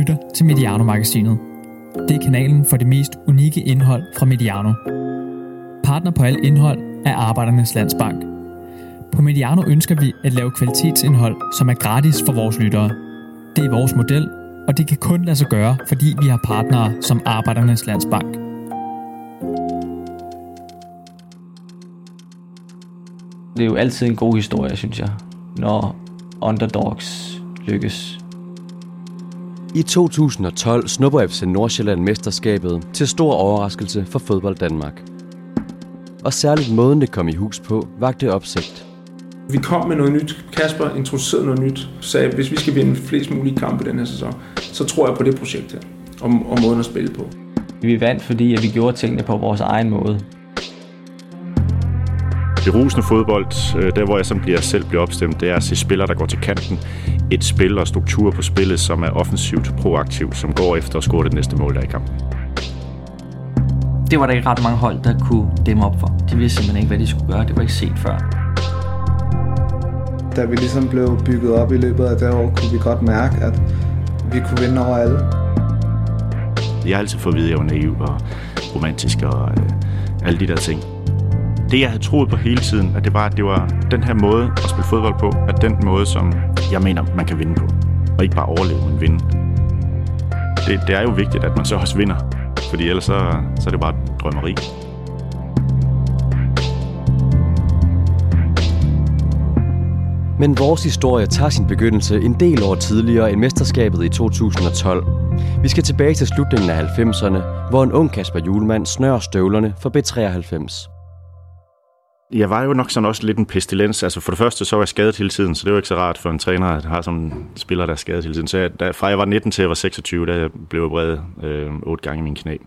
lytter til Mediano-magasinet. Det er kanalen for det mest unikke indhold fra Mediano. Partner på alt indhold er Arbejdernes Landsbank. På Mediano ønsker vi at lave kvalitetsindhold, som er gratis for vores lyttere. Det er vores model, og det kan kun lade sig gøre, fordi vi har partnere som Arbejdernes Landsbank. Det er jo altid en god historie, synes jeg, når underdogs lykkes. I 2012 snupper FC Nordsjælland mesterskabet til stor overraskelse for fodbold Danmark. Og særligt måden det kom i hus på, vakte opsigt. Vi kom med noget nyt. Kasper introducerede noget nyt. Sagde, hvis vi skal vinde flest mulige kampe i den her sæson, så tror jeg på det projekt her. Og måden at spille på. Vi vandt, fordi at vi gjorde tingene på vores egen måde. Det rusende fodbold, der hvor jeg selv bliver opstemt, det er at se spillere, der går til kanten. Et spil og struktur på spillet, som er offensivt, proaktivt, som går efter at score det næste mål der i kampen. Det var der ikke ret mange hold, der kunne dæmme op for. De vidste simpelthen ikke, hvad de skulle gøre. Det var ikke set før. Da vi ligesom blev bygget op i løbet af det år, kunne vi godt mærke, at vi kunne vinde over alle. Jeg har altid fået at vide, at jeg var naiv og romantisk og alle de der ting. Det, jeg havde troet på hele tiden, at det var den her måde at spille fodbold på, at den måde, som jeg mener, man kan vinde på. Og ikke bare overleve, men vinde. Det er jo vigtigt, at man så også vinder, fordi ellers så er det bare drømmeri. Men vores historie tager sin begyndelse en del år tidligere end mesterskabet i 2012. Vi skal tilbage til slutningen af 90'erne, hvor en ung Kasper Hjulmand snører støvlerne for B93. Jeg var jo nok sådan også lidt en pestilens. Altså for det første, så var jeg skadet hele tiden, så det var ikke så rart for en træner, at have sådan en spiller, der er skadet hele tiden. Så fra jeg var 19 til jeg var 26, da jeg blev opereret 8 gange i min knæ.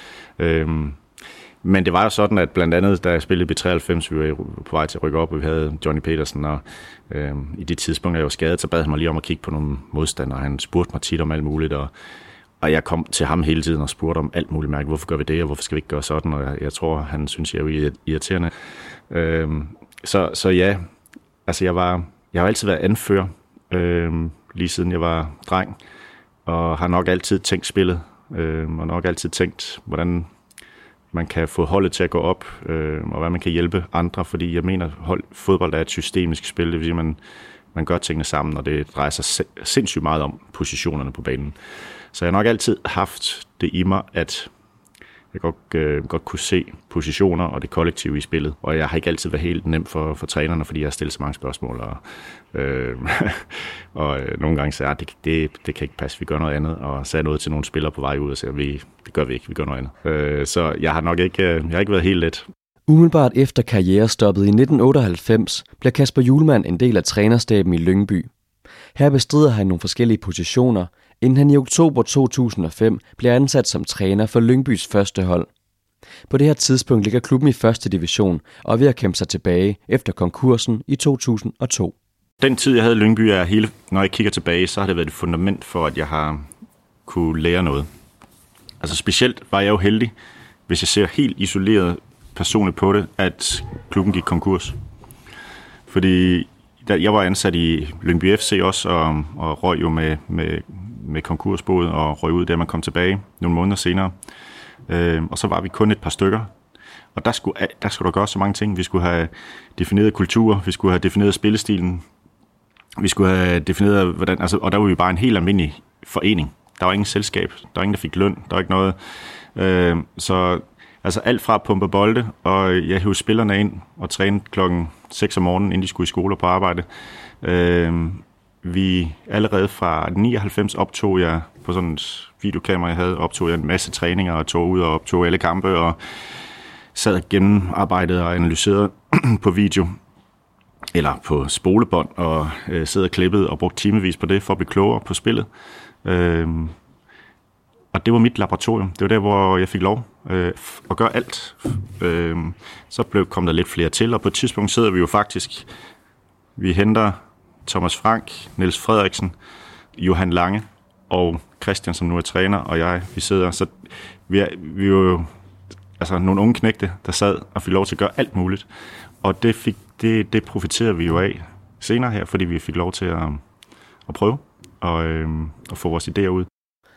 Men det var jo sådan, at blandt andet, da jeg spillede B93, vi var på vej til at rykke op, og vi havde Johnny Petersen, og i det tidspunkt, jeg var skadet, så bad han mig lige om at kigge på nogle modstandere. Han spurgte mig tit om alt muligt, og jeg kom til ham hele tiden og spurgte om alt muligt mærke. Hvorfor gør vi det, og hvorfor skal vi ikke gøre sådan? Og jeg tror, han synes, jeg er irriterende. Så ja, altså jeg har altid været anfører, lige siden jeg var dreng, og har nok altid tænkt spillet, og nok altid tænkt, hvordan man kan få holdet til at gå op, og hvordan man kan hjælpe andre, fordi jeg mener, fodbold er et systemisk spil, det vil sige, at man gør tingene sammen, og det drejer sig sindssygt meget om positionerne på banen. Så jeg har nok altid haft det i mig, at jeg godt kunne se positioner og det kollektive i spillet. Og jeg har ikke altid været helt nem for trænerne, fordi jeg har stillet så mange spørgsmål. Og nogle gange sagde jeg, det kan ikke passe, vi gør noget andet. Og sagde noget til nogle spillere på vej ud og sagde, det gør vi ikke, vi gør noget andet. Så jeg har nok ikke været helt let. Umiddelbart efter karrierestoppet i 1998 bliver Kasper Hjulmand en del af trænerstaben i Lyngby. Her bestrider han nogle forskellige positioner, inden han i oktober 2005 bliver ansat som træner for Lyngbys første hold. På det her tidspunkt ligger klubben i første division og er ved at kæmpe sig tilbage efter konkursen i 2002. Den tid, jeg havde i Lyngby, når jeg kigger tilbage, så har det været et fundament for, at jeg har kunne lære noget. Altså specielt var jeg jo heldig, hvis jeg ser helt isoleret personligt på det, at klubben gik konkurs. Fordi jeg var ansat i Lyngby FC også, og røg jo med konkursboet og røg ud, da man kom tilbage nogle måneder senere. Og så var vi kun et par stykker. Og der skulle der gøres så mange ting. Vi skulle have defineret kultur, vi skulle have defineret spillestilen, vi skulle have defineret, hvordan, altså, og der var vi bare en helt almindelig forening. Der var ingen selskab, der var ingen, der fik løn, der var ikke noget. Så altså alt fra at pumpe bolde, og jeg hævde spillerne ind og trænede klokken 6 om morgenen, inden de skulle i skole og på arbejde. Vi allerede fra 99 optog jeg på sådan et videokamera, jeg havde, optog jeg en masse træninger og tog ud og optog alle kampe og sad gennemarbejdet og analyserede på video eller på spolebånd og sad og klippede og brugte timevis på det for at blive klogere på spillet. Og det var mit laboratorium. Det var der, hvor jeg fik lov at gøre alt. Så kom der lidt flere til, og på et tidspunkt sidder vi jo faktisk, vi henter Thomas Frank, Niels Frederiksen, Johan Lange og Christian, som nu er træner, og jeg, vi sidder, så vi er jo altså nogle unge knægte, der sad og fik lov til at gøre alt muligt. Og det profiterede vi jo af senere her, fordi vi fik lov til at prøve og få vores idéer ud.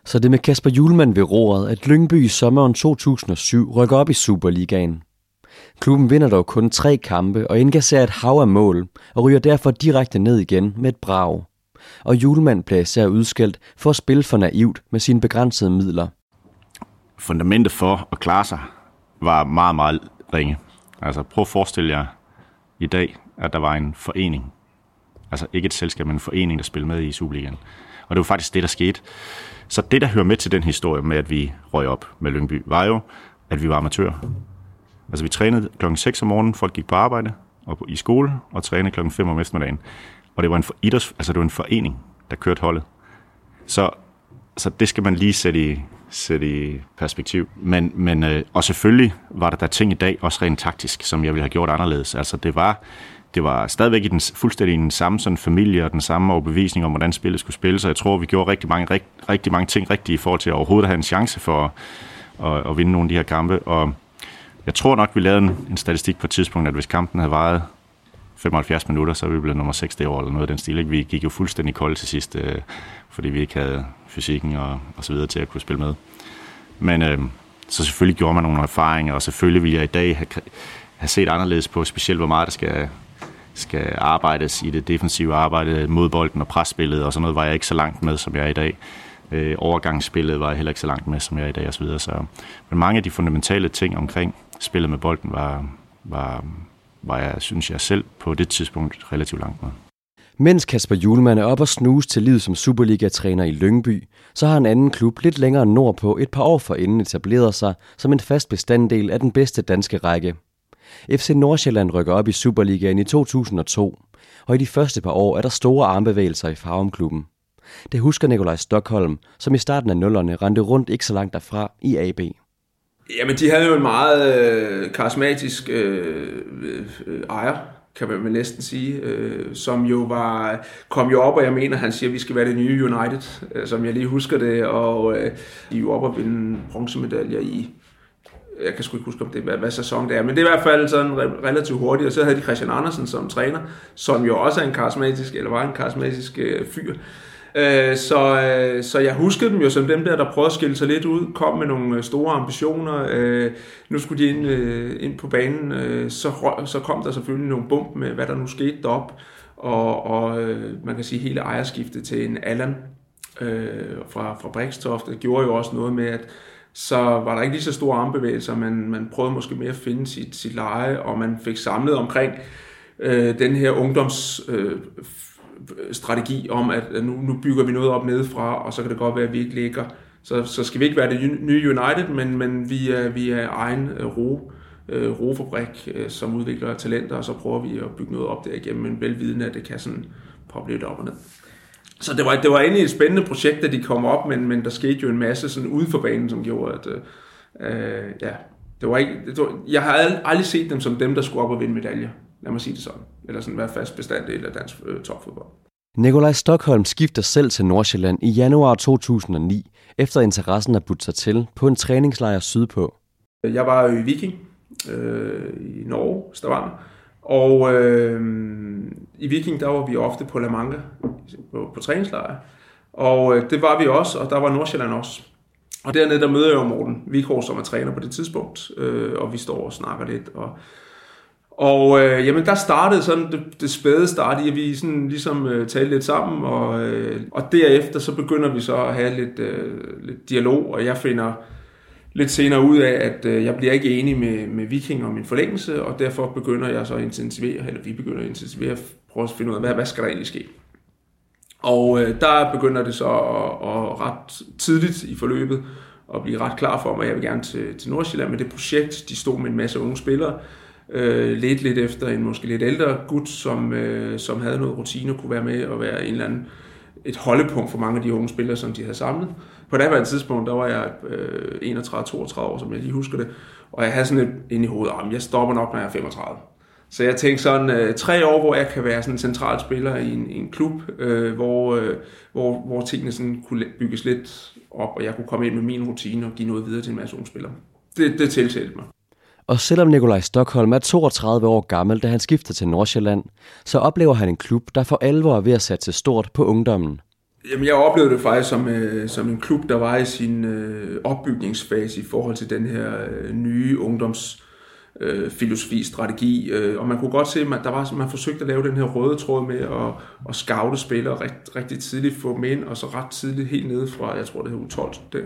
Så det med Kasper Hjulmand ved roret, at Lyngby i sommeren 2007 rykker op i Superligaen. Klubben vinder dog kun 3 kampe og indkasserer et hav af mål og ryger derfor direkte ned igen med et brag. Og Hjulmand bliver især udskældt for at spille for naivt med sine begrænsede midler. Fundamentet for at klare sig var meget, meget ringe. Altså prøv at forestille jer i dag, at der var en forening. Altså ikke et selskab, men en forening, der spillede med i Superligaen. Og det var faktisk det, der skete. Så det, der hører med til den historie med, at vi røg op med Lyngby, var jo, at vi var amatører. Altså vi trænede klokken 6 om morgenen, folk gik på arbejde og i skole, og trænede klokken 5 om eftermiddagen. Og det var det var en forening, der kørte holdet. Så det skal man lige sætte i perspektiv. Men og selvfølgelig var der ting i dag, også rent taktisk, som jeg ville have gjort anderledes. Altså det var stadigvæk fuldstændig den samme sådan familie og den samme overbevisning om, hvordan spillet skulle spille. Så jeg tror, vi gjorde rigtig mange ting rigtigt i forhold til at overhovedet have en chance for at vinde nogle af de her kampe. Og jeg tror nok, vi lavede en statistik på et tidspunkt, at hvis kampen havde varet 75 minutter, så ville vi blevet nummer 6 det år, eller noget af den stil. Ikke? Vi gik jo fuldstændig kold til sidst, fordi vi ikke havde fysikken og så videre til at kunne spille med. Men så selvfølgelig gjorde man nogle erfaringer, og selvfølgelig ville jeg i dag have set anderledes på, specielt hvor meget der skal arbejdes i det defensive arbejde mod bolden og presspillet, og sådan noget var jeg ikke så langt med, som jeg er i dag. Overgangsspillet var jeg heller ikke så langt med, som jeg er i dag, og så videre. Men mange af de fundamentale ting omkring spillet med bolden var jeg, synes jeg selv, på det tidspunkt relativt langt med. Mens Kasper Hjulmand er op og snuse til livet som Superliga-træner i Lyngby, så har en anden klub lidt længere nordpå et par år forinden etableret sig som en fast bestanddel af den bedste danske række. FC Nordsjælland rykker op i Superligaen i 2002, og i de første par år er der store armbevægelser i Farumklubben. Det husker Nikolaj Stokholm, som i starten af 00'erne rendte rundt ikke så langt derfra i AB. Jamen, de havde jo en meget karismatisk ejer, kan man næsten sige, som jo kom jo op, og jeg mener, han siger, at vi skal være det nye United, som jeg lige husker det, og de er jo op og vinde bronzemedaljer i, jeg kan sgu ikke huske, om det hvad sæson det er, men det er i hvert fald sådan relativt hurtigt, og så havde de Christian Andersen som træner, som jo også er var en karismatisk fyr. Så jeg husker dem jo som dem der prøvede at skille sig lidt ud, kom med nogle store ambitioner. Nu skulle de ind på banen, så kom der selvfølgelig nogle bump med, hvad der nu skete derop, og man kan sige hele ejerskiftet til en Allan fra Brixtoft, det gjorde jo også noget med, at så var der ikke lige så store armbevægelser, man prøvede måske mere at finde sit leje, og man fik samlet omkring den her ungdomsstrategi om, at nu bygger vi noget op nedefra, og så kan det godt være, at vi ikke ligger. Så skal vi ikke være det nye United, men vi er egen rofabrik, som udvikler talenter, og så prøver vi at bygge noget op derigennem, men velvidende, at det kan sådan poppe lidt op og ned. Så det var egentlig et spændende projekt, at de kom op, men der skete jo en masse sådan ude for banen, som gjorde, at jeg har aldrig set dem som dem, der skulle op og vinde medaljer. Lad mig sige det sådan. Eller sådan være fast bestanddel af dansk topfodbold. Nikolaj Stokholm skifter selv til Nordsjælland i januar 2009, efter interessen er budt sig til på en træningslejr sydpå. Jeg var jo i Viking i Norge, Stavanger. Og i Viking, der var vi ofte på La Manga på træningslejr. Og det var vi også, og der var Nordsjælland også. Og dernede, der møder jeg jo Morten Vikhorst, som er træner på det tidspunkt, og vi står og snakker lidt. Og jamen, der startede sådan det spæde start i, at vi sådan ligesom talte lidt sammen, og derefter så begynder vi så at have lidt dialog, og jeg finder lidt senere ud af, at jeg bliver ikke enig med Viking om en forlængelse, og derfor begynder jeg så at intensivere, prøve at finde ud af, hvad skal der egentlig ske. Og der begynder det så at ret tidligt i forløbet at blive ret klar for mig, jeg vil gerne til Nordsjælland med det projekt. De stod med en masse unge spillere, lidt efter en måske lidt ældre gut, som havde noget rutine og kunne være med og være et holdepunkt for mange af de unge spillere, som de havde samlet. På det her tidspunkt, der var jeg 31-32 år, som jeg lige husker det, og jeg havde sådan et inde i hovedet, jeg stopper nok, når jeg er 35. Så jeg tænkte sådan 3 år, hvor jeg kan være sådan en central spiller i en klub, hvor tingene sådan kunne bygges lidt op, og jeg kunne komme ind med min rutine og give noget videre til en masse unge spillere. Det tiltalte mig. Og selvom Nikolaj Stokholm er 32 år gammel, da han skifter til Nordsjælland, så oplever han en klub, der for alvor er ved at satse stort på ungdommen. Jamen, jeg oplevede det faktisk som en klub, der var i sin opbygningsfase i forhold til den her nye ungdomsfilosofi, strategi. Og man kunne godt se, at man forsøgte at lave den her røde tråd med at scoute spillere rigtig tidligt, få dem ind, og så ret tidligt helt nede fra, jeg tror det hed U12 der,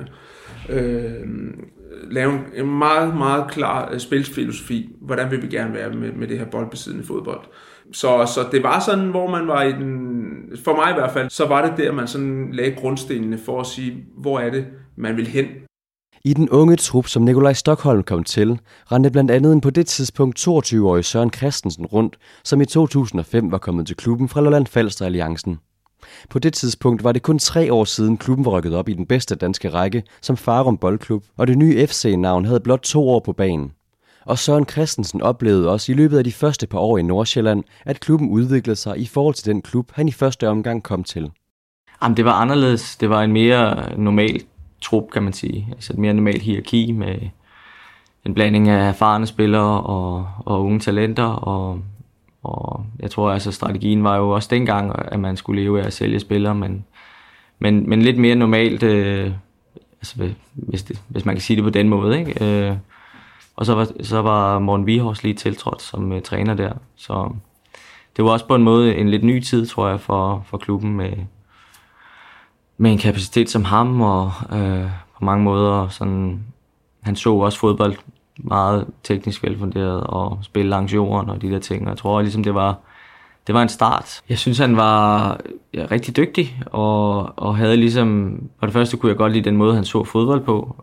lave en meget, meget klar spilfilosofi. Hvordan vil vi gerne være med det her boldbesiddende fodbold? Så det var sådan, hvor man var for mig i hvert fald, så var det der, man sådan lagde grundstenene for at sige, hvor er det, man vil hen. I den unge trup, som Nikolaj Stokholm kom til, rendte blandt andet en på det tidspunkt 22-årig Søren Christensen rundt, som i 2005 var kommet til klubben fra Lolland Falster Alliancen. På det tidspunkt var det kun 3 år siden klubben var rykket op i den bedste danske række som Farum Boldklub, og det nye FC-navn havde blot 2 år på banen. Og Søren Christensen oplevede også i løbet af de første par år i Nordsjælland, at klubben udviklede sig i forhold til den klub, han i første omgang kom til. Jamen, det var anderledes. Det var en mere normal trup, kan man sige. Altså et mere normalt hierarki med en blanding af erfarne spillere og unge talenter. Og jeg tror, altså strategien var jo også dengang, at man skulle leve af at sælge spillere, men lidt mere normalt, altså hvis man kan sige det på den måde, ikke? Og så var Morten Vihorst lige tiltrådt som træner der. Så det var også på en måde en lidt ny tid, tror jeg, for klubben med en kapacitet som ham, og på mange måder sådan, han så også fodbold meget teknisk velfunderet og spille langs jorden og de der ting. Og jeg tror ligesom det var en start. Jeg synes han var rigtig dygtig og havde ligesom, for det første kunne jeg godt lide den måde han så fodbold på,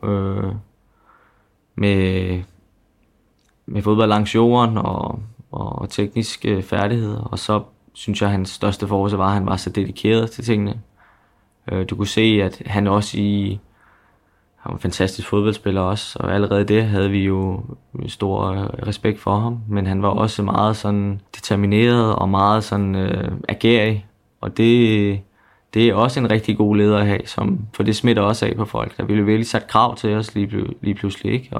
med fodbold langs jorden og tekniske færdigheder. Og så synes jeg, at hans største force var, at han var så dedikeret til tingene. Du kunne se, at han også han var en fantastisk fodboldspiller også, og allerede det havde vi jo stor respekt for ham. Men han var også meget sådan determineret og meget sådan agerig. Og det er også en rigtig god leder at have, for det smitter også af på folk. Der ville virkelig sat krav til os lige pludselig, ikke?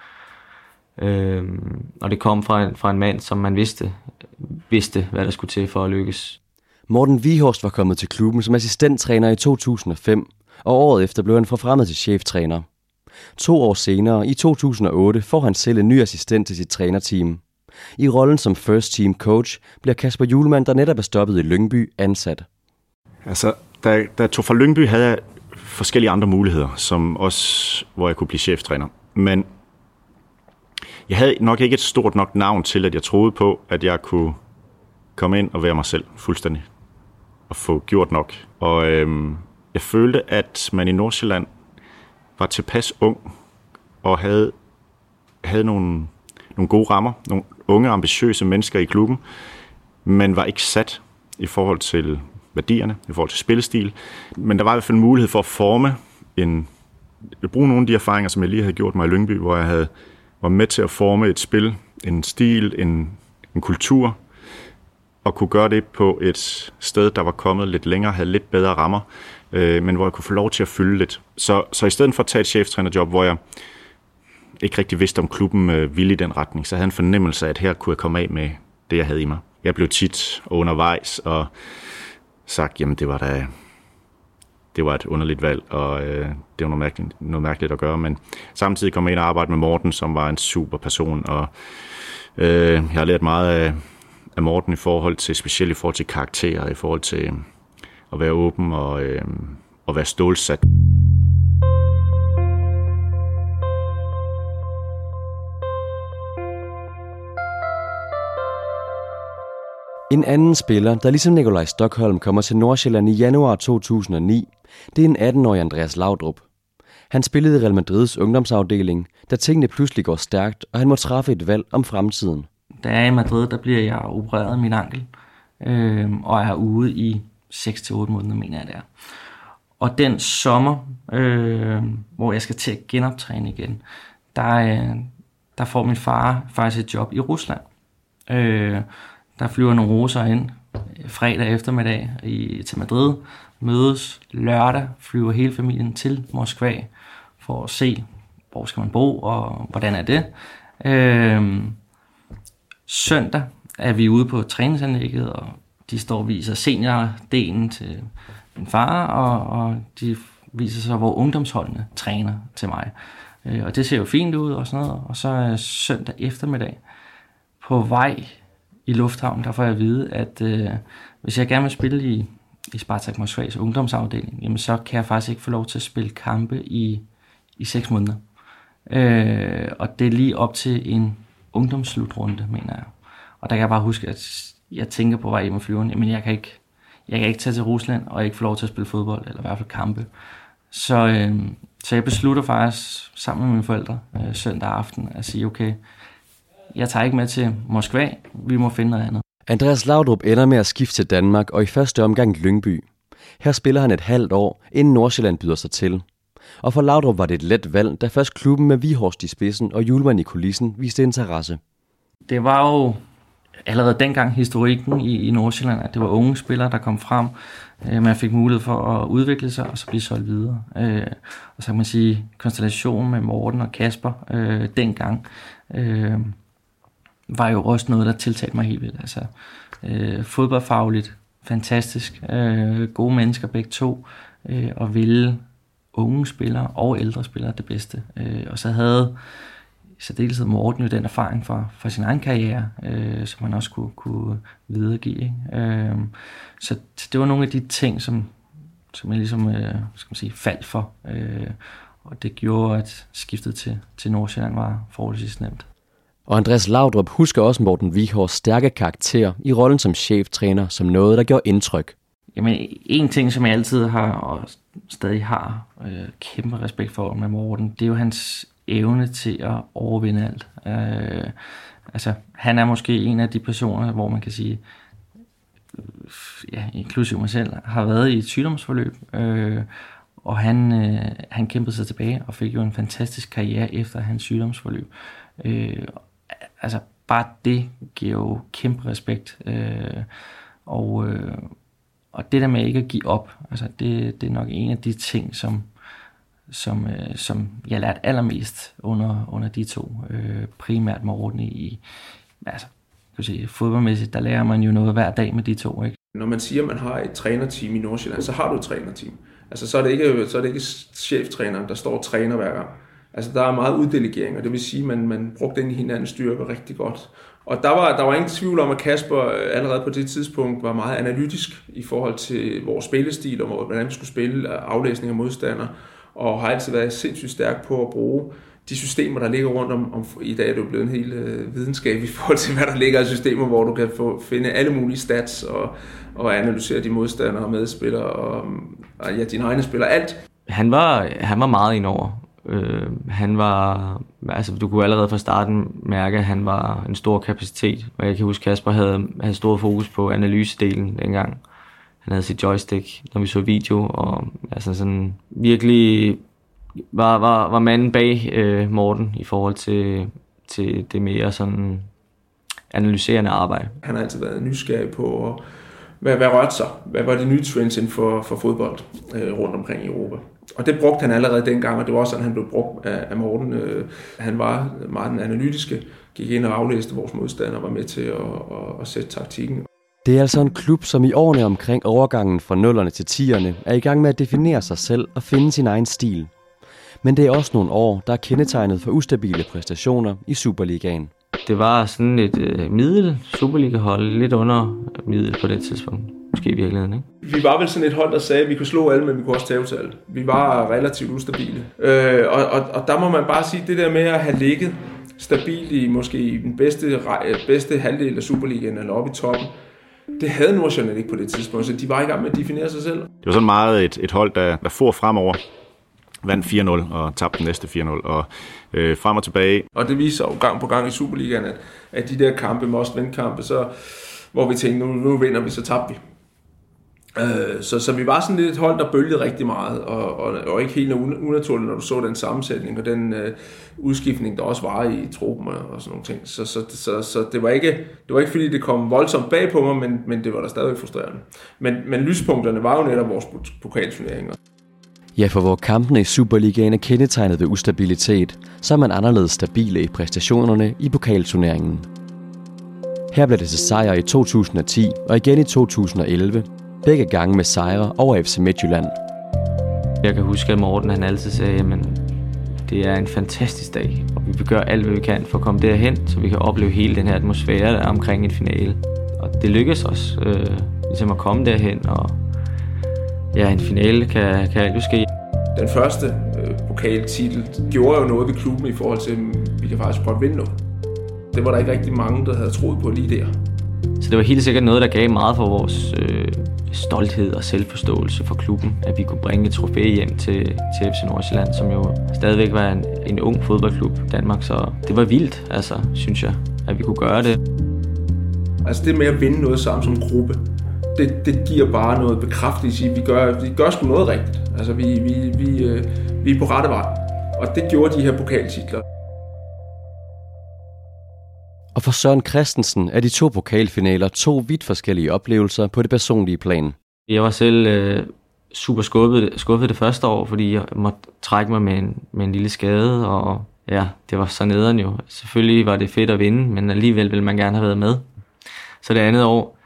Og det kom fra en mand, som man vidste, hvad der skulle til for at lykkes. Morten Vihorst var kommet til klubben som assistenttræner i 2005, og året efter blev han forfremmet til cheftræner. 2 år senere, i 2008, får han selv en ny assistent til sit trænerteam. I rollen som first team coach bliver Kasper Hjulmand, der netop er stoppet i Lyngby, ansat. Altså, da jeg tog fra Lyngby, havde jeg forskellige andre muligheder, som også, hvor jeg kunne blive cheftræner. Men jeg havde nok ikke et stort nok navn til, at jeg troede på, at jeg kunne komme ind og være mig selv fuldstændig. Og få gjort nok. Og jeg følte, at man i Nordsjælland var tilpas ung og havde nogle gode rammer. Nogle unge, ambitiøse mennesker i klubben. Men var ikke sat i forhold til værdierne, i forhold til spillestil. Men der var i hvert fald en mulighed for at forme bruge nogle af de erfaringer, som jeg lige havde gjort mig i Lyngby, hvor jeg var med til at forme et spil, en stil, en kultur, og kunne gøre det på et sted, der var kommet lidt længere, havde lidt bedre rammer, men hvor jeg kunne få lov til at fylde lidt. Så i stedet for at tage et cheftrænerjob, hvor jeg ikke rigtig vidste, om klubben ville i den retning, så havde jeg en fornemmelse af, at her kunne jeg komme af med det, jeg havde i mig. Jeg blev tit undervejs og sagt, jamen det var et underligt valg, og det var noget mærkeligt at gøre, men samtidig kom jeg ind og arbejde med Morten, som var en super person, og jeg har lært meget af Morten specielt i forhold til karakterer, i forhold til at være åben og være stålsat. En anden spiller, der ligesom Nikolaj Stokholm kommer til Nordsjælland i januar 2009, det er en 18-årig Andreas Laudrup. Han spillede i Real Madrids ungdomsafdeling, da tingene pludselig går stærkt, og han må træffe et valg om fremtiden. Da jeg er i Madrid, der bliver jeg opereret af min ankel, og er ude i 6-8 måneder, mener jeg det er. Og den sommer, hvor jeg skal til at genoptræne igen, der får min far faktisk et job i Rusland. Der flyver nogle russer ind fredag eftermiddag til Madrid, mødes lørdag, flyver hele familien til Moskva for at se, hvor skal man bo og hvordan er det. Søndag er vi ude på træningsanlægget, og de står og viser seniordelen min far, og de viser sig, hvor ungdomsholdene træner til mig. Og det ser jo fint ud og sådan noget. Og så søndag eftermiddag på vej i lufthavnen, der får jeg at vide, at hvis jeg gerne vil spille i Spartak Moskvas ungdomsafdeling, jamen så kan jeg faktisk ikke få lov til at spille kampe i 6 måneder. Og det er lige op til en ungdomsslutrunde, mener jeg. Og der kan jeg bare huske, at jeg tænker på vej hjem med flyveren, jamen jeg kan ikke tage til Rusland og ikke få lov til at spille fodbold, eller i hvert fald kampe. Så jeg beslutter faktisk sammen med mine forældre søndag aften at sige, okay, jeg tager ikke med til Moskva, vi må finde noget andet. Andreas Laudrup ender med at skifte til Danmark og i første omgang Lyngby. Her spiller han et halvt år, inden Nordsjælland byder sig til. Og for Laudrup var det et let valg, da først klubben med Wieghorst i spidsen og Hjulmand i kulissen viste interesse. Det var jo allerede dengang historikken i Nordsjælland, at det var unge spillere, der kom frem. Man fik mulighed for at udvikle sig og så blive solgt videre. Og så kan man sige, konstellationen med Morten og Kasper dengang var jo også noget, der tiltalte mig helt vildt. Altså, fodboldfagligt, fantastisk, gode mennesker begge to, og ville unge spillere og ældre spillere det bedste. Og så havde særdeleshed Morten jo den erfaring fra sin egen karriere, som han også kunne videregive. Ikke? Så det var nogle af de ting, som jeg ligesom skal man sige, faldt for. Og det gjorde, at skiftet til Nordsjælland var forholdsvis nemt. Og Andreas Laudrup husker også Morten Wieghorsts stærke karakter i rollen som cheftræner som noget, der gjorde indtryk. Jamen, en ting, som jeg altid har og stadig har kæmpe respekt for med Morten, det er jo hans evne til at overvinde alt. Altså, han er måske en af de personer, hvor man kan sige, ja, inklusive mig selv, har været i et sygdomsforløb, og han kæmpede sig tilbage og fik jo en fantastisk karriere efter hans sygdomsforløb. Altså, bare det giver jo kæmpe respekt. Og det der med ikke at give op, altså det er nok en af de ting, som jeg lærte allermest under de to, primært Morten i altså, kan sige, fodboldmæssigt, der lærer man jo noget hver dag med de to, ikke? Når man siger, at man har et trænerteam i Nordsjælland, så har du et trænerteam. Altså så er det ikke cheftræneren, der står og træner hver gang. Altså der er meget uddelegering, og det vil sige, at man brugte den i hinandens styrker rigtig godt. Og der var ingen tvivl om, at Kasper allerede på det tidspunkt var meget analytisk i forhold til vores spillestil, og hvordan vi skulle spille, aflæsning af modstandere, og har altid været sindssygt stærk på at bruge de systemer, der ligger rundt om. I dag er det jo blevet en hel videnskab i forhold til, hvad der ligger i systemer, hvor du kan finde alle mulige stats og analysere de modstandere og medspillere og ja, dine egne spillere, alt. Han var meget indover. Han var, altså du kunne allerede fra starten mærke, at han var en stor kapacitet. Og jeg kan huske, Kasper havde stor fokus på analysedelen dengang. Han havde sit joystick, når vi så video, og altså sådan virkelig var manden bag Morten i forhold til det mere sådan analyserende arbejde. Han har altid været nysgerrig på, hvad rørte sig? Hvad var de nye trends inden for fodbold rundt omkring i Europa? Og det brugte han allerede dengang, og det var også sådan, han blev brugt af Morten. Han var meget den analytiske, gik ind og aflæste vores modstandere og var med til at sætte taktikken. Det er altså en klub, som i årene omkring overgangen fra 0'erne til 10'erne er i gang med at definere sig selv og finde sin egen stil. Men det er også nogle år, der er kendetegnet for ustabile præstationer i Superligaen. Det var sådan et middel Superliga-hold, lidt under middel på det tidspunkt. Måske i virkeligheden, ikke? Vi var vel sådan et hold, der sagde, at vi kunne slå alle, men vi kunne også tabe til alle. Vi var relativt ustabile. Og der må man bare sige, det der med at have ligget stabilt i måske i den bedste halvdel af Superligaen eller oppe i toppen, det havde Nordsjælland ikke på det tidspunkt, så de var i gang med at definere sig selv. Det var sådan meget et hold, der for fremover, vandt 4-0 og tabte den næste 4-0 og frem og tilbage. Og det viser jo gang på gang i Superligaen, at de der kampe, must-win-kampe, så hvor vi tænkte, nu vinder vi, så tabte vi. Så vi var sådan lidt et hold, der bølgede rigtig meget, og ikke helt unaturligt, når du så den sammensætning og den udskiftning, der også var i truppen og sådan nogle ting. Så det var ikke fordi det kom voldsomt bag på mig, men det var da stadig frustrerende. Men lyspunkterne var jo netop vores pokalturneringer. Ja, for hvor kampene i Superligaen er kendetegnet ved ustabilitet, så er man anderledes stabile i præstationerne i pokalturneringen. Her blev det til sejr i 2010 og igen i 2011, begge gange med sejre over FC Midtjylland. Jeg kan huske, at Morten han altid sagde, jamen det er en fantastisk dag, og vi vil gøre alt, hvad vi kan for at komme derhen, så vi kan opleve hele den her atmosfære, der er omkring en finale. Og det lykkedes os ligesom at komme derhen, og ja, en finale kan alt jo ske. Den første pokaltitel gjorde jo noget ved klubben i forhold til, at vi kan faktisk godt vinde noget. Det var der ikke rigtig mange, der havde troet på lige der. Så det var helt sikkert noget, der gav meget for vores stolthed og selvforståelse for klubben, at vi kunne bringe et trofæ hjem til FC Nordsjælland, som jo stadigvæk var en ung fodboldklub i Danmark, så det var vildt, altså, synes jeg, at vi kunne gøre det. Altså det med at vinde noget sammen som gruppe, det giver bare noget bekræftelse i, at vi gør sgu noget rigtigt. Altså vi er på rette vej, og det gjorde de her pokaltitler. Og for Søren Christensen er de 2 pokalfinaler 2 vidt forskellige oplevelser på det personlige plan. Jeg var selv super skuffet det første år, fordi jeg måtte trække mig med en lille skade, og ja, det var så nederen jo. Selvfølgelig var det fedt at vinde, men alligevel ville man gerne have været med. Så det andet år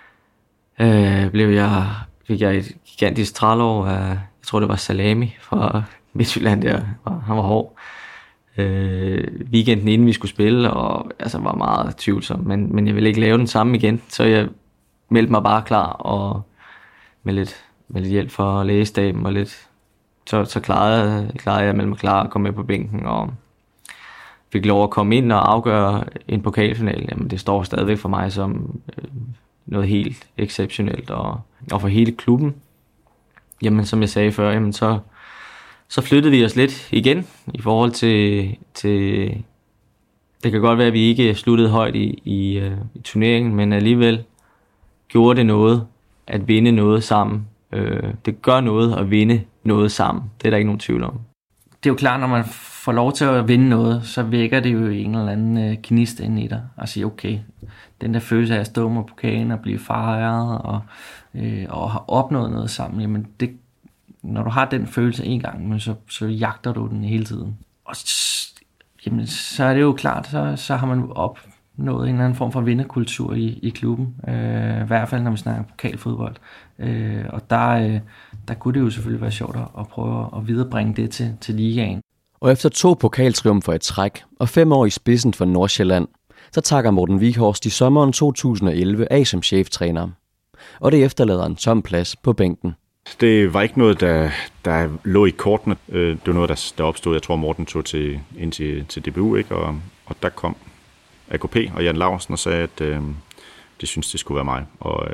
fik jeg et gigantisk trælår af, jeg tror det var Salami fra Midtjylland der, og han var hård. Weekenden inden vi skulle spille, og altså var meget tvivlsom, men jeg ville ikke lave den samme igen, så jeg meldte mig bare klar, og med lidt hjælp fra lægestaben og lidt, så klarede jeg at melde mig klar og komme med på bænken, og fik lov at komme ind og afgøre en pokalfinale. Jamen det står stadigvæk for mig som noget helt exceptionelt, og for hele klubben, jamen som jeg sagde før, jamen så flyttede vi os lidt igen i forhold til det kan godt være, at vi ikke sluttede højt i turneringen, men alligevel gjorde det noget at vinde noget sammen. Det gør noget at vinde noget sammen. Det er der ikke nogen tvivl om. Det er jo klart, når man får lov til at vinde noget, så vækker det jo en eller anden gnist ind i dig og sige, okay, den der følelse af at stå med pokalen og blive fejret og have opnået noget sammen, jamen det, når du har den følelse en gang, så jagter du den hele tiden. Og jamen, så er det jo klart, så har man opnået en eller anden form for vinderkultur i klubben. I hvert fald, når vi snakker pokalfodbold. Og der kunne det jo selvfølgelig være sjovt at prøve at viderebringe det til ligaen. Og efter 2 pokaltriumfer i træk og 5 år i spidsen for Nordsjælland, så takker Morten Wieghorst i sommeren 2011 af som cheftræner. Og det efterlader en tom plads på bænken. Det var ikke noget, der lå i kortene. Det var noget, der opstod. Jeg tror, Morten tog ind til DBU, ikke? Og der kom AKP og Jan Laursen og sagde, at de syntes, det skulle være mig.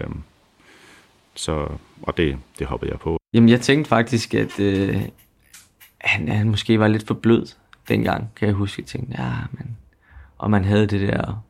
Og det hoppede jeg på. Jamen, jeg tænkte faktisk, at han måske var lidt for blød dengang, kan jeg huske. Jeg tænkte, og man havde det der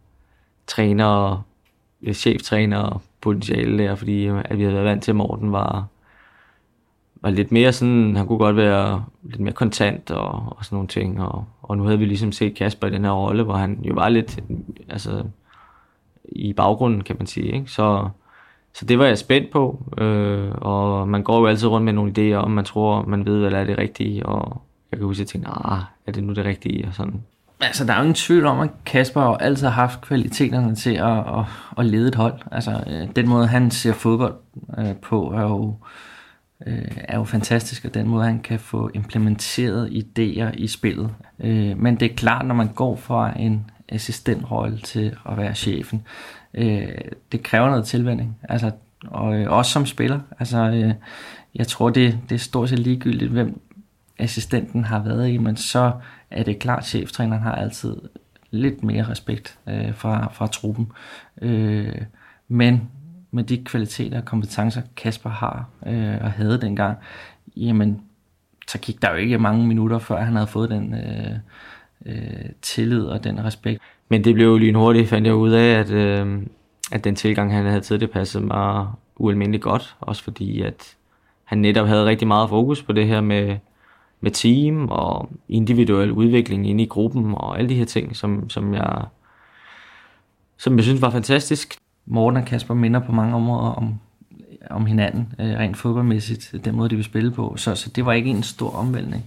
cheftræner potentiale der, fordi at vi havde været vant til, at Morten var lidt mere sådan, han kunne godt være lidt mere kontant og sådan nogle ting, og nu havde vi ligesom set Kasper i den her rolle, hvor han jo var lidt altså i baggrunden, kan man sige, ikke? Så det var jeg spændt på, og man går jo altid rundt med nogle idéer, om man tror, man ved, hvad er det rigtige, og jeg kan huske, at jeg tænkte, er det nu det rigtige, og sådan. Altså, der er jo ingen tvivl om, at Kasper jo altid har haft kvaliteterne til at lede et hold. Altså, den måde, han ser fodbold på, er jo fantastisk, og den måde, han kan få implementeret idéer i spillet. Men det er klart, når man går fra en assistentrolle til at være chefen, det kræver noget tilvænning, altså, og også som spiller. Altså, jeg tror, det er stort set ligegyldigt, hvem assistenten har været i, men så er det klart, at cheftræneren har altid lidt mere respekt fra truppen. Men med de kvaliteter og kompetencer, Kasper har og havde dengang, jamen, så gik der jo ikke mange minutter, før han havde fået den tillid og den respekt. Men det blev jo lynhurtigt, fandt jeg ud af, at den tilgang, han havde til det, passede mig ualmindeligt godt. Også fordi, at han netop havde rigtig meget fokus på det her med team og individuel udvikling inde i gruppen og alle de her ting, som jeg synes var fantastisk. Morten og Kasper minder på mange områder om hinanden, rent fodboldmæssigt, den måde, de vil spille på. Så det var ikke en stor omvæltning.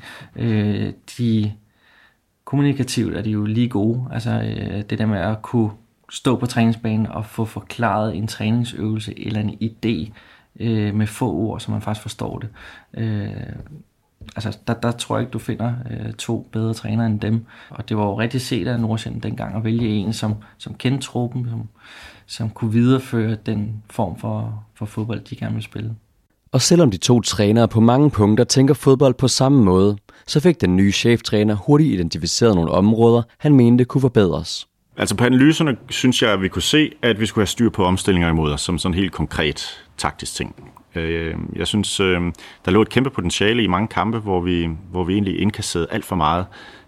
Kommunikativt er de jo lige gode. Altså det der med at kunne stå på træningsbanen og få forklaret en træningsøvelse eller en idé med få ord, så man faktisk forstår det. Altså, der tror jeg ikke, du finder 2 bedre trænere end dem. Og det var jo rigtig set af Nordsjælland dengang at vælge en, som kendte truppen, som kunne videreføre den form for fodbold, de gerne ville spille. Og selvom de 2 trænere på mange punkter tænker fodbold på samme måde, så fik den nye cheftræner hurtigt identificeret nogle områder, han mente kunne forbedres. Altså på analyserne synes jeg, at vi kunne se, at vi skulle have styr på omstillinger imod os, som sådan helt konkret taktisk ting. Jeg synes, der lå et kæmpe potentiale i mange kampe, hvor vi egentlig indkasserede alt for meget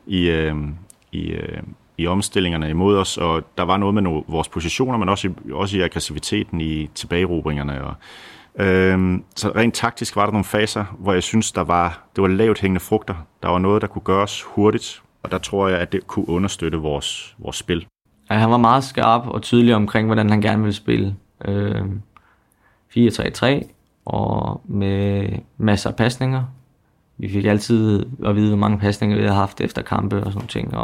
i omstillingerne imod os, og der var noget med vores positioner, men også i aggressiviteten i tilbagerobringerne. Så rent taktisk var der nogle faser, hvor jeg synes, det var lavt hængende frugter. Der var noget, der kunne gøres hurtigt, og der tror jeg, at det kunne understøtte vores spil. Ja, han var meget skarp og tydelig omkring, hvordan han gerne ville spille. 4-3-3 og med masser af pasninger. Vi fik altid at vide, hvor mange pasninger vi havde haft efter kampe og sådan nogle ting.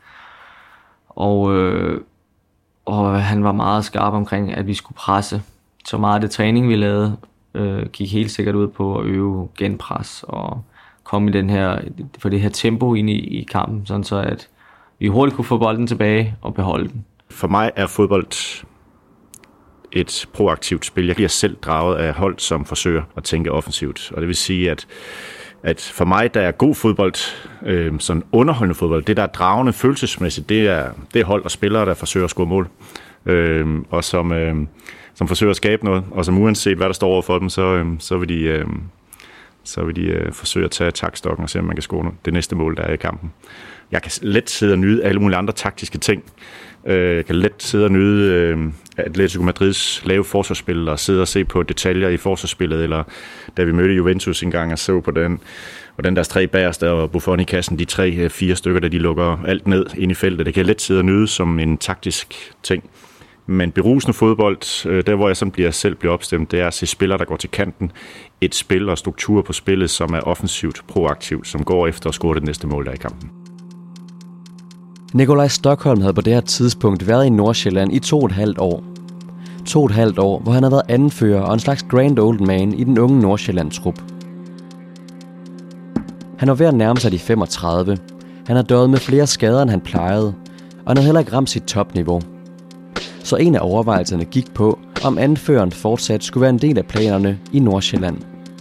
Og han var meget skarp omkring, at vi skulle presse. Så meget af det træning, vi lavede, gik helt sikkert ud på at øve genpres og komme i det her tempo ind i kampen, sådan så at vi hurtigt kunne få bolden tilbage og beholde den. For mig er fodbold et proaktivt spil. Jeg bliver selv draget af hold, som forsøger at tænke offensivt. Og det vil sige, at for mig, der er god fodbold, sådan underholdende fodbold, det der er dragende følelsesmæssigt, det er hold og spillere, der forsøger at score mål. Og som forsøger at skabe noget, og som uanset hvad der står over for dem, så vil de forsøge at tage taktstokken og se, om man kan score det næste mål, der er i kampen. Jeg kan let sidde og nyde alle mulige andre taktiske ting. Jeg kan let sidde og nyde Atletico Madrids lave forsvarsspil og sidde og se på detaljer i forsvarsspillet, eller da vi mødte Juventus engang og så på hvordan deres 3 bagerste og Buffon i kassen, de 3-4 stykker, der de lukker alt ned ind i feltet. Det kan jeg let sidde og nyde som en taktisk ting. Men berusende fodbold, der hvor jeg sådan selv bliver opstemt, det er at se spillere, der går til kanten. Et spil og struktur på spillet, som er offensivt, proaktivt, som går efter at score det næste mål der i kampen. Nikolaj Stokholm havde på det her tidspunkt været i Nordsjælland i 2,5 år. 2,5 år, hvor han havde været andenfører og en slags grand old man i den unge Nordsjælland-trup. Han var ved at nærme sig de 35. Han havde døjet med flere skader, end han plejede, og han havde heller ikke ramt sit topniveau. Så en af overvejelserne gik på, om anføreren fortsat skulle være en del af planerne i Nordsjælland.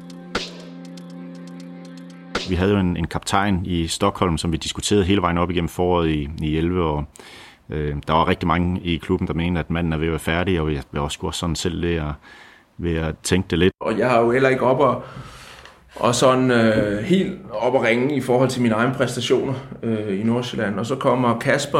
Vi havde jo en kaptajn i Stockholm, som vi diskuterede hele vejen op igennem foråret i 11, og der var rigtig mange i klubben, der mente, at manden er ved at være færdig, og jeg var også sådan selv ved at tænke det lidt. Og jeg har jo heller ikke op og sådan helt op at ringe i forhold til mine egne præstationer i Nordsjælland. Og så kommer Kasper,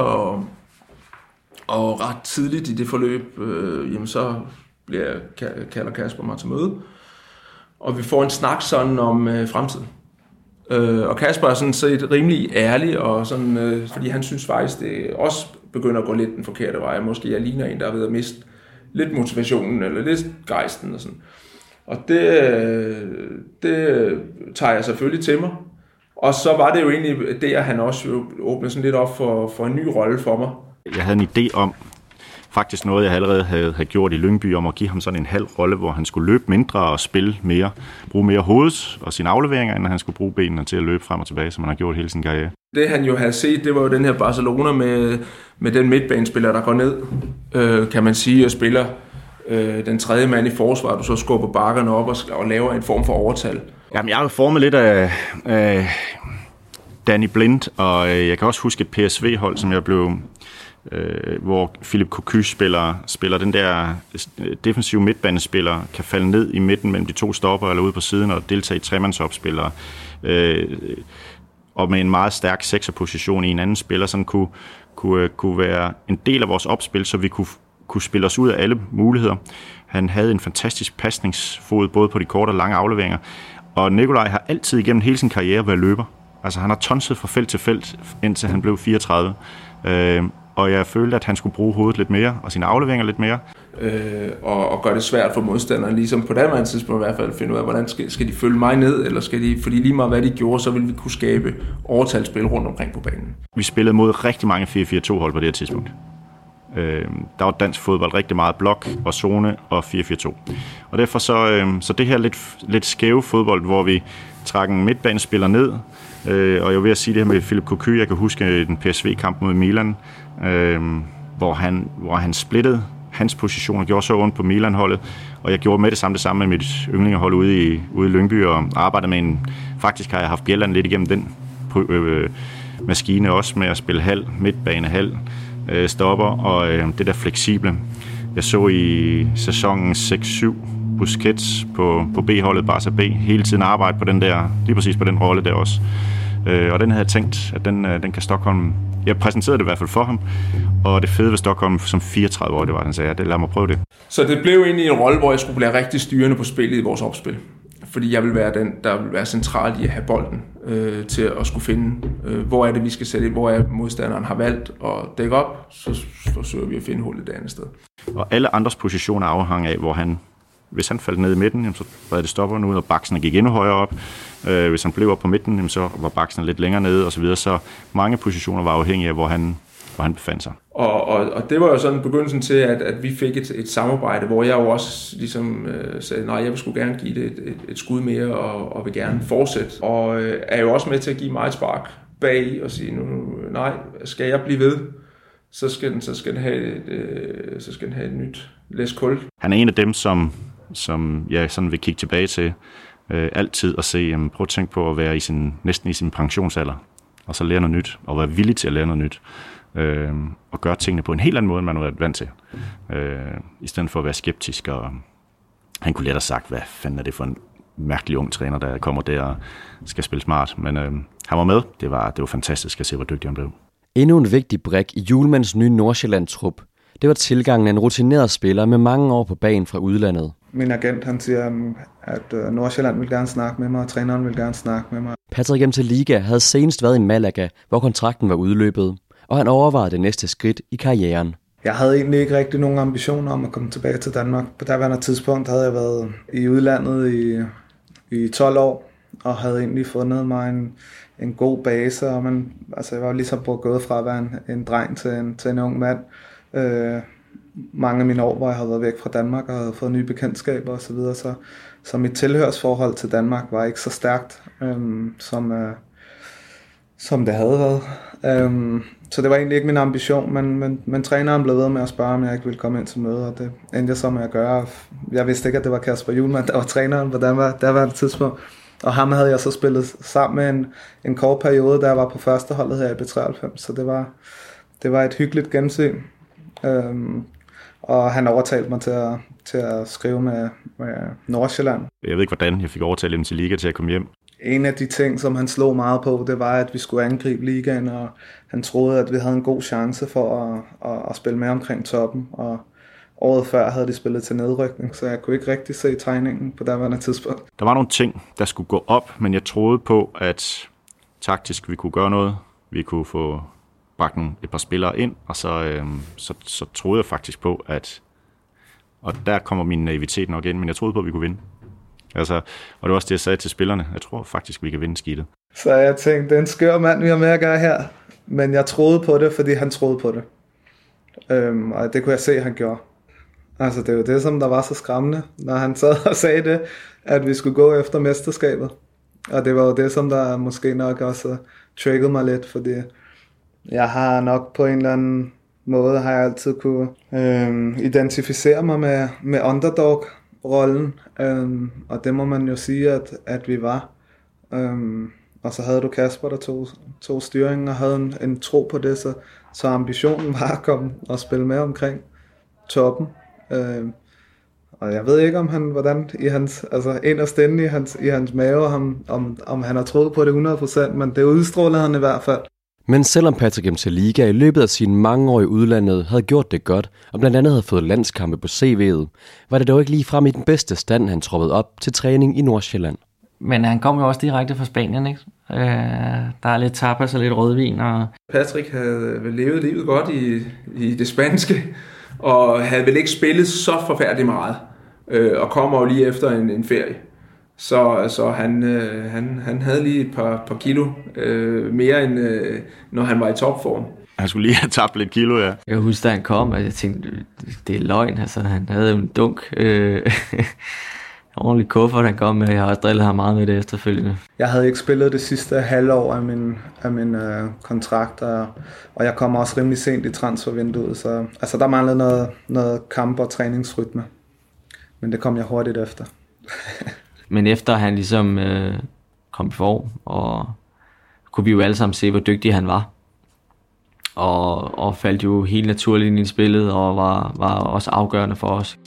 og ret tidligt i det forløb, jamen så kalder Kasper mig til møde. Og vi får en snak sådan om fremtiden. Og Kasper er sådan set rimelig ærlig, og sådan, fordi han synes faktisk, det også begynder at gå lidt den forkerte vej. Måske jeg ligner en, der er ved at miste lidt motivationen, eller lidt gejsten og sådan. Og det tager jeg selvfølgelig til mig. Og så var det jo egentlig det, at han også jo åbnede sådan lidt op for en ny rolle for mig. Jeg havde en idé om, faktisk noget, jeg allerede havde gjort i Lyngby, om at give ham sådan en halv rolle, hvor han skulle løbe mindre og spille mere, bruge mere hovedet og sine afleveringer, end han skulle bruge benene til at løbe frem og tilbage, som han har gjort hele sin karriere. Det han jo havde set, det var jo den her Barcelona med den midtbanespiller, der går ned, kan man sige, og spiller den tredje mand i forsvaret, du så skubber bakkerne op og laver en form for overtal. Jamen, jeg har jo formet lidt af Danny Blind, og jeg kan også huske et PSV-hold, som jeg blev... hvor Philip Cocu spiller den der defensive midtbanespiller, kan falde ned i midten mellem de 2 stopper eller ude på siden og deltage i tremandsopspillere, og med en meget stærk sekserposition i en anden spiller, sådan kunne være en del af vores opspil, så vi kunne spille os ud af alle muligheder. Han havde en fantastisk pasningsfod, både på de korte og lange afleveringer, og Nikolaj har altid igennem hele sin karriere været løber. Altså han har tonset fra felt til felt, indtil han blev 34. Og jeg følte, at han skulle bruge hovedet lidt mere, og sine afleveringer lidt mere. Og gøre det svært for modstanderen, ligesom på det andet tidspunkt i hvert fald, finde ud af, hvordan skal de følge mig ned, eller skal de, fordi lige meget hvad de gjorde, så ville vi kunne skabe overtalsspil rundt omkring på banen. Vi spillede mod rigtig mange 4-4-2-hold på det her tidspunkt. Der var dansk fodbold rigtig meget blok og zone og 4-4-2. Og derfor så det her lidt skæve fodbold, hvor vi trak en midtbanespiller ned, og jeg vil sige det her med Philip Cocu. Jeg kan huske den PSV-kamp mod Milan, hvor han splittede hans position og gjorde så ondt på Milan-holdet, og jeg gjorde med det samme med mit yndlingehold ude i Lyngby, og arbejdede med faktisk har jeg haft Bjelland lidt igennem den maskine også, med at spille halv, midtbane, halv, stopper, og det der fleksible. Jeg så i sæsonen 6-7 Busquets på B-holdet, Barca B, hele tiden arbejde på den der, lige præcis på den rolle der også. Og den havde jeg tænkt, at den kan Stockholm. Jeg præsenterede det i hvert fald for ham, og det fede ved Stockholm som 34 år, det var, han sagde, lad mig prøve det. Så det blev egentlig en rolle, hvor jeg skulle blive rigtig styrende på spillet i vores opspil. Fordi jeg vil være den, der vil være central i at have bolden til at skulle finde, hvor er det, vi skal sætte ind, hvor er modstanderen har valgt at dække op, så forsøger vi at finde hullet et andet sted. Og alle andres positioner afhang af, hvor hvis han faldt ned i midten, så bredte det stopperne ud, og baksene gik endnu højere op. Hvis han blev op på midten, så var baksene lidt længere nede, og så videre. Så mange positioner var afhængige af, hvor han befandt sig. Og det var jo sådan begyndelsen til, at vi fik et samarbejde, hvor jeg jo også ligesom sagde, nej, jeg vil sgu gerne give det et skud mere, og vil gerne fortsætte. Og er jo også med til at give mig et spark bag og sige, nej, skal jeg blive ved, så skal den have et nyt læskul. Han er en af dem, som jeg sådan vil kigge tilbage til altid og se, prøv at tænke på at være næsten i sin pensionsalder, og så lære noget nyt, og være villig til at lære noget nyt, og gøre tingene på en helt anden måde, end man har været vant til, i stedet for at være skeptisk. Og han kunne let have sagt, hvad fanden er det for en mærkelig ung træner, der kommer der og skal spille smart, men han var med. Det var fantastisk at se, hvor dygtig han blev. Endnu en vigtig brik i Hjulmands nye Nordsjælland-trup, det var tilgangen af en rutineret spiller med mange år på banen fra udlandet. Min agent, han siger, at Nordsjælland vil gerne snakke med mig, og træneren vil gerne snakke med mig. Patrick Mtaliga havde senest været i Malaga, hvor kontrakten var udløbet, og han overvejede det næste skridt i karrieren. Jeg havde egentlig ikke rigtig nogen ambitioner om at komme tilbage til Danmark. På daværende tidspunkt havde jeg været i udlandet i 12 år, og havde egentlig fundet mig en god base. Og jeg var ligesom gået fra at være en dreng til en ung mand. Mange af mine år, hvor jeg havde været væk fra Danmark og havde fået nye bekendtskaber osv., så mit tilhørsforhold til Danmark var ikke så stærkt, som det havde været. Så det var egentlig ikke min ambition, men træneren blev ved med at spørge, om jeg ikke ville komme ind til møde, og det endte jeg så med at gøre. Jeg vidste ikke, at det var Kasper Hjulmand, der var træneren på daværende tidspunkt. Og ham havde jeg så spillet sammen med en kort periode, da jeg var på førsteholdet her i B93, så det var et hyggeligt gensyn. Og han overtalte mig til at skrive med Nordsjælland. Jeg ved ikke, hvordan jeg fik overtalt Mtaliga til at komme hjem. En af de ting, som han slog meget på, det var, at vi skulle angribe ligaen, og han troede, at vi havde en god chance for at spille med omkring toppen. Og året før havde de spillet til nedrykning, så jeg kunne ikke rigtig se tegningen på daværende tidspunkt. Der var nogle ting, der skulle gå op, men jeg troede på, at taktisk vi kunne gøre noget. Vi kunne få bragt et par spillere ind, og så troede jeg faktisk på, og der kommer min naivitet nok ind, men jeg troede på, at vi kunne vinde. Og det var også det, jeg sagde til spillerne. Jeg tror faktisk, vi kan vinde skidtet. Så jeg tænkte, det er en skør mand, vi har med at gøre her. Men jeg troede på det, fordi han troede på det. Og det kunne jeg se, at han gjorde. Det er jo det, som der var så skræmmende, når han sad og sagde det, at vi skulle gå efter mesterskabet. Og det var jo det, som der måske nok også triggede mig lidt, fordi jeg har nok på en eller anden måde, har jeg altid kunne identificere mig med underdog-rollen. Og det må man jo sige, at vi var. Og så havde du Kasper, der tog styringen og havde en tro på det, så ambitionen var at komme og spille med omkring toppen. Og jeg ved ikke, om han, hvordan i hans, inderst inde i hans mave, om han har troet på det 100%, men det udstrålede han i hvert fald. Men selvom Patrick Mtaliga i løbet af sine mange år i udlandet havde gjort det godt, og blandt andet havde fået landskampe på CV'et, var det dog ikke lige frem i den bedste stand, han troppede op til træning i Nordsjælland. Men han kom jo også direkte fra Spanien, ikke? Der er lidt tapas og lidt rødvin. Og Patrick havde levet livet godt i det spanske, og havde vel ikke spillet så forfærdeligt meget, og kommer jo lige efter en ferie. Så han havde lige et par kilo mere, end når han var i topform. Han skulle lige have tabt lidt kilo, ja. Jeg kan huske, da han kom, og jeg tænkte, det er løgn. Altså, han havde jo en dunk. Ordentlig kuffert, han kom med. Jeg har også drillet ham meget med det efterfølgende. Jeg havde ikke spillet det sidste halvår af min kontrakt, og jeg kom også rimelig sent i transfervinduet, så altså, der manglede noget kamp- og træningsrytme. Men det kom jeg hurtigt efter. Men efter han ligesom kom i form, og kunne vi jo alle sammen se, hvor dygtig han var. Og faldt jo helt naturligt ind i spillet, og var også afgørende for os.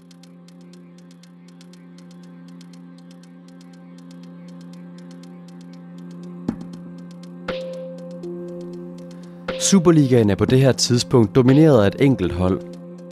Superligaen er på det her tidspunkt domineret af et enkelt hold.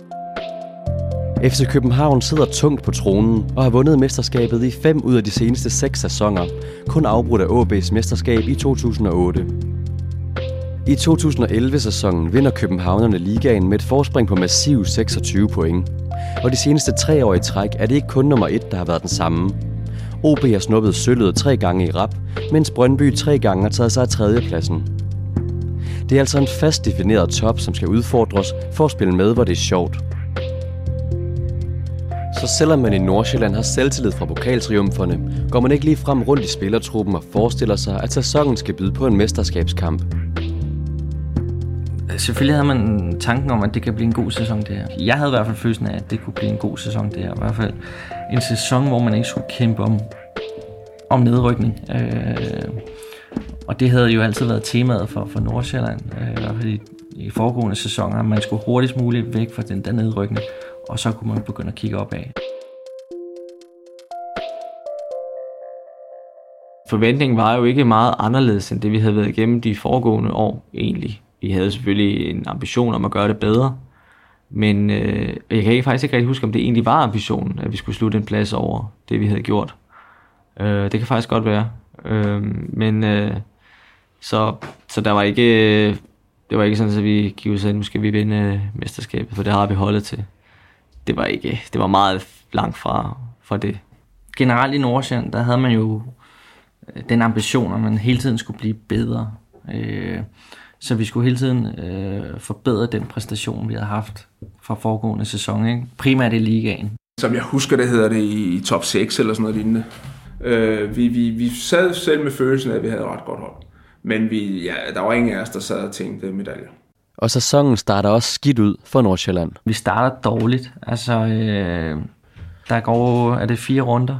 FC København sidder tungt på tronen og har vundet mesterskabet i 5 ud af de seneste 6 sæsoner, kun afbrudt af AaB's mesterskab i 2008. I 2011-sæsonen vinder københavnerne ligaen med et forspring på massiv 26 point. Og de seneste 3 år i træk er det ikke kun nummer 1, der har været den samme. OB har snuppet sølvet 3 gange i rap, mens Brøndby 3 gange har taget sig af 3. pladsen. Det er altså en fast defineret top, som skal udfordres for at spille med, hvor det er sjovt. Så selvom man i Nordsjælland har selvtillid fra pokaltriumferne, går man ikke lige frem rundt i spillertruppen og forestiller sig, at sæsonen skal byde på en mesterskabskamp. Selvfølgelig havde man tanken om, at det kan blive en god sæson det her. Jeg havde i hvert fald følelsen af, at det kunne blive en god sæson det her. I hvert fald en sæson, hvor man ikke skulle kæmpe om nedrykning. Og det havde jo altid været temaet for Nordsjælland, i hvert fald i foregående sæsoner. Man skulle hurtigst muligt væk fra den der nedrykning, og så kunne man begynde at kigge opad. Forventningen var jo ikke meget anderledes, end det vi havde været igennem de foregående år egentlig. Vi havde selvfølgelig en ambition om at gøre det bedre, men jeg kan faktisk ikke rigtig huske, om det egentlig var ambitionen, at vi skulle slutte en plads over det, vi havde gjort. Det kan faktisk godt være. Så der var ikke, det var ikke sådan, at vi gik ud og sagde, nu skal vi vinde mesterskabet, for det har vi holdet til. Det var meget langt fra det. Generelt i Nordsjælland, der havde man jo den ambition, at man hele tiden skulle blive bedre. Så vi skulle hele tiden forbedre den præstation, vi havde haft fra foregående sæson, ikke? Primært i ligaen. Som jeg husker, det hedder det i top 6 eller sådan noget lignende. Vi sad selv med følelsen af, at vi havde et ret godt hold. Men der var ingen af os, der sad og tænkte medaljer. Og sæsonen starter også skidt ud for Nordsjælland. Vi starter dårligt. Altså, der går, er det 4 runder,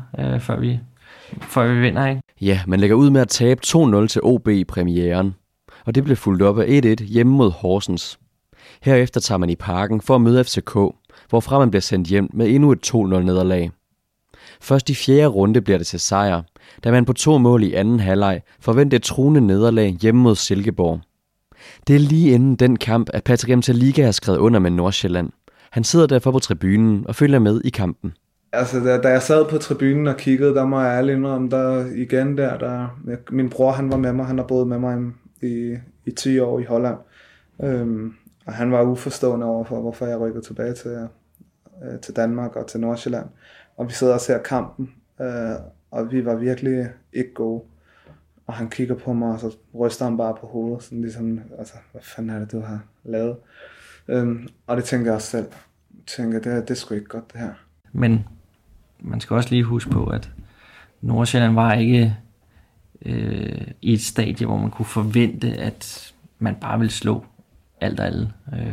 før vi vinder, ikke? Ja, man lægger ud med at tabe 2-0 til OB i premieren. Og det blev fulgt op af 1-1 hjemme mod Horsens. Herefter tager man i Parken for at møde FCK, hvorfra man bliver sendt hjem med endnu et 2-0-nederlag. Først i 4. runde bliver det til sejr, da man på 2 mål i anden halvleg forventer et truende nederlag hjemme mod Silkeborg. Det er lige inden den kamp, at Patrick Mtaliga har skrevet under med Nordsjælland. Han sidder derfor på tribunen og følger med i kampen. Altså, da jeg sad på tribunen og kiggede, der må jeg ærlig indrømme, min bror han var med mig, han har boet med mig i 10 år i Holland. Og han var uforstående overfor, hvorfor jeg rykkede tilbage til Danmark og til Nordsjælland. Og vi sidder og ser kampen, og vi var virkelig ikke gode. Og han kigger på mig, og så ryster han bare på hovedet, sådan ligesom, altså, hvad fanden er det, du har lavet? Og det tænker jeg også selv. Jeg tænker, det er sgu ikke godt, det her. Men man skal også lige huske på, at Nordsjælland var ikke i et stadie, hvor man kunne forvente, at man bare ville slå alt og alle.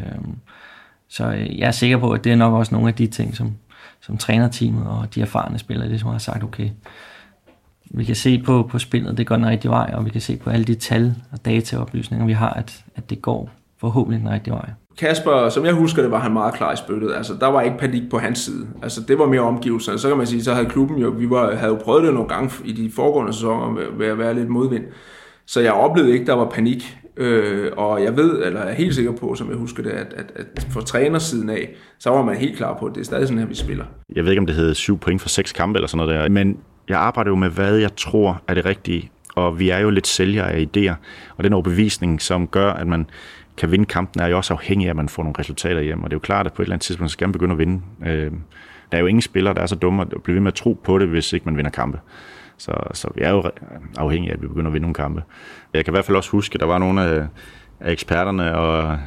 Så jeg er sikker på, at det er nok også nogle af de ting, som trænerteamet og de erfarne spillere ligesom har sagt, okay, vi kan se på spillet, det går den rigtige vej, og vi kan se på alle de tal og dataoplysninger, vi har, at det går forhåbentlig den rigtige vej. Kasper, som jeg husker det, var han meget klar i spyttet. Altså, der var ikke panik på hans side. Altså, det var mere omgivelserne. Så kan man sige, så havde klubben jo, havde jo prøvet det nogle gange i de foregående sæsoner ved at være lidt modvind. Så jeg oplevede ikke, der var panik. Og jeg ved, eller er helt sikker på, som jeg husker det, at for trænersiden af, så var man helt klar på, at det er stadig sådan her, vi spiller. Jeg ved ikke, om det hedder 7 point for 6 kampe eller sådan noget der, men jeg arbejder jo med, hvad jeg tror er det rigtige, og vi er jo lidt sælgere af idéer, og den overbevisning, som gør, at man kan vinde kampen, er jo også afhængig af, at man får nogle resultater hjem, og det er jo klart, at på et eller andet tidspunkt skal man begynde at vinde. Der er jo ingen spillere, der er så dumme at blive ved med at tro på det, hvis ikke man vinder kampe. Så vi er jo afhængige af, at vi begynder at vinde nogle kampe. Jeg kan i hvert fald også huske, at der var nogle eksperterne,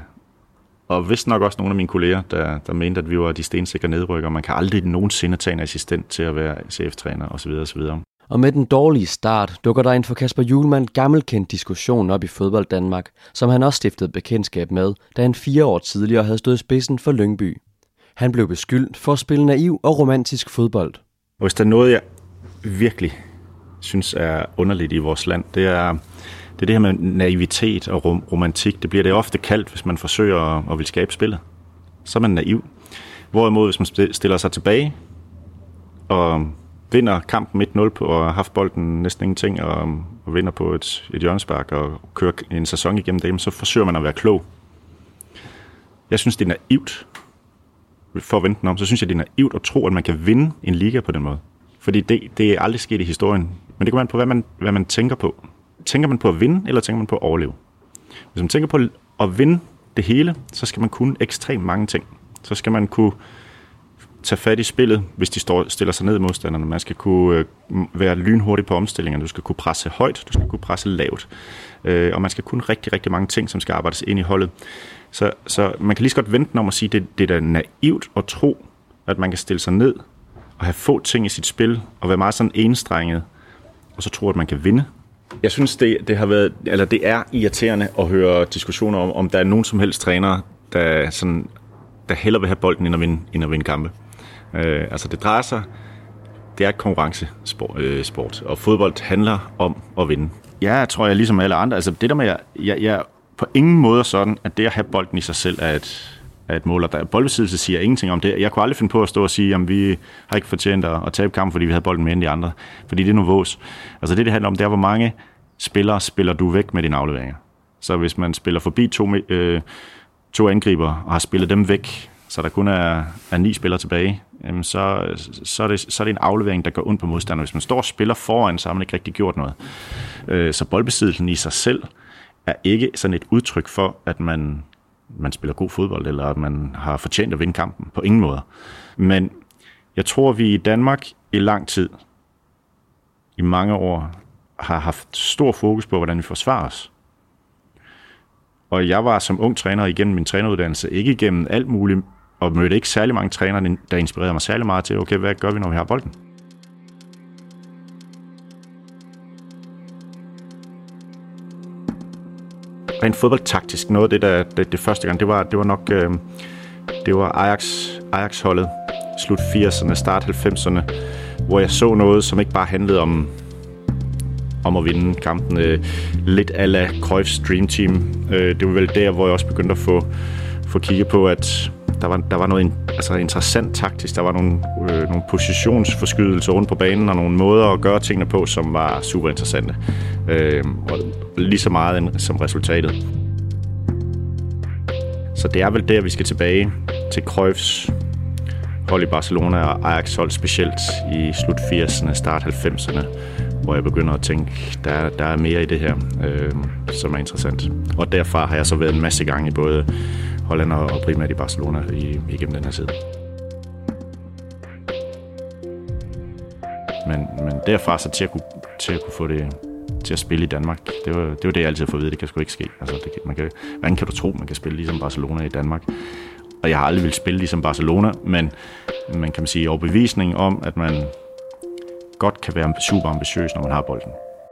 og vist nok også nogle af mine kolleger, der mente, at vi var de stensikre nedrykker. Man kan aldrig nogensinde tage en assistent til at være CF-træner osv. osv. Og med den dårlige start dukker der en for Kasper Hjulmand gammelkendt diskussion op i Fodbold Danmark, som han også stiftede bekendtskab med, da han 4 år tidligere havde stået i spidsen for Lyngby. Han blev beskyldt for at spille naiv og romantisk fodbold. Og hvis der er noget, jeg virkelig synes er underligt i vores land, det er det her med naivitet og romantik. Det bliver det ofte kaldt, hvis man forsøger at vil skabe spillet. Så er man naiv. Hvorimod, hvis man stiller sig tilbage og vinder kampen 1-0 på og har haft bolden næsten ingenting og vinder på et hjørnespark og kører en sæson igennem det, så forsøger man at være klog. Jeg synes, det er naivt, for at vente den om, så synes jeg, det er naivt at tro, at man kan vinde en liga på den måde. Fordi det er aldrig sket i historien. Men det kommer an på, hvad man tænker på. Tænker man på at vinde, eller tænker man på at overleve? Hvis man tænker på at vinde det hele, så skal man kunne ekstremt mange ting. Så skal man kunne tage fat i spillet, hvis de stiller sig ned i modstanderne. Man skal kunne være lynhurtig på omstillingerne. Du skal kunne presse højt, du skal kunne presse lavt. Og man skal kunne rigtig, rigtig mange ting, som skal arbejdes ind i holdet. Så man kan lige så godt vente om at sige, at det er da naivt at tro, at man kan stille sig ned og have få ting i sit spil, og være meget sådan enstrenget, og så tro, at man kan vinde. Jeg synes, det er irriterende at høre diskussioner om der er nogen som helst trænere, der hellere vil have bolden end at vinde kampe. Altså det drejer sig, det er et konkurrencesport, og fodbold handler om at vinde. Jeg tror, jeg ligesom alle andre, altså det der med, jeg på ingen måde sådan, at det at have bolden i sig selv er et mål, og der boldbesiddelse siger ingenting om det. Jeg kunne aldrig finde på at stå og sige, at vi har ikke fortjent at tabe kampen, fordi vi havde bolden mere end de andre. Fordi det er noget vås. Altså det handler om, det er, hvor mange spillere spiller du væk med dine afleveringer. Så hvis man spiller forbi to angriber og har spillet dem væk, så der kun er 9 spillere tilbage, så er det en aflevering, der går ondt på modstanderen. Hvis man står og spiller foran, så har man ikke rigtig gjort noget. Så boldbesiddelsen i sig selv er ikke sådan et udtryk for, at man spiller god fodbold, eller at man har fortjent at vinde kampen. På ingen måde. Men jeg tror, vi i Danmark i lang tid, i mange år, har haft stor fokus på, hvordan vi forsvarer os. Og jeg var som ung træner igennem min træneruddannelse, ikke igennem alt muligt, og mødte ikke særlig mange trænere, der inspirerede mig særlig meget til, okay, hvad gør vi, når vi har bolden? Rent fodboldtaktisk, noget af det første gang, det var nok Ajax-holdet, slut 80'erne, start 90'erne, hvor jeg så noget, som ikke bare handlede om at vinde kampen. Lidt a la Cruyffs Dream Team. Det var vel der, hvor jeg også begyndte at få kigget på, at der var noget interessant taktisk. Der var nogle positionsforskydelser rundt på banen, og nogle måder at gøre tingene på, som var super interessante. Og lige så meget som resultatet. Så det er vel der, vi skal tilbage til Cruyffs hold i Barcelona og Ajax hold specielt i slut 80'erne, start 90'erne, hvor jeg begynder at tænke, der er mere i det her, som er interessant. Og derfra har jeg så været en masse gange i både Holland og primært i Barcelona igennem den her tid. Men derfra så til at kunne få det til at spille i Danmark, det var det, jeg altid har fået at vide, det kan sgu ikke ske. Altså, hvordan kan du tro, man kan spille ligesom Barcelona i Danmark? Og jeg har aldrig vil spille ligesom Barcelona, men man kan sige overbevisning om, at man godt kan være super ambitiøs, når man har bolden.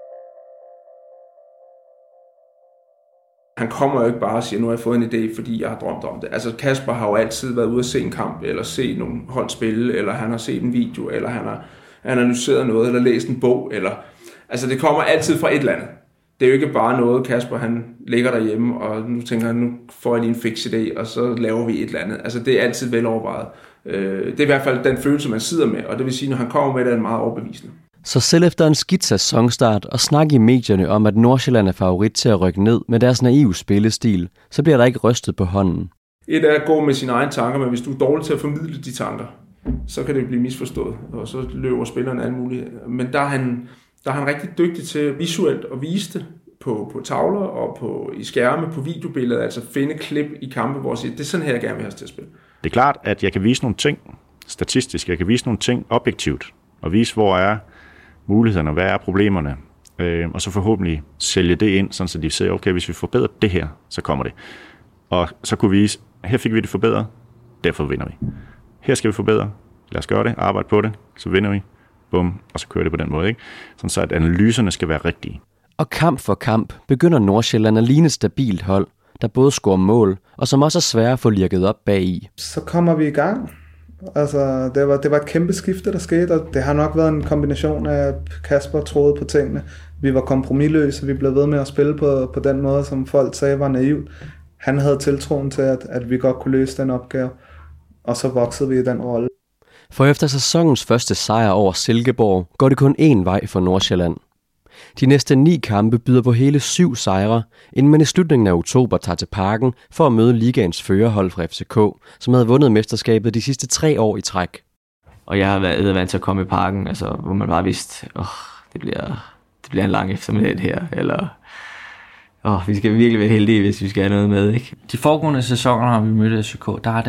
Han kommer jo ikke bare og siger, nu har jeg fået en idé, fordi jeg har drømt om det. Altså Kasper har jo altid været ude at se en kamp, eller se nogle hold spille, eller han har set en video, eller han har analyseret noget, eller læst en bog, eller... Altså det kommer altid fra et eller andet. Det er jo ikke bare noget, Kasper han ligger derhjemme, og nu tænker han, nu får jeg lige en fix idé, og så laver vi et eller andet. Altså det er altid velovervejet. Det er i hvert fald den følelse, man sidder med, og det vil sige, når han kommer med det, er meget overbevisende. Så selv efter en skidt sæsonstart og snak i medierne om, at Nordsjælland er favorit til at rykke ned med deres naive spillestil, så bliver der ikke rystet på hånden. Et er at gå med sine egne tanker, men hvis du er dårlig til at formidle de tanker, så kan det blive misforstået, og så løber spilleren alle mulige. Men der er han rigtig dygtig til visuelt at vise det på tavler og i skærme, på videobilleder, altså finde klip i kampe, hvor det er sådan her, jeg gerne vil have til at spille. Det er klart, at jeg kan vise nogle ting statistisk, jeg kan vise nogle ting objektivt, og vise, hvor er mulighederne, hvad er problemerne. Og så forhåbentlig sælge det ind, sådan så de ser, okay, hvis vi forbedrer det her, så kommer det. Og så kunne vi vise, her fik vi det forbedret, derfor vinder vi. Her skal vi forbedre, lad os gøre det, arbejde på det, så vinder vi, bum, og så kører det på den måde, ikke? Sådan så at analyserne skal være rigtige. Og kamp for kamp begynder Nordsjælland at ligne et stabilt hold, der både scorer mål, og som også er svære at få lirket op bag i. Så kommer vi i gang. Altså, det var et kæmpe skifte, der skete, og det har nok været en kombination af, at Kasper troede på tingene. Vi var kompromisløse, vi blev ved med at spille på den måde, som folk sagde var naivt. Han havde tiltroen til, at vi godt kunne løse den opgave, og så voksede vi i den rolle. For efter sæsonens første sejr over Silkeborg, går det kun én vej for Nordsjælland. De næste 9 kampe byder på hele 7 sejre, inden man i slutningen af oktober tager til Parken for at møde ligaens førerhold fra FCK, som havde vundet mesterskabet de sidste 3 år i træk. Og jeg har været vant til at komme i Parken, altså, hvor man bare vidste, det bliver en lang eftermiddag her, eller vi skal virkelig være heldige, hvis vi skal have noget med, ikke? De foregående sæsoner, når vi mødte FCK, der har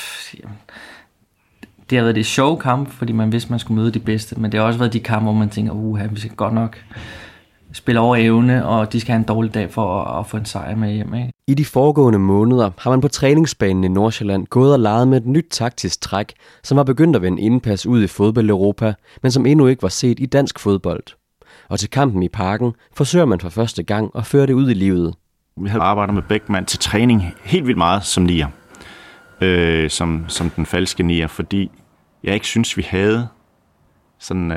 det har været det sjove kamp, fordi man vidste, man skulle møde de bedste, men det har også været de kampe, hvor man tænker, vi skal godt nok spille over evne, og de skal have en dårlig dag for at få en sejr med hjem, ikke? I de foregående måneder har man på træningsbanen i Nordsjælland gået og leget med et nyt taktisk træk, som var begyndt at vende indpas ud i fodbold-Europa, men som endnu ikke var set i dansk fodbold. Og til kampen i Parken forsøger man for første gang at føre det ud i livet. Vi havde arbejdet med Bækman til træning helt vildt meget som nier, som den falske nier, fordi jeg ikke synes, vi havde sådan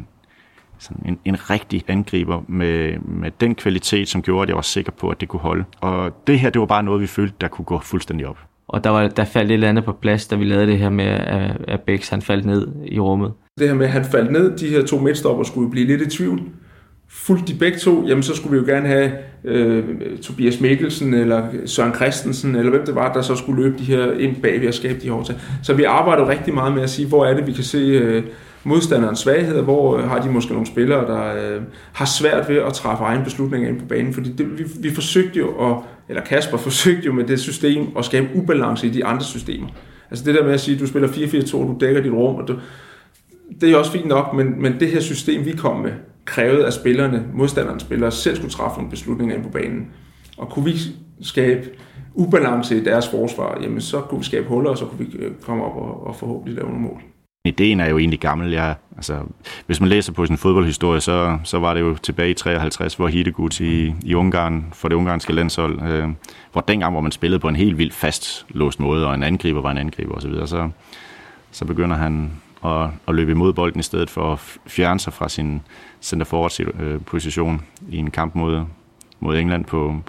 en rigtig angriber med den kvalitet, som gjorde, at jeg var sikker på, at det kunne holde. Og det her, det var bare noget, vi følte, der kunne gå fuldstændig op. Og der faldt et eller andet på plads, da vi lavede det her med, at Bæks han faldt ned i rummet. Det her med, at han faldt ned, de her 2 midtstopper skulle blive lidt i tvivl. Fuldt de begge to, jamen så skulle vi jo gerne have Tobias Mikkelsen eller Søren Christensen, eller hvem det var, der så skulle løbe de her ind bagved og skabe de her overtag. Så vi arbejder rigtig meget med at sige, hvor er det, vi kan se modstanderens svagheder, hvor har de måske nogle spillere, der har svært ved at træffe egen beslutninger ind på banen. Fordi vi forsøgte jo, eller Kasper forsøgte jo med det system at skabe ubalance i de andre systemer. Altså det der med at sige, at du spiller 4-4-2, du dækker dit rum, og det er også fint nok, men det her system, vi kom med, krævede, at spillerne, modstanderens spillere, selv skulle træffe nogle beslutninger ind på banen. Og kunne vi skabe ubalance i deres forsvar, jamen så kunne vi skabe huller, og så kunne vi komme op og forhåbentlig lave nogle mål. Ideen er jo egentlig gammel. Hvis man læser på sin fodboldhistorie, så var det jo tilbage i 53, hvor Hidegut i Ungarn, for det ungarske landshold, hvor dengang, hvor man spillede på en helt vildt fastlåst måde, og en angriber var en angriber osv., så begynder han at løbe imod bolden i stedet for at fjerne sig fra sin center forward position i en kamp mod England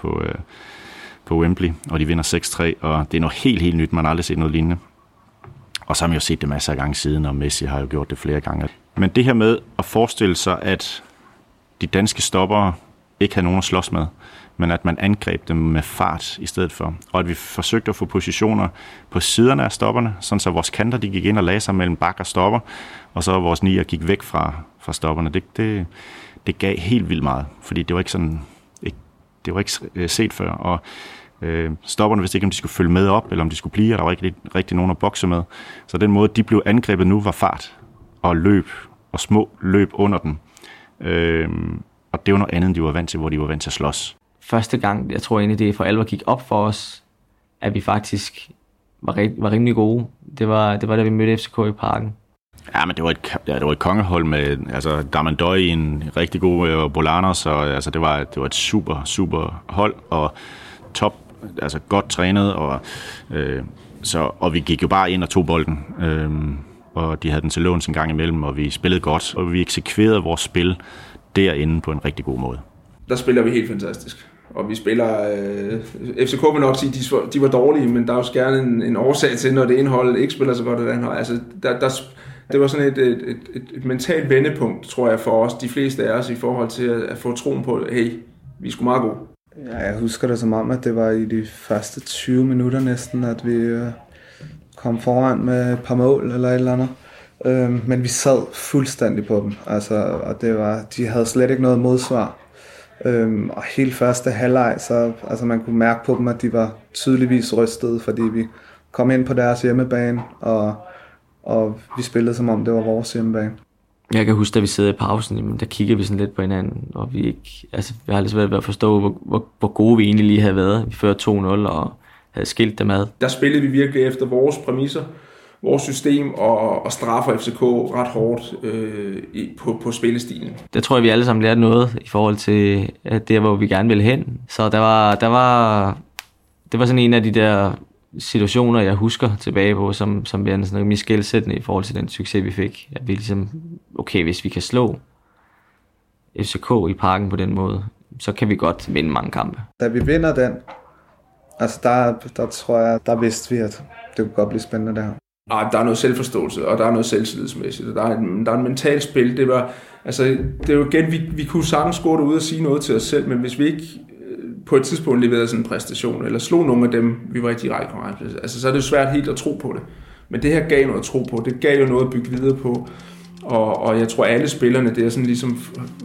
på Wembley, og de vinder 6-3, og det er noget helt nyt, man har aldrig set noget lignende. Og så har man jo set det masser af gange siden, og Messi har jo gjort det flere gange. Men det her med at forestille sig, at de danske stoppere ikke havde nogen at slås med, men at man angreb dem med fart i stedet for. Og at vi forsøgte at få positioner på siderne af stopperne, sådan så vores kanter de gik ind og lagde sig mellem bak og stopper, og så vores nier gik væk fra stopperne. Det gav helt vildt meget, fordi det var ikke sådan, det var ikke set før. Og stopperne vidste ikke, om de skulle følge med op, eller om de skulle blive, og der var ikke rigtig nogen at bokse med. Så den måde, de blev angrebet nu, var fart og løb, og små løb under den. Og det var noget andet, end de var vant til, hvor de var vant til at slås. Første gang, jeg tror egentlig, det for alvor gik op for os, at vi faktisk var rimelig gode. Det var da vi mødte FCK i Parken. Ja, men det var et kongehold med Damandøj i en rigtig god Bolanos, og det var et super hold, og top, godt trænet, og vi gik jo bare ind og tog bolden, og de havde den til låns en gang imellem, og vi spillede godt, og vi eksekverede vores spil derinde på en rigtig god måde. Der spiller vi helt fantastisk, og vi spiller, FCK vil nok sige, de var dårlige, men der er jo gerne en årsag til, når det indhold ikke spiller så godt af den her. Altså, det var sådan et mentalt vendepunkt, tror jeg, for os, de fleste af os, i forhold til at få troen på, hey, vi er sgu meget gode. Ja, jeg husker det som om, at det var i de første 20 minutter næsten, at vi kom foran med et par mål eller et eller andet. Men vi sad fuldstændig på dem, og de havde slet ikke noget modsvar. Og helt første halvleg, så man kunne mærke på dem, at de var tydeligvis rystede, fordi vi kom ind på deres hjemmebane, og vi spillede som om det var vores hjemmebane. Jeg kan huske, da vi sidder i pausen, jamen, der kigger vi sådan lidt på hinanden, og vi har lidt svært ved at forstå, hvor gode vi egentlig lige havde været. Vi førte 2-0 og havde skilt dem ad. Der spillede vi virkelig efter vores præmisser, vores system, og straffer FCK ret hårdt på spillestilen. Der tror jeg, vi alle sammen lærte noget i forhold til at der, hvor vi gerne ville hen. Så det var sådan en af de der situationer, jeg husker tilbage på, som bliver sådan mere skelsættende i forhold til den succes, vi fik. At vi ligesom, okay, hvis vi kan slå FCK i Parken på den måde, så kan vi godt vinde mange kampe. Da vi vinder den, altså der tror jeg, der vidste vi, at det kunne godt blive spændende der. Der er noget selvforståelse, og der er noget selvtillidsmæssigt, og der er en mental spil. Det er jo igen, vi kunne sagtens gå derude og sige noget til os selv, men hvis vi ikke på et tidspunkt leverede sådan en præstation, eller slog nogle af dem, vi var i direkte konkurrence, altså så er det jo svært helt at tro på det. Men det her gav noget at tro på, det gav jo noget at bygge videre på, og jeg tror alle spillerne, det er sådan ligesom,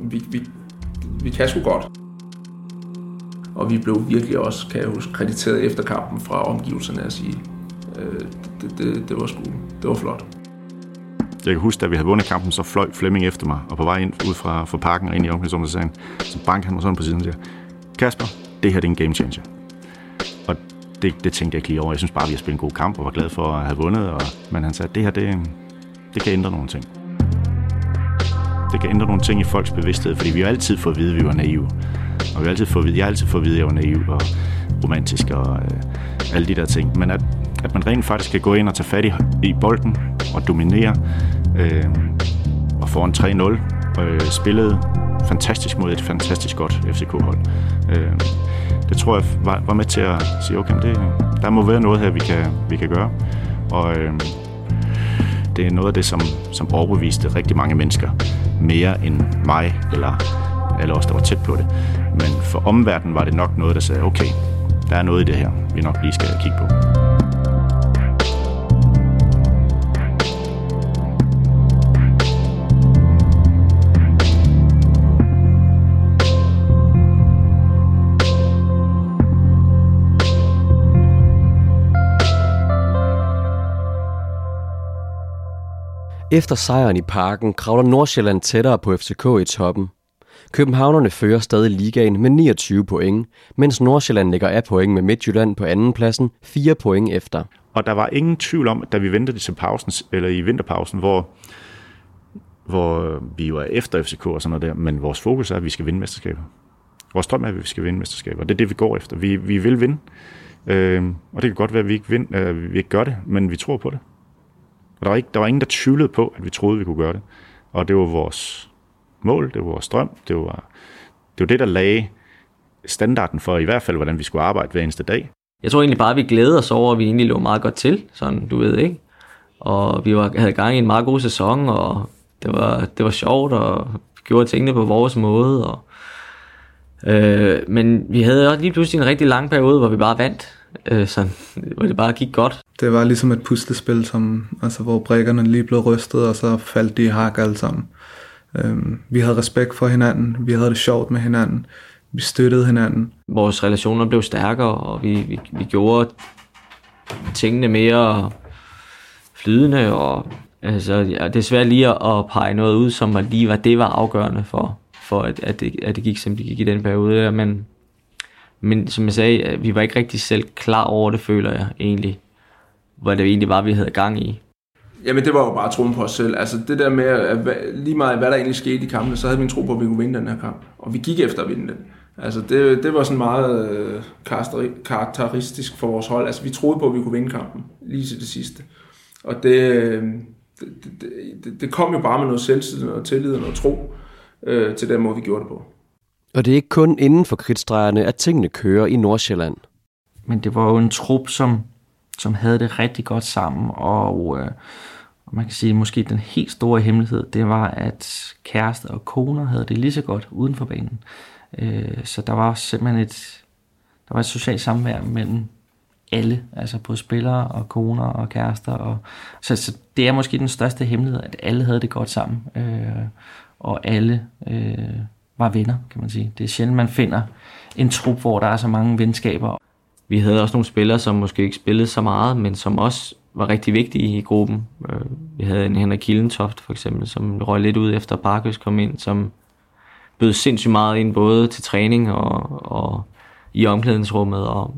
vi kan sgu godt. Og vi blev virkelig også, kan jeg huske, krediteret efter kampen fra omgivelserne at sige, det var flot. Jeg kan huske, da vi havde vundet kampen, så fløj Flemming efter mig, og på vej ind ud fra Parken og ind i omklædningsrummet, så bankede han mig sådan på siden og siger, Kasper, det her det er en game changer. Og det tænkte jeg ikke lige over. Jeg synes bare, vi har spillet en god kamp og var glad for at have vundet. Men han sagde, at det her det kan ændre nogle ting. Det kan ændre nogle ting i folks bevidsthed, fordi vi har altid fået at vide, at vi var naive. Og jeg har altid fået at vide, at jeg var naiv og romantisk og alle de der ting. Men at man rent faktisk kan gå ind og tage fat i bolden og dominere og få en 3-0 spillet fantastisk mod et fantastisk godt FCK-hold. Det tror jeg var med til at sige, okay, der må være noget her, vi kan gøre. Og det er noget af det, som overbeviste rigtig mange mennesker. Mere end mig eller alle os, der var tæt på det. Men for omverdenen var det nok noget, der sagde, okay, der er noget i det her, vi nok lige skal kigge på. Efter sejren i Parken kravler Nordsjælland tættere på FCK i toppen. Københavnerne fører stadig ligaen med 29 point, mens Nordsjælland ligger af point med Midtjylland på anden pladsen 4 point efter. Og der var ingen tvivl om, da vi ventede til pausen, eller i vinterpausen, hvor vi var efter FCK og sådan noget der, men vores fokus er, at vi skal vinde mesterskaber. Vores drøm er, at vi skal vinde mesterskaber, og det er det, vi går efter. Vi vil vinde, og det kan godt være, at vi ikke gør det, men vi tror på det. Og der var ingen, der tvivlede på, at vi troede, vi kunne gøre det. Og det var vores mål, det var vores drøm, det var det, der lagde standarden for i hvert fald, hvordan vi skulle arbejde hver eneste dag. Jeg tror egentlig bare, at vi glædede os over, at vi egentlig lå meget godt til, sådan du ved, ikke? Og vi havde gang i en meget god sæson, og det var sjovt, og vi gjorde tingene på vores måde. Men vi havde også lige pludselig en rigtig lang periode, hvor vi bare vandt. Hvor det bare gik godt. Det var ligesom et puslespil, hvor brikkerne lige blev rystet, og så faldt de i hak alle sammen. Vi havde respekt for hinanden, vi havde det sjovt med hinanden, vi støttede hinanden. Vores relationer blev stærkere, og vi gjorde tingene mere flydende, og det er svært lige at pege noget ud, som det var afgørende for at det gik, som det gik i den periode. Men som jeg sagde, vi var ikke rigtig selv klar over det, føler jeg egentlig, hvad det egentlig var, vi havde gang i. Jamen det var jo bare troen på os selv. Altså det der med, at lige meget hvad der egentlig skete i kampen, så havde vi en tro på, at vi kunne vinde den her kamp. Og vi gik efter at vinde den. Altså det var sådan meget karakteristisk for vores hold. Altså vi troede på, at vi kunne vinde kampen lige til det sidste. Og det kom jo bare med noget selvtillid og tillid og noget tro til den måde, vi gjorde det på. Og det er ikke kun inden for kridtstregerne, at tingene kører i Nordsjælland. Men det var jo en trup, som havde det rigtig godt sammen, og man kan sige, at måske den helt store hemmelighed, det var, at kærester og koner havde det lige så godt uden for banen. Så der var simpelthen et socialt samvær mellem alle, altså både spillere og koner og kærester. Så det er måske den største hemmelighed, at alle havde det godt sammen, og alle var venner, kan man sige. Det er sjældent, man finder en trup, hvor der er så mange venskaber. Vi havde også nogle spillere, som måske ikke spillede så meget, men som også var rigtig vigtige i gruppen. Vi havde en Henrik Kildentoft for eksempel, som røg lidt ud efter Parkhøst kom ind, som bød sindssygt meget ind både til træning og i omklædningsrummet. Og,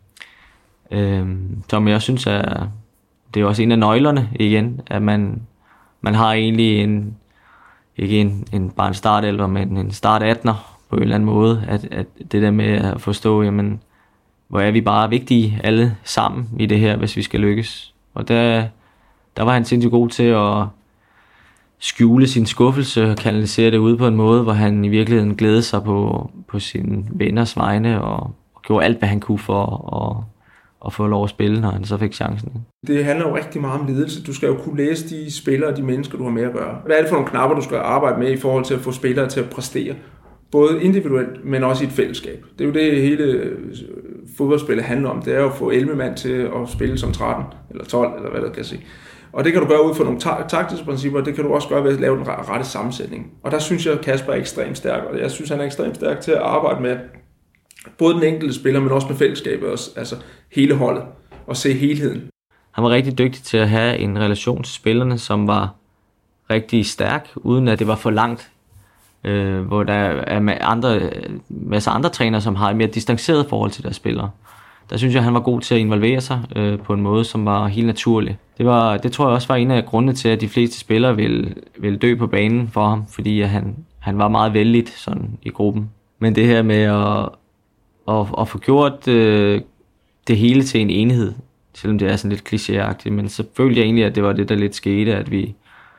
som jeg synes, det er også en af nøglerne igen, at man har egentlig ikke bare en startelver, men en start 18'er på en eller anden måde. At det der med at forstå, jamen, hvor er vi bare vigtige alle sammen i det her, hvis vi skal lykkes. Og der var han sindssygt god til at skjule sin skuffelse og kanalisere det ud på en måde, hvor han i virkeligheden glædede sig på sine venners vegne og gjorde alt, hvad han kunne for at få lov at spille, når han så fik chancen. Det handler jo rigtig meget om ledelse. Du skal jo kunne læse de spillere og de mennesker, du har med at gøre. Hvad er det for nogle knapper, du skal arbejde med i forhold til at få spillere til at præstere? Både individuelt, men også i et fællesskab. Det er jo det, hele fodboldspillet handler om. Det er jo at få 11 mand til at spille som 13 eller 12, eller hvad der kan sige. Og det kan du gøre ud fra nogle taktiske principper, det kan du også gøre ved at lave den rette sammensætning. Og der synes jeg, at Kasper er ekstremt stærk, og jeg synes, han er ekstremt stærk til at arbejde med både den enkelte spiller, men også med fællesskabet, altså hele holdet, og se helheden. Han var rigtig dygtig til at have en relation til spillerne, som var rigtig stærk, uden at det var for langt. Hvor der er masser andre trænere, som har et mere distanceret forhold til deres spillere. Der synes jeg, han var god til at involvere sig på en måde, som var helt naturlig. Det tror jeg også var en af grundene til, at de fleste spillere ville dø på banen for ham, fordi han var meget vellidt sådan i gruppen. Men det her med at få gjort det hele til en enhed, selvom det er sådan lidt klichéagtigt, men så følte jeg egentlig, at det var det, der lidt skete, at vi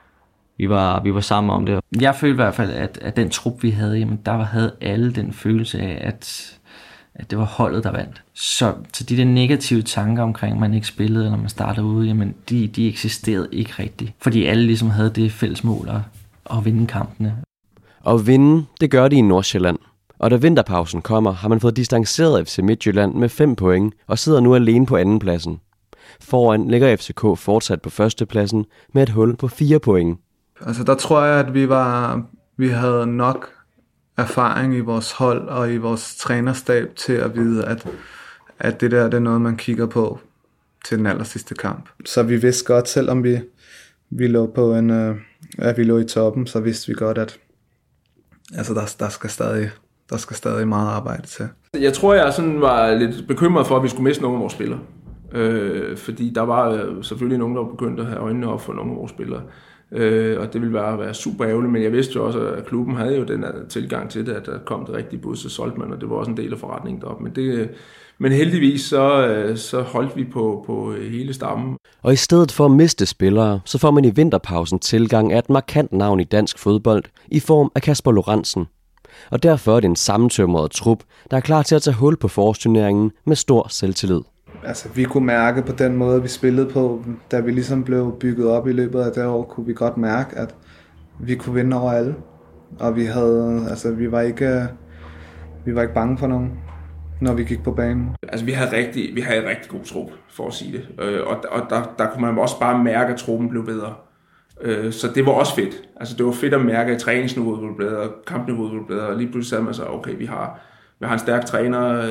var sammen om det. Jeg følte i hvert fald, at den trup, vi havde, jamen, der havde alle den følelse af, at det var holdet, der vandt. Så de der negative tanker omkring, at man ikke spillede, eller man startede ude, jamen, de eksisterede ikke rigtigt. Fordi alle ligesom havde det fælles mål at vinde kampene. Og vinde, det gør de i Nordsjælland. Og da vinterpausen kommer, har man fået distanceret FC Midtjylland med 5 point, og sidder nu alene på andenpladsen. Foran ligger FCK fortsat på førstepladsen med et hul på 4 point. Altså der tror jeg, at vi havde nok erfaring i vores hold og i vores trænerstab til at vide, at det der det er noget, man kigger på til den allersidste kamp. Så vi vidste godt, selvom vi lå på at vi lå i toppen, så vidste vi godt, at altså der skal stadig meget arbejde til. Jeg tror, jeg sådan var lidt bekymret for, at vi skulle miste nogle af vores spillere. Fordi der var selvfølgelig nogen, der var begyndt at have øjnene op for nogle af vores spillere. Og det ville være super ærgerligt, men jeg vidste jo også, at klubben havde jo den tilgang til det, at der kom det rigtige bud, så solgte man, og det var også en del af forretningen deroppe. Men heldigvis så holdt vi på hele stammen. Og i stedet for at miste spillere, så får man i vinterpausen tilgang af et markant navn i dansk fodbold i form af Kasper Lorentzen. Og derfor er det en sammentømret trup, der er klar til at tage hul på forårsturneringen med stor selvtillid. Altså vi kunne mærke på den måde, vi spillede på, da vi ligesom blev bygget op i løbet af det år, kunne vi godt mærke, at vi kunne vinde over alle. Og vi var ikke bange for nogen, når vi gik på banen. Altså vi havde en rigtig god trup, for at sige det. Og der kunne man også bare mærke, at truppen blev bedre. Så det var også fedt. Altså det var fedt at mærke, at træningsniveauet blev bedre, kampniveauet blev bedre, og lige pludselig sagde man så, okay, vi har en stærk træner,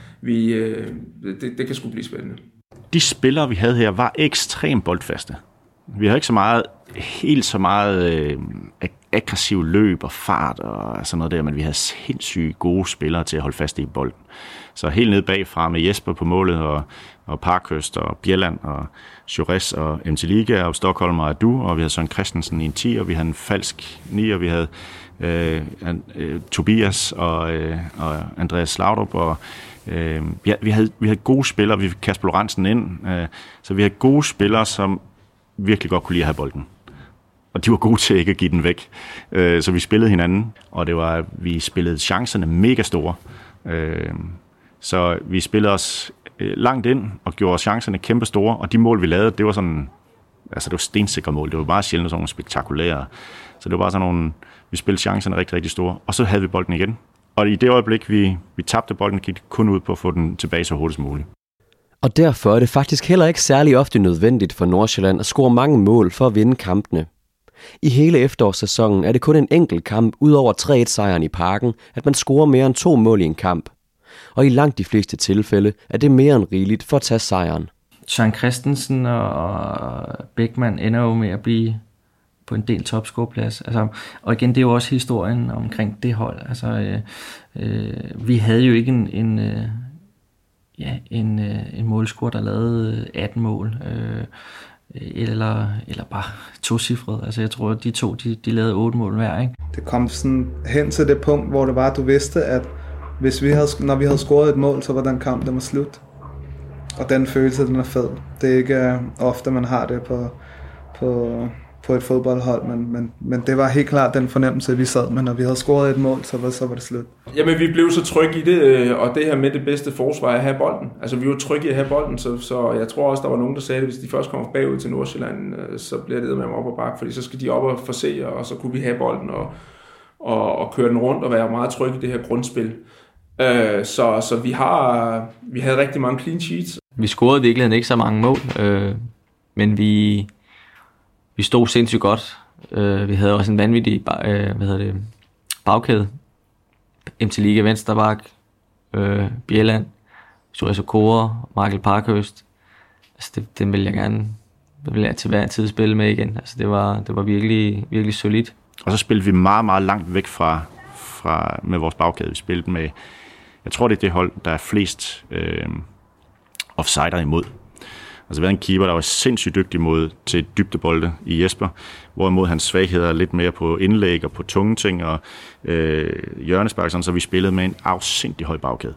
det kan sgu blive spændende. De spillere, vi havde her, var ekstremt boldfaste. Vi havde ikke helt så meget aggressiv løb og fart og sådan noget der, men vi havde sindssygt gode spillere til at holde fast i bolden. Så helt ned bagfra med Jesper på målet og Parkhøst og Bjelland og Jures og Mtiliga og Stockholm og Adu, og vi havde Søren Christensen i en 10, og vi havde en falsk 9, og vi havde Tobias og Andreas Laudrup, og vi havde gode spillere. Vi fik Kasper Lorentzen ind, så vi havde gode spillere, som virkelig godt kunne lide at have bolden. Og de var gode til ikke at give den væk. Så vi spillede hinanden, og vi spillede chancerne mega store. Så vi spillede os langt ind og gjorde chancerne kæmpe store, og de mål, vi lavede, det var sådan, altså det var stensikre mål. Det var bare sjældent sådan nogle spektakulære. Så det var bare sådan nogle, vi spillede chancerne rigtig, rigtig store, og så havde vi bolden igen. Og i det øjeblik, vi tabte bolden, gik det kun ud på at få den tilbage så hurtigt som muligt. Og derfor er det faktisk heller ikke særlig ofte nødvendigt for Nordsjælland at score mange mål for at vinde kampene. I hele efterårssæsonen er det kun en enkelt kamp ud over 3-1-sejren i Parken, at man scorer mere end 2 mål i en kamp. Og i langt de fleste tilfælde er det mere end rigeligt for at tage sejren. Søren Christensen og Beckmann ender jo med at blive på en del topscoreplads. Altså, og igen, det er jo også historien omkring det hold. Altså, vi havde jo ikke en målscore, der lavede 18 mål, eller bare tocifret. Altså, jeg tror, de to, de lavede 8 mål hver, ikke? Det kom sådan hen til det punkt, hvor det var, at du vidste, at når vi havde scoret et mål, så var den kamp, den var slut. Og den følelse, den er fed. Det er ikke ofte, man har det på et fodboldhold, men det var helt klart den fornemmelse, vi sad med. Når vi havde scoret et mål, så var det slut. Jamen, vi blev så trygge i det, og det her med det bedste forsvar at have bolden. Altså, vi var trygge i at have bolden, så jeg tror også, der var nogen, der sagde, at hvis de først kommer bagud til Nordsjælland, så bliver det med dem op og bakke, fordi så skal de op og forse, og så kunne vi have bolden og køre den rundt og være meget trygge i det her grundspil. Så vi havde rigtig mange clean sheets. Vi scorede virkelig ikke så mange mål, men vi stod sindssygt godt. Vi havde også en vanvittig bagkæde. MC Liga Vensterbak, Bjelland, Suresh Okora, Michael Parkhurst. Altså den vil jeg til hver tid spille med igen. Altså det var virkelig, virkelig solidt. Og så spillede vi meget, meget langt væk fra med vores bagkæde. Vi spillede med, jeg tror det er det hold, der er flest offsider imod. Altså vi havde en keeper, der var sindssygt dygtig til dybdebolde i Jesper, hvorimod hans svagheder er lidt mere på indlæg og på tunge ting og hjørnespark, så vi spillede med en afsindig høj bagkæde.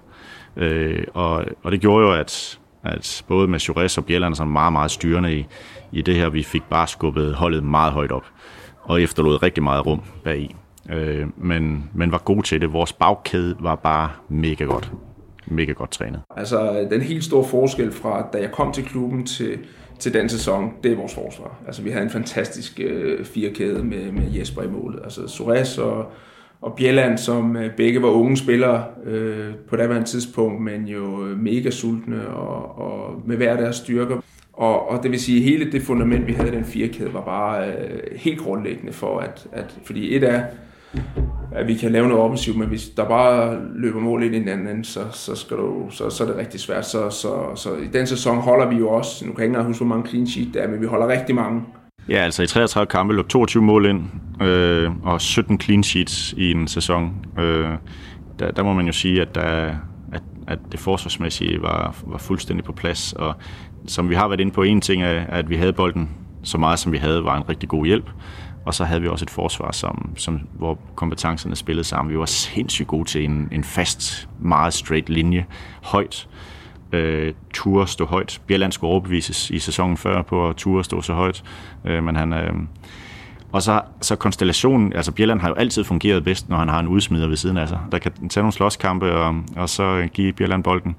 Og det gjorde jo, at både med Suresh og Bjelland er meget, meget styrende i det her, vi fik bare skubbet holdet meget højt op og efterlod rigtig meget rum bagi. Men var god til det. Vores bagkæde var bare mega godt trænet. Altså den helt store forskel fra da jeg kom til klubben til den sæson, det er vores forsvar. Altså vi havde en fantastisk firekæde med Jesper i målet. Altså Suresh og Bjelland, som begge var unge spillere på daværende tidspunkt, men jo mega sultne og med hver deres styrker. Og det vil sige, at hele det fundament, vi havde i den firekæde, var bare helt grundlæggende for, at fordi et er, at vi kan lave noget offensivt, men hvis der bare løber mål ind i den anden, så er det rigtig svært. Så i den sæson holder vi jo også, nu kan jeg ikke engang huske, hvor mange clean sheet der er, men vi holder rigtig mange. Ja, altså i 33 kampe løb 22 mål ind, og 17 clean sheets i en sæson. Der må man jo sige, at det forsvarsmæssige var fuldstændig på plads, og som vi har været inde på, en ting er, at vi havde bolden så meget, som vi havde, var en rigtig god hjælp. Og så havde vi også et forsvar, hvor kompetencerne spillede sammen. Vi var sindssygt gode til en fast, meget straight linje. Højt. Ture stå højt. Bjelland skulle overbevises i sæsonen før på at ture stå så højt. Men han... Og så konstellationen, altså Bjelland har jo altid fungeret bedst, når han har en udsmider ved siden af sig. Der kan tage nogle slåskampe, og så give Bjelland bolden.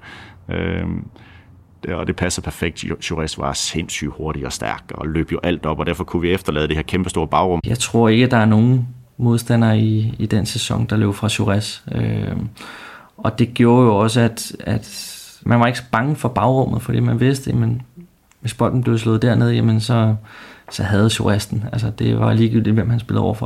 Og det passer perfekt. Suresh var sindssygt hurtig og stærk og løb jo alt op, og derfor kunne vi efterlade det her kæmpe store bagrum. Jeg tror ikke, at der er nogen modstandere i den sæson, der løb fra Suresh. Og det gjorde jo også, at man var ikke så bange for bagrummet, fordi man vidste, at hvis bolden blev slået derned, jamen så havde Suresh den. Altså det var ligegyldigt, hvem han spillede overfor,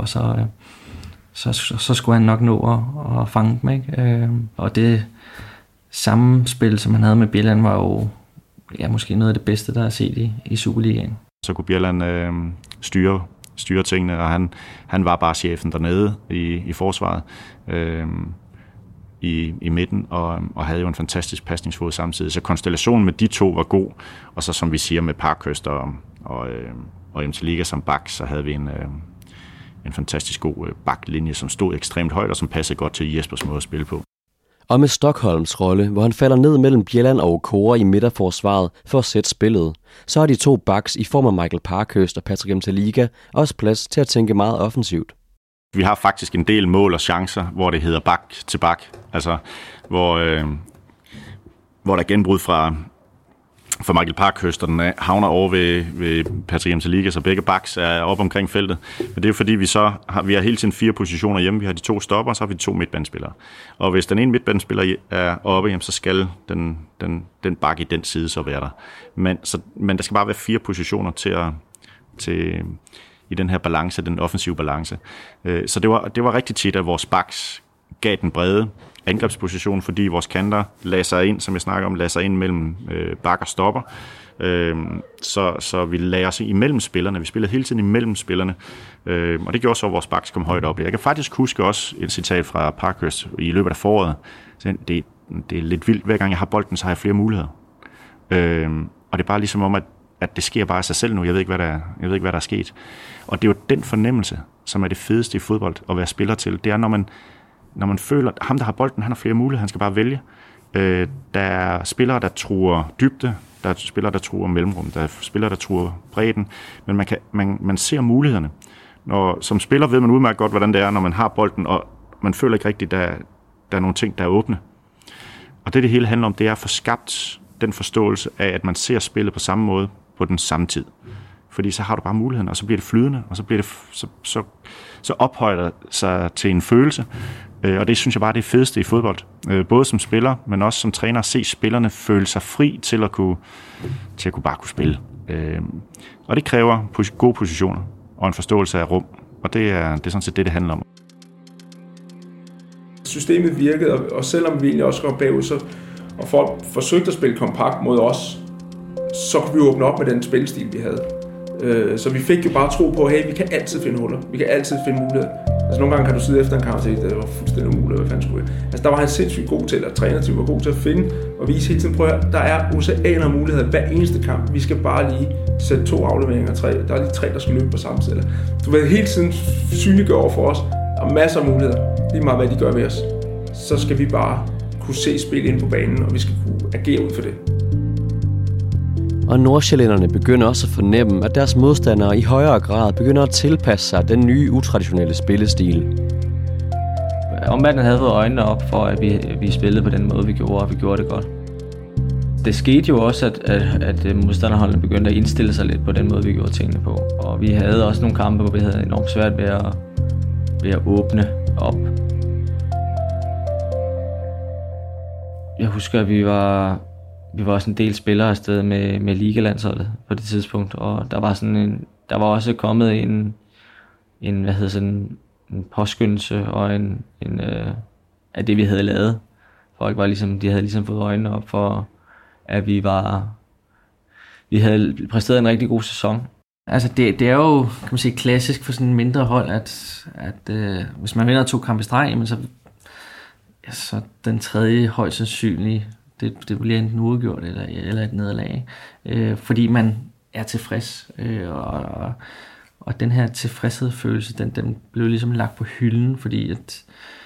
så skulle han nok nå at fange dem, ikke? Og det sammenspil, som han havde med Bjelland, var jo måske noget af det bedste, der er set i Superligaen. Så kunne Bjelland styre tingene, og han var bare chefen dernede i forsvaret, i midten, og havde jo en fantastisk pasningsfod samtidig. Så konstellationen med de to var god, og så som vi siger med Parkhurst og MC Liga som bak, så havde vi en fantastisk god baklinje, som stod ekstremt højt, og som passede godt til Jespers måde at spille på. Og med Stockholms rolle, hvor han falder ned mellem Bjelland og Okora i midterforsvaret for at sætte spillet, så har de to backs i form af Michael Parkhurst og Patrick Mtaliga også plads til at tænke meget offensivt. Vi har faktisk en del mål og chancer, hvor det hedder bak til bak, altså hvor der er genbrud fra Michael Parkhurst, og den havner over ved Patrick Mtaliga, så begge backs er op omkring feltet. Men det er jo fordi, vi har hele tiden 4 positioner hjemme. Vi har de 2 stopper, og så har vi de 2 midtbanespillere. Og hvis den ene midtbanespiller er oppe, jamen, så skal den back i den side så være der. Men der skal bare være 4 positioner til i den her balance, den offensive balance. Så det var rigtig tit, at vores backs gav den brede angrebsposition, fordi vores kanter lader sig ind, som jeg snakker om, lader sig ind mellem bak og stopper. Så vi lagde os imellem spillerne. Vi spillede hele tiden imellem spillerne. Og det gjorde så, at vores backs kom højt op. Jeg kan faktisk huske også et citat fra Parkhurst i løbet af foråret. Det er lidt vildt. Hver gang jeg har bolden, så har jeg flere muligheder. Og det er bare ligesom om, at det sker bare af sig selv nu. Jeg ved ikke, hvad der er sket. Og det er jo den fornemmelse, som er det fedeste i fodbold at være spiller til. Det er, når man føler, at ham, der har bolden, han har flere muligheder. Han skal bare vælge. Der er spillere, der truer dybde. Der er spillere, der truer mellemrum. Der er spillere, der truer bredden. Men man ser mulighederne. Som spiller ved man udmærket godt, hvordan det er, når man har bolden, og man føler ikke rigtigt, der er nogle ting, der er åbne. Og det hele handler om, det er at få skabt den forståelse af, at man ser spillet på samme måde på den samme tid. Fordi så har du bare muligheden, og så bliver det flydende, og så bliver det så ophøjer det sig til en følelse. Og det synes jeg bare, det er fedeste i fodbold. Både som spiller, men også som træner, at se spillerne føle sig fri til at kunne bare kunne spille. Og det kræver gode positioner og en forståelse af rum. Og det er sådan set det handler om. Systemet virkede, og selvom vi egentlig også går bagud, og folk forsøgte at spille kompakt mod os, så kunne vi åbne op med den spillestil, vi havde. Så vi fik jo bare tro på, hey, vi kan altid finde huller. Vi kan altid finde muligheder. Altså nogle gange kan du sidde efter en kamp og sige, det var fuldstændig umuligt, hvad fanden skulle jeg. Altså der var han sindssygt god til, og trænerteam var god til at finde og vise hele tiden, prøv at der er oceaner af muligheder hver eneste kamp. Vi skal bare lige sætte 2 afleveringer, 3. Der er lige 3, der skal løbe på samme side. Du vil hele tiden synliggøre over for os. Der er masser af muligheder. Lige meget hvad de gør ved os. Så skal vi bare kunne se spil ind på banen, og vi skal kunne agere ud for det. Og nordsjællænderne begynder også at fornemme, at deres modstandere i højere grad begynder at tilpasse sig den nye utraditionelle spillestil. Omverdenen havde fået øjnene op for, at vi spillede på den måde, vi gjorde, og vi gjorde det godt. Det skete jo også, at modstanderholdene begyndte at indstille sig lidt på den måde, vi gjorde tingene på. Og vi havde også nogle kampe, hvor vi havde enormt svært ved at åbne op. Jeg husker, at vi var også en del spillere afsted med ligalandsholdet på det tidspunkt, og der var også kommet en påskyndelse og en af det vi havde lavet. Folk var ligesom, de havde ligesom fået øjnene op for, at vi havde præsteret en rigtig god sæson. Altså det er jo, kan man sige, klassisk for sådan en mindre hold, at hvis man vinder 2 kampe i streg, jamen så den tredje højst sandsynlige, det bliver enten uafgjort eller et nederlag, fordi man er tilfreds, og den her tilfredshedsfølelse, den blev ligesom lagt på hylden, fordi at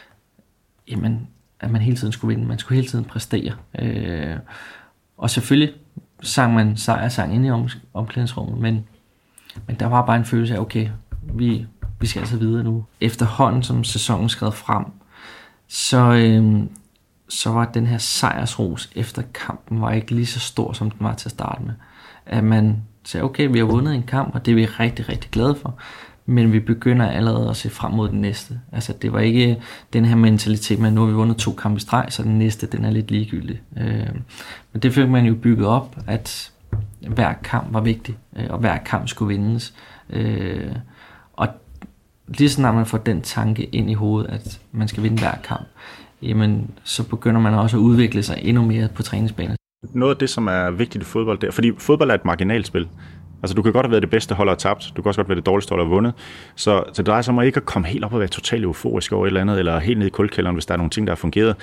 man hele tiden skulle vinde, man skulle hele tiden præstere, og selvfølgelig sang man sejrsang inde i omklædningsrummet, men der var bare en følelse af, okay, vi skal altså videre nu. Efterhånden som sæsonen skred frem, så var den her sejrsros efter kampen var ikke lige så stor, som den var til at starte med. At man sagde, okay, vi har vundet en kamp, og det er vi rigtig, rigtig glade for. Men vi begynder allerede at se frem mod den næste. Altså, det var ikke den her mentalitet med, at nu har vi vundet 2 kampe i streg, så den næste, den er lidt ligegyldig. Men det fik man jo bygget op, at hver kamp var vigtig, og hver kamp skulle vindes. Og lige så når man får den tanke ind i hovedet, at man skal vinde hver kamp, jamen, så begynder man også at udvikle sig endnu mere på træningsbanen. Noget af det, som er vigtigt i fodbold, det er, fordi fodbold er et marginalspil. Altså, du kan godt have været det bedste hold og tabt. Du kan også godt være det dårligste hold og vundet. Så det drejer sig om ikke at komme helt op og være totalt euforisk over et eller andet, eller helt ned i kulkælderen, hvis der er nogle ting, der har fungeret.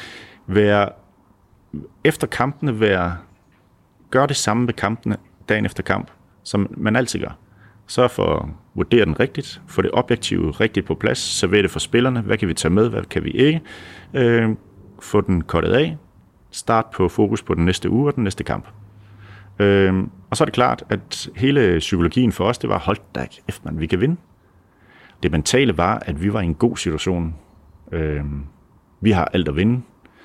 Efter kampene gør det samme med kampene dagen efter kamp, som man altid gør. Sørg for at vurdere den rigtigt, få det objektive rigtigt på plads, servere det for spillerne, hvad kan vi tage med, hvad kan vi ikke, få den kortet af, start på fokus på den næste uge og den næste kamp. Og så er det klart, at hele psykologien for os, det var, hold da efter vi kan vinde. Det mentale var, at vi var i en god situation. Vi har alt at vinde.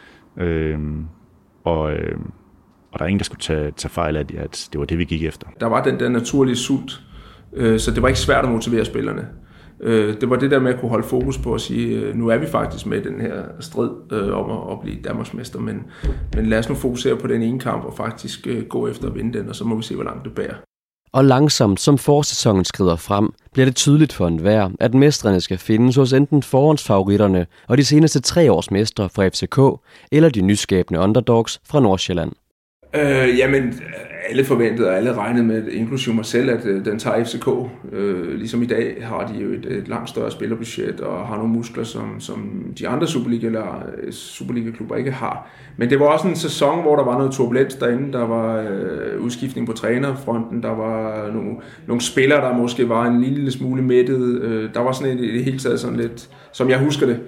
Og der er ingen, der skulle tage fejl af, at det var det, vi gik efter. Der var den der naturlige sult, så det var ikke svært at motivere spillerne. Det var det der med at kunne holde fokus på at sige, nu er vi faktisk med i den her strid om at blive Danmarksmester, men lad os nu fokusere på den ene kamp og faktisk gå efter at vinde den, og så må vi se, hvor langt det bærer. Og langsomt, som forsæsonen skrider frem, bliver det tydeligt for enhver, at mestrene skal findes hos enten forhåndsfavoritterne og de seneste 3 års mestre fra FCK, eller de nyskabende underdogs fra Nordsjælland. Jamen, alle forventede og alle regnede med, inklusive mig selv, at den tager FCK. Ligesom i dag har de jo et langt større spillerbudget og har nogle muskler, som de andre Superliga-klubber ikke har. Men det var også en sæson, hvor der var noget turbulens derinde. Der var udskiftning på trænerfronten. Der var nogle spillere, der måske var en lille smule mættet. Der var sådan et hele taget sådan lidt, som jeg husker det,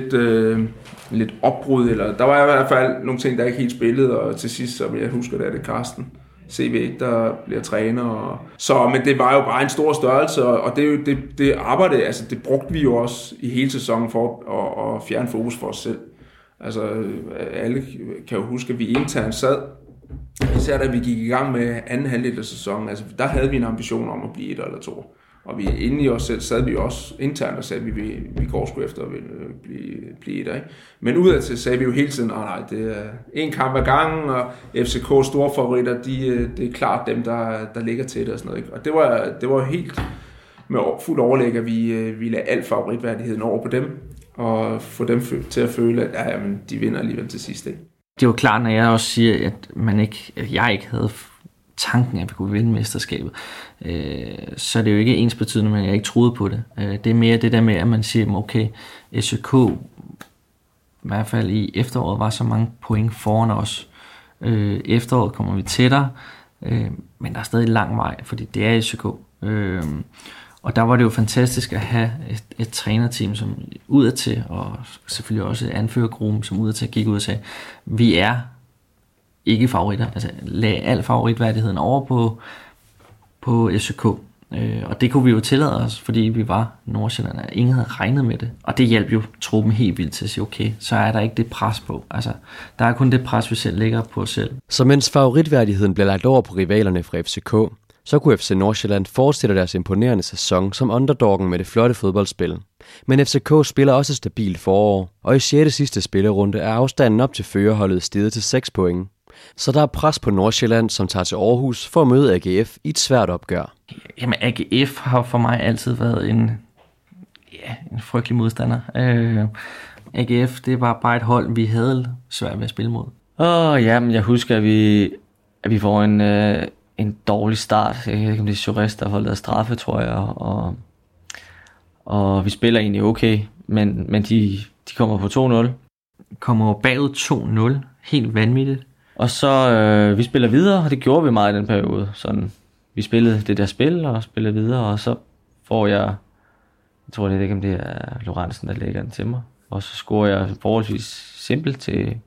lidt opbrud, eller der var i hvert fald nogle ting, der ikke helt spillede, og til sidst, som jeg husker, det er Carsten CV, der bliver træner. Men det var jo bare en stor størrelse, og det arbejde, altså det brugte vi jo også i hele sæsonen for at fjerne fokus for os selv. Altså alle kan jo huske, at vi internt sad, især da vi gik i gang med anden halvdel af sæsonen, altså der havde vi en ambition om at blive 1 eller 2. Og vi inde i os selv sad vi også internt og sagde, at vi går sgu efter at blive et, ikke? Men udadtil sagde vi jo hele tiden, nej, det er en kamp ad gangen, og FCK's store favoritter, det er klart dem, der ligger til det og sådan noget, ikke? Og det var helt med fuld overlæg, at vi lagde al favoritværdigheden over på dem, og få dem til at føle, at jamen, de vinder alligevel til sidst, ikke? Det er jo klart, når jeg også siger, at jeg ikke havde tanken, at vi kunne vinde mesterskabet, så er det jo ikke ensbetydende, men jeg ikke troede på det. Det er mere det der med, at man siger, okay, SK i hvert fald i efteråret var så mange point foran os. Efteråret kommer vi tættere, men der er stadig lang vej, fordi det er SK. Og der var det jo fantastisk at have et trænerteam, som udadtil, og selvfølgelig også et anførergruppe, som udadtil gik ud og sagde, vi er ikke favoritter, altså lagde al favoritværdigheden over på SK. Og det kunne vi jo tillade os, fordi vi var Nordsjælland, og ingen havde regnet med det. Og det hjalp jo truppen helt vildt til at sige, okay, så er der ikke det pres på. Altså, der er kun det pres, vi selv lægger på os selv. Så mens favoritværdigheden blev lagt over på rivalerne fra FCK, så kunne FC Nordsjælland fortsætte deres imponerende sæson som underdoggen med det flotte fodboldspil. Men FCK spiller også et stabilt forår, og i 6. sidste spillerunde er afstanden op til førerholdet steget til 6 point. Så der er pres på Nordsjælland, som tager til Aarhus for at møde AGF i et svært opgør. Jamen AGF har for mig altid været en frygtelig modstander. AGF, det var bare et hold, vi havde svært ved at spille mod. Jamen, jeg husker, at vi får en dårlig start. Jeg ved ikke, om det er Chores, der har lavet straffe, tror jeg. Og vi spiller egentlig okay, men de kommer på 2-0. Kommer bagud 2-0. Helt vanvittigt. Og så vi spiller videre, og det gjorde vi meget i den periode. Sådan, vi spillede det der spil, og spillede videre, og så får jeg tror det ikke, om det er Lorentzen, der lægger den til mig. Og så scorer jeg forholdsvis simpelt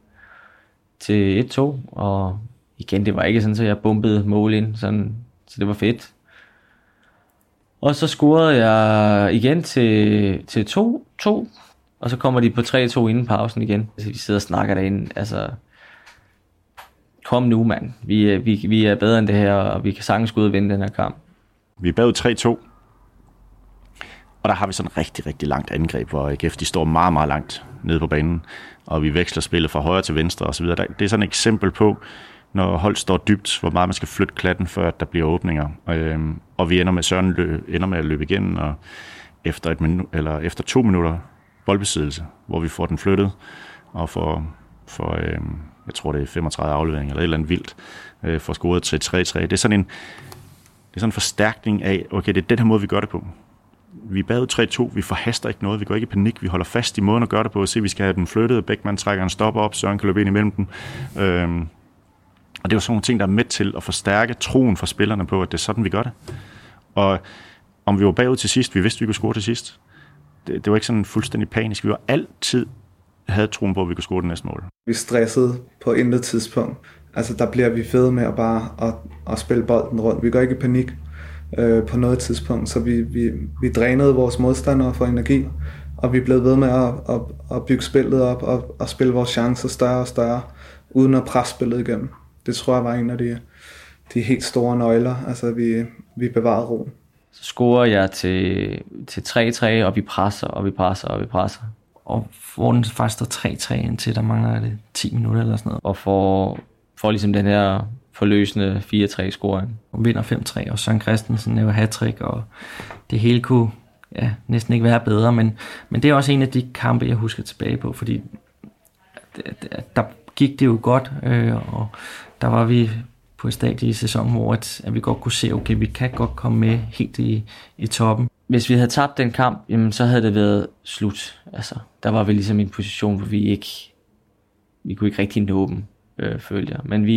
til 1-2, og igen, det var ikke sådan, så jeg bumpede mål ind, sådan, så det var fedt. Og så scorede jeg igen til 2-2, og så kommer de på 3-2 inden pausen igen. Så vi sidder og snakker derinde, altså, kom nu mand, vi er bedre end det her, og vi kan sagtens gå ud og vinde den her kamp. Vi er bagud 3-2, og der har vi sådan rigtig, rigtig langt angreb, hvor AGF de står meget, meget langt nede på banen, og vi veksler spillet fra højre til venstre osv. Det er sådan et eksempel på, når hold står dybt, hvor meget man skal flytte klatten, før der bliver åbninger. Og vi ender med at løbe igen, og efter 2 minutter boldbesiddelse, hvor vi får den flyttet, og får jeg tror det er 35 afleveringer, eller et eller andet vildt, får scoret til 3-3. Det er sådan en forstærkning af, okay, det er den her måde, vi gør det på. Vi er bagud 3-2, vi forhaster ikke noget, vi går ikke i panik, vi holder fast i måden at gøre det på, se, vi skal have den flyttet, Bækman trækker en stopper op, Søren kan løbe ind imellem dem. Og det er jo sådan nogle ting, der er med til at forstærke troen for spillerne på, at det er sådan, vi gør det. Og om vi var bagud til sidst, vi vidste, vi kunne score til sidst. Det var ikke sådan fuldstændig panisk. Vi var altid havde troen på, at vi kunne score det næste mål. Vi stressede på intet tidspunkt. Altså, der bliver vi fede med at bare at spille bolden rundt. Vi går ikke i panik på noget tidspunkt, så vi drænede vores modstandere for energi, og vi blev ved med at bygge spillet op og spille vores chancer større og større, uden at presse spillet igennem. Det tror jeg var en af de helt store nøgler. Altså, vi bevarede roen. Så scorer jeg til 3-3, og vi presser, og vi presser, og vi presser. Og hvor den faktisk står 3-3 indtil, der mangler det 10 minutter eller sådan noget. Og får ligesom den her forløsende 4-3-scoring. Og vinder 5-3, og Søren Christensen laver hattrick, og det hele kunne næsten ikke være bedre, men det er også en af de kampe, jeg husker tilbage på, fordi der gik det jo godt, og der var vi på et stadie i sæsonen, hvor at vi godt kunne se, okay, vi kan godt komme med helt i toppen. Hvis vi havde tabt den kamp, jamen, så havde det været slut. Altså, der var vi ligesom i en position, hvor vi kunne ikke rigtig nå dem, følte jeg. Men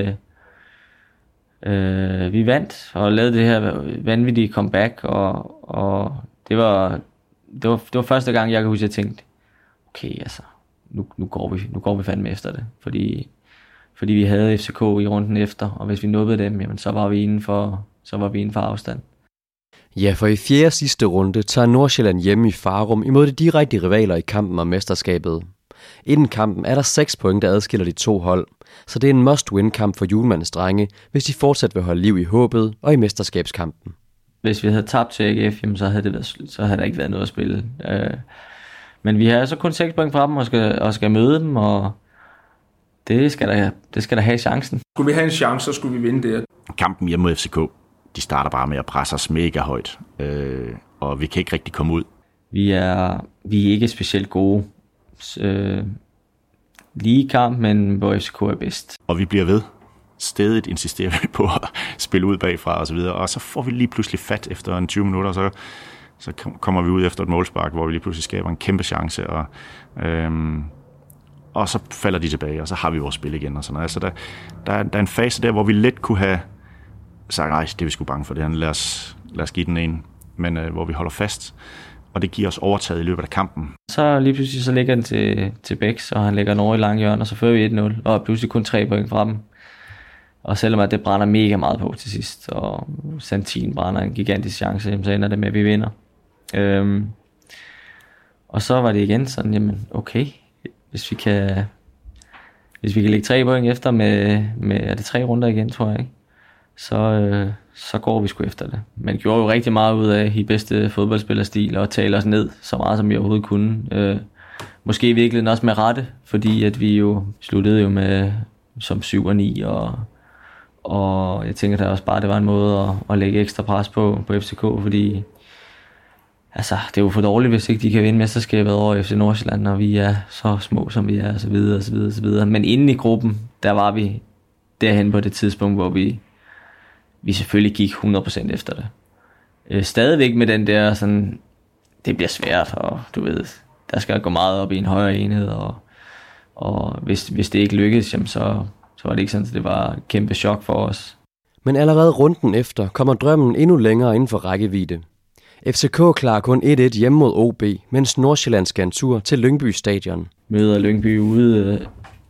vi vandt og lavede det her vanvittige comeback, og det var første gang, jeg kan huske, at jeg tænkte, okay, altså, nu går vi fandme efter det, fordi vi havde FCK i runden efter, og hvis vi nåede dem, jamen, så var vi inden for afstand. Ja, for i fjerde sidste runde tager Nordsjælland hjemme i Farum imod de direkte rivaler i kampen om mesterskabet. Inden kampen er der 6 point, der adskiller de 2 hold, så det er en must-win-kamp for Hjulmandens drenge, hvis de fortsat vil holde liv i håbet og i mesterskabskampen. Hvis vi havde tabt til AGF, jamen, så havde der ikke været noget at spille. Men vi har altså kun 6 point fra dem og skal møde dem, og det skal der have chancen. Skulle vi have en chance, så skulle vi vinde det. Kampen hjemme mod FCK, de starter bare med at presse os mega højt, og vi kan ikke rigtig komme ud. Vi er ikke specielt gode lige i kamp, men hvor FCK er bedst. Og vi bliver ved. Stedigt insisterer vi på at spille ud bagfra og så videre, og så får vi lige pludselig fat efter en 20 minutter, så kommer vi ud efter et målspark, hvor vi lige pludselig skaber en kæmpe chance, og så falder de tilbage, og så har vi vores spil igen. Og sådan noget. Altså der er en fase der, hvor vi let kunne have sagt, nej, det er vi sgu bange for det her, lad os give den en, men hvor vi holder fast, og det giver os overtaget i løbet af kampen. Så lige pludselig så ligger den til Bæks, og han lægger den over i lange hjørne, og så fører vi 1-0, og pludselig kun 3 point fra dem. Og selvom at det brænder mega meget på til sidst, og Santin brænder en gigantisk chance, så ender det med, at vi vinder. Og så var det igen sådan, jamen okay, hvis vi kan lægge 3 point efter med er det 3 runder igen, tror jeg, ikke? Så går vi sgu efter det. Man gjorde jo rigtig meget ud af i bedste fodboldspillerstil og tale os ned så meget, som vi overhovedet kunne. Måske i virkeligheden også med rette, fordi at vi jo sluttede jo med som 7 og 9, og jeg tænker da også bare, det var en måde at lægge ekstra pres på FCK, fordi altså, det er jo for dårligt, hvis ikke de kan vinde mesterskabet over FC Nordsjælland, når vi er så små, som vi er, og så videre, og så videre, og så videre. Men inde i gruppen, der var vi derhen på det tidspunkt, hvor vi selvfølgelig gik 100% efter det. Stadigvæk med den der sådan, det bliver svært, og du ved, der skal gå meget op i en højere enhed, og hvis det ikke lykkedes, jamen så var det ikke sådan, at det var et kæmpe chok for os. Men allerede runden efter kommer drømmen endnu længere inden for rækkevidde. FCK klarer kun 1-1 hjemme mod OB, mens Nordsjælland skal en tur til Lyngby Stadion. Møder Lyngby ude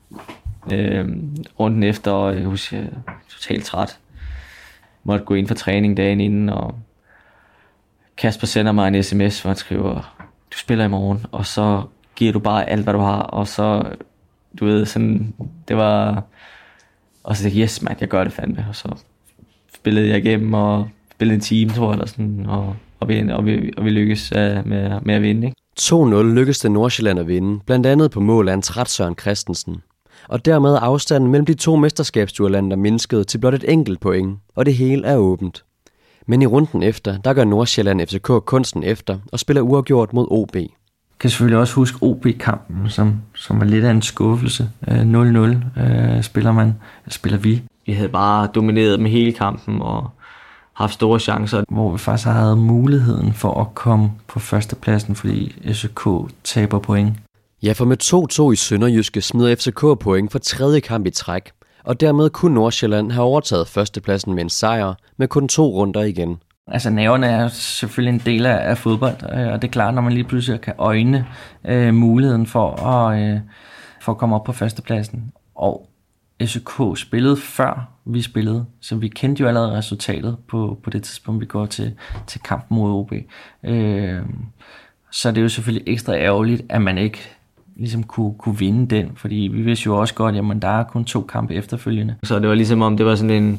runden efter, og jeg husker, jeg er totalt træt. Måtte gå ind for træning dagen inden, og Kasper sender mig en sms, hvor han skriver, du spiller i morgen, og så giver du bare alt, hvad du har, og så, du ved, sådan, det var, og så sagde jeg, yes man, jeg gør det fandme, og så spillede jeg igennem, og spillede en time, tror jeg, eller sådan, og vi lykkes med at vinde, ikke? 2-0 lykkedes det Nordsjælland at vinde, blandt andet på mål af en træt Søren Christensen. Og dermed afstanden mellem de 2 mesterskabsduellanter minskede til blot et enkelt point, og det hele er åbent. Men i runden efter, der gør Nordsjælland FCK kunsten efter og spiller uafgjort mod OB. Jeg kan selvfølgelig også huske OB-kampen, som var lidt af en skuffelse. 0-0 spiller vi. Vi havde bare domineret med hele kampen og haft store chancer. Hvor vi faktisk havde muligheden for at komme på førstepladsen, fordi FCK taber point. Ja, for med 2-2 i Sønderjyske smider FCK point for 3. kamp i træk, og dermed kunne Nordsjælland have overtaget førstepladsen med en sejr med kun 2 runder igen. Altså nerverne er selvfølgelig en del af fodbold, og det er klart, når man lige pludselig kan øjne muligheden for at komme op på førstepladsen. Og FCK spillede før vi spillede, så vi kendte jo allerede resultatet på det tidspunkt, vi går til kampen mod OB. Så det er jo selvfølgelig ekstra ærgerligt, at man ikke ligesom kunne vinde den, fordi vi vidste jo også godt, jamen der er kun 2 kampe efterfølgende. Så det var ligesom om, det var sådan en,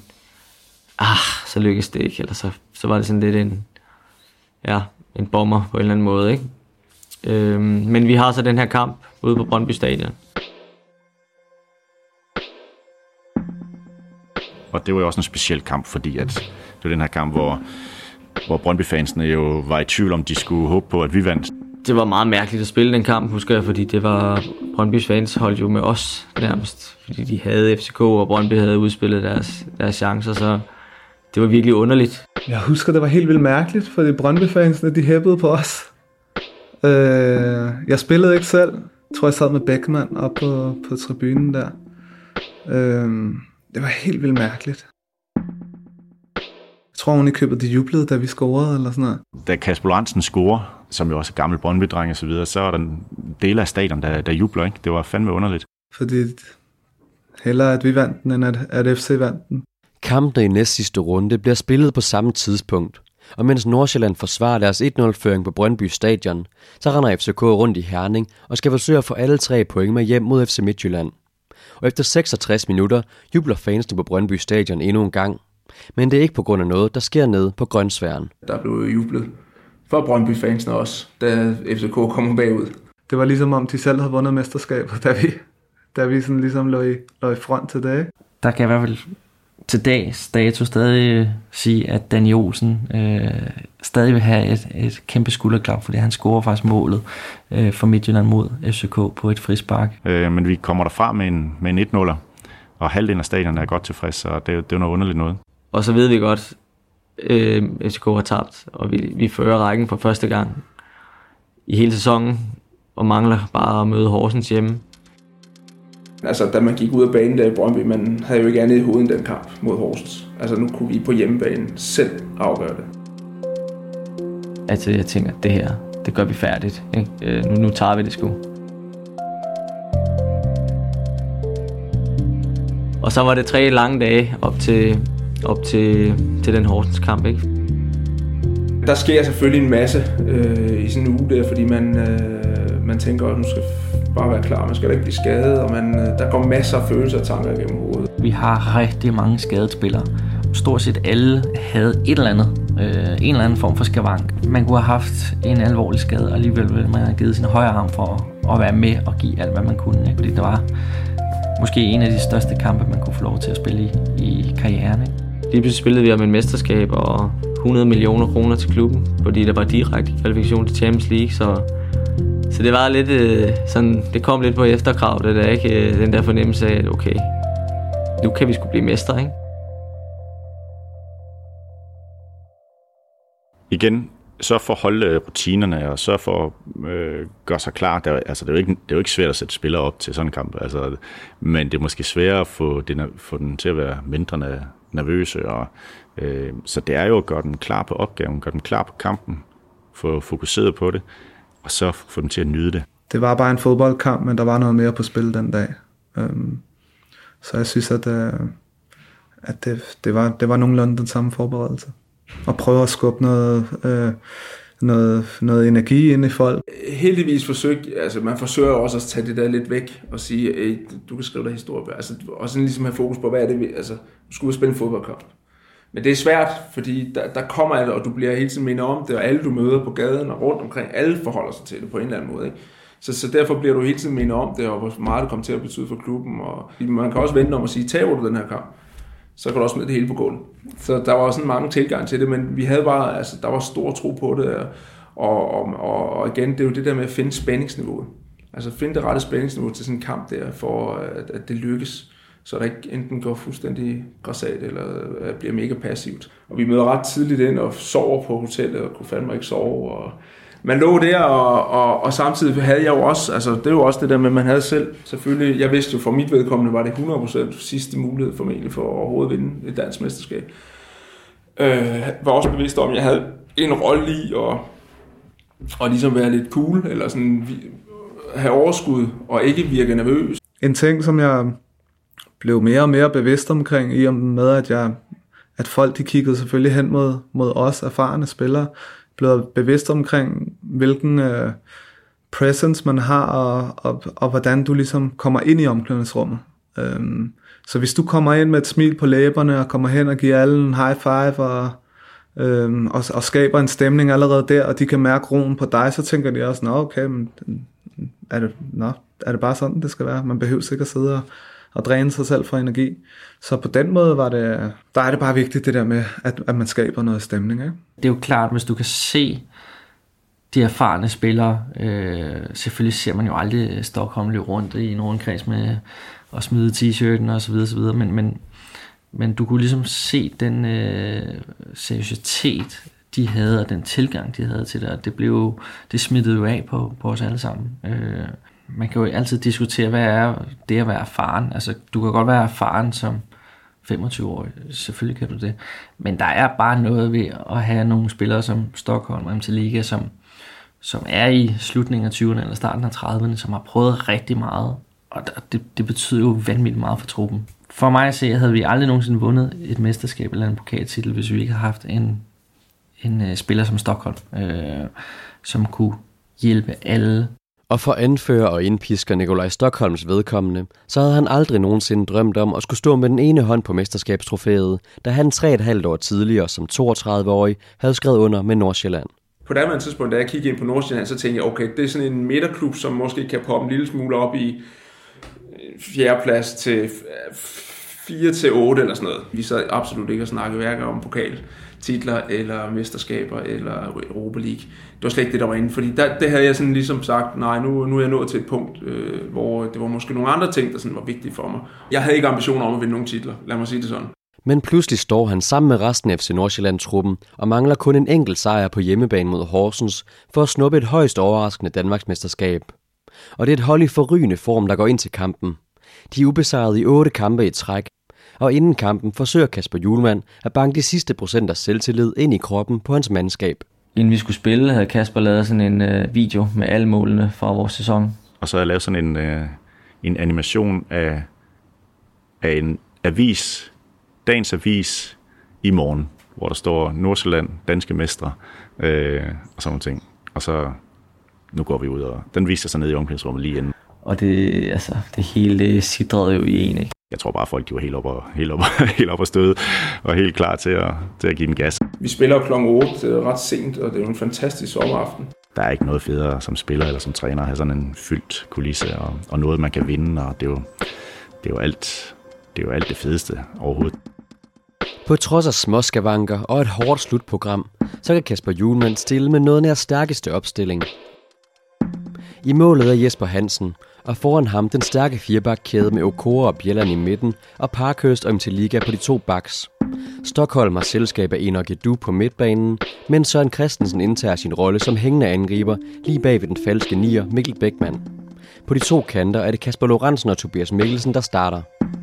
så lykkedes det ikke, eller så var det sådan lidt en bomber på en eller anden måde, ikke? Men vi har så den her kamp ude på Brøndby Stadion. Og det var jo også en speciel kamp, fordi at det var den her kamp, hvor Brøndby-fansene jo var i tvivl om, de skulle håbe på, at vi vandt. Det var meget mærkeligt at spille den kamp, husker jeg, fordi det var Brøndbys fans holdt jo med os nærmest, fordi de havde FCK, og Brøndby havde udspillet deres chancer, så det var virkelig underligt. Jeg husker, det var helt vildt mærkeligt, fordi Brøndby-fansene, de hæppede på os. Jeg spillede ikke selv. Jeg tror, jeg sad med Beckmann op på tribunen der. Det var helt vildt mærkeligt. Jeg tror, hun i købet de jublede, da vi scorede, eller sådan noget. Da Kasper Lorentzen scorer, som jo også er gammel Brøndby-dreng og så videre, så er der en del af stadion, der jubler, ikke? Det var fandme underligt. Fordi hellere, at vi vandt den, end at FC vandt den. Kampene i næstsidste runde bliver spillet på samme tidspunkt. Og mens Nordsjælland forsvarer deres 1-0-føring på Brøndby Stadion, så render FCK rundt i Herning og skal forsøge at få alle 3 point med hjem mod FC Midtjylland. Og efter 66 minutter jubler fansene på Brøndby Stadion endnu en gang. Men det er ikke på grund af noget, der sker nede på Grønsværen. Der blev jublet for Brøndby-fansene også, da FCK kom bagud. Det var ligesom om, de selv havde vundet mesterskabet, da vi sådan ligesom lå i front til det. Der kan i hvert fald til dags dato stadig sige, at Danny Olsen stadig vil have et kæmpe skulderklap, fordi han scorer faktisk målet for Midtjylland mod FCK på et frispark. Men vi kommer derfra med en 1-0'er, og halvdelen af stadion er godt tilfreds, så det er noget underligt noget. Og så ved vi godt, FCK har tabt, og vi fører rækken for første gang i hele sæsonen, og mangler bare at møde Horsens hjemme. Altså, da man gik ud af banen der i Brøndby, man havde jo ikke andet i hovedet end den kamp mod Horsens. Altså, nu kunne vi på hjemmebanen selv afgøre det. Altså, jeg tænker, det her, det gør vi færdigt. Ikke? Nu tager vi det sgu. Og så var det 3 lange dage op til den Horsens kamp, ikke? Der sker selvfølgelig en masse i sådan en uge der, fordi man tænker, at nu skal bare være klar, man skal da ikke blive skadet, og der går masser af følelser og tanker igennem hovedet. Vi har rigtig mange skadede spillere. Stort set alle havde en eller anden form for skavank. Man kunne have haft en alvorlig skade, og alligevel ville man have givet sin højre arm for at være med og give alt, hvad man kunne. Ikke? Fordi det var måske en af de største kampe, man kunne få lov til at spille i karrieren. Ikke? Lige pludselig spillede vi om et mesterskab og 100 millioner kroner til klubben, fordi der var direkte kvalifikation til Champions League, så det var lidt sådan, det kom lidt på efterkrav, det der, ikke? Den der fornemmelse af, at okay, nu kan vi sgu blive mestre, ikke? Igen, så for at holde rutinerne og så for at gøre sig klar. Det er jo ikke svært at sætte spillere op til sådan en kamp, men det er måske sværere at få den til at være mindre nervøse. Så det er jo at gøre dem klar på opgaven, gøre dem klar på kampen, få fokuseret på det, og så få dem til at nyde det. Det var bare en fodboldkamp, men der var noget mere på spil den dag. Så jeg synes, at det var nogenlunde den samme forberedelse. Og prøve at skubbe noget energi ind i folk. Heldigvis man forsøger også at tage det der lidt væk og sige, du kan skrive dig historie. Altså, og sådan ligesom have fokus på, hvad er det, du skal ud og spille en fodboldkamp. Men det er svært, fordi der kommer alt, og du bliver hele tiden mindet om det, og alle du møder på gaden og rundt omkring, alle forholder sig til det på en eller anden måde. Ikke? Så derfor bliver du hele tiden mindet om det, og hvor meget det kommer til at betyde for klubben. Og man kan også vente om at sige, tager du den her kamp, så kan du også smide det hele på gulvet. Så der var også mange tilgang til det, men vi havde bare, der var stor tro på det, og igen, det er jo det der med at finde spændingsniveauet. Altså finde det rette spændingsniveau til sådan en kamp der, for at det lykkes, så der ikke enten går fuldstændig græsat, eller bliver mega passivt. Og vi møder ret tidligt ind og sover på hotellet, og kunne fandme ikke sove, og man lå der, og samtidig havde jeg jo også, det er jo også det der med, man havde selv, selvfølgelig, jeg vidste jo for mit vedkommende, var det 100% sidste mulighed formentlig for at overhovedet vinde et dansk mesterskab. Var også bevidst om, at jeg havde en rolle i og ligesom være lidt cool, eller sådan have overskud, og ikke virke nervøs. En ting, som jeg blev mere og mere bevidst omkring, i og med, at folk de kiggede selvfølgelig hen mod os erfarne spillere, blevet bevidst omkring, hvilken presence man har, og hvordan du ligesom kommer ind i omklædningsrummet. Så hvis du kommer ind med et smil på læberne, og kommer hen og giver alle en high five, og skaber en stemning allerede der, og de kan mærke roen på dig, så tænker de også, okay, men er det bare sådan, det skal være? Man behøver ikke at sidde og dræne sig selv for energi. Så på den måde der er det bare vigtigt det der med, at man skaber noget stemning. Ikke? Det er jo klart, hvis du kan se de erfarne spillere, selvfølgelig ser man jo aldrig Stockholm løbe rundt i en rundkreds med at smide t-shirten og så videre, men du kunne ligesom se den seriøsitet, de havde, og den tilgang, de havde til det, og det smittede jo af på os alle sammen. Man kan jo altid diskutere, hvad er det at være erfaren. Altså, du kan godt være erfaren som 25-årig, selvfølgelig kan du det, men der er bare noget ved at have nogle spillere som Stockholm og MT Liga, som er i slutningen af 20'erne eller starten af 30'erne, som har prøvet rigtig meget, og det betyder jo vanvittigt meget for truppen. For mig at se, havde vi aldrig nogensinde vundet et mesterskab eller en pokaltitel, hvis vi ikke havde haft en spiller som Stockholm, som kunne hjælpe alle. Og for anfører og indpisker Nikolaj Stockholms vedkommende, så havde han aldrig nogensinde drømt om at skulle stå med den ene hånd på mesterskabstrofæet, da han 3,5 år tidligere som 32-årig havde skrevet under med Nordsjælland. På det tidspunkt, da jeg kiggede ind på Nordsjælland, så tænkte jeg, okay, det er sådan en midterklub, som måske kan poppe en lille smule op i 4. plads til 4 til 8 eller sådan noget. Vi sad absolut ikke at snakke hverken om pokaltitler eller mesterskaber eller Europa League. Det var slet ikke det, der var inde, fordi det havde jeg sådan ligesom sagt, nej, nu er jeg nået til et punkt, hvor det var måske nogle andre ting, der sådan var vigtige for mig. Jeg havde ikke ambitioner om at vinde nogle titler, lad mig sige det sådan. Men pludselig står han sammen med resten af FC Nordsjælland-truppen og mangler kun en enkelt sejr på hjemmebane mod Horsens for at snuppe et højst overraskende Danmarksmesterskab. Og det er et hold i forrygende form, der går ind til kampen. De er ubesejret i 8 kampe i træk, og inden kampen forsøger Kasper Hjulmand at banke de sidste procent af selvtillid ind i kroppen på hans mandskab. Inden vi skulle spille, havde Kasper lavet sådan en video med alle målene fra vores sæson. Og så har jeg lavet sådan en animation af en avis, dagens avis i morgen, hvor der står Nordsjælland, danske mestre og sådan nogle ting. Og så nu går vi ud, og den viser sig ned i omklædningsrummet lige inden. Og det hele sidrede jo i en, ikke? Jeg tror bare, folk de var helt op og støde, og helt klar til at give den gas. Vi spiller kl. 8 ret sent, og det er jo en fantastisk sommeraften. Der er ikke noget federe som spiller eller som træner at have sådan en fyldt kulisse, og noget man kan vinde, og det er jo alt det fedeste overhovedet. På trods af småskavanker og et hårdt slutprogram, så kan Kasper Hjulmand stille med noget nær stærkeste opstilling. I målet er Jesper Hansen, og foran ham den stærke firebakkæde med Okora og Bjelland i midten, og Parkhurst og MT Liga på de 2 backs. Stockholm har selskab af Enoch Edu på midtbanen, mens Søren Christensen indtager sin rolle som hængende angriber lige bag ved den falske nier Mikkel Bækman. På de 2 kanter er det Kasper Lorentzen og Tobias Mikkelsen, der starter.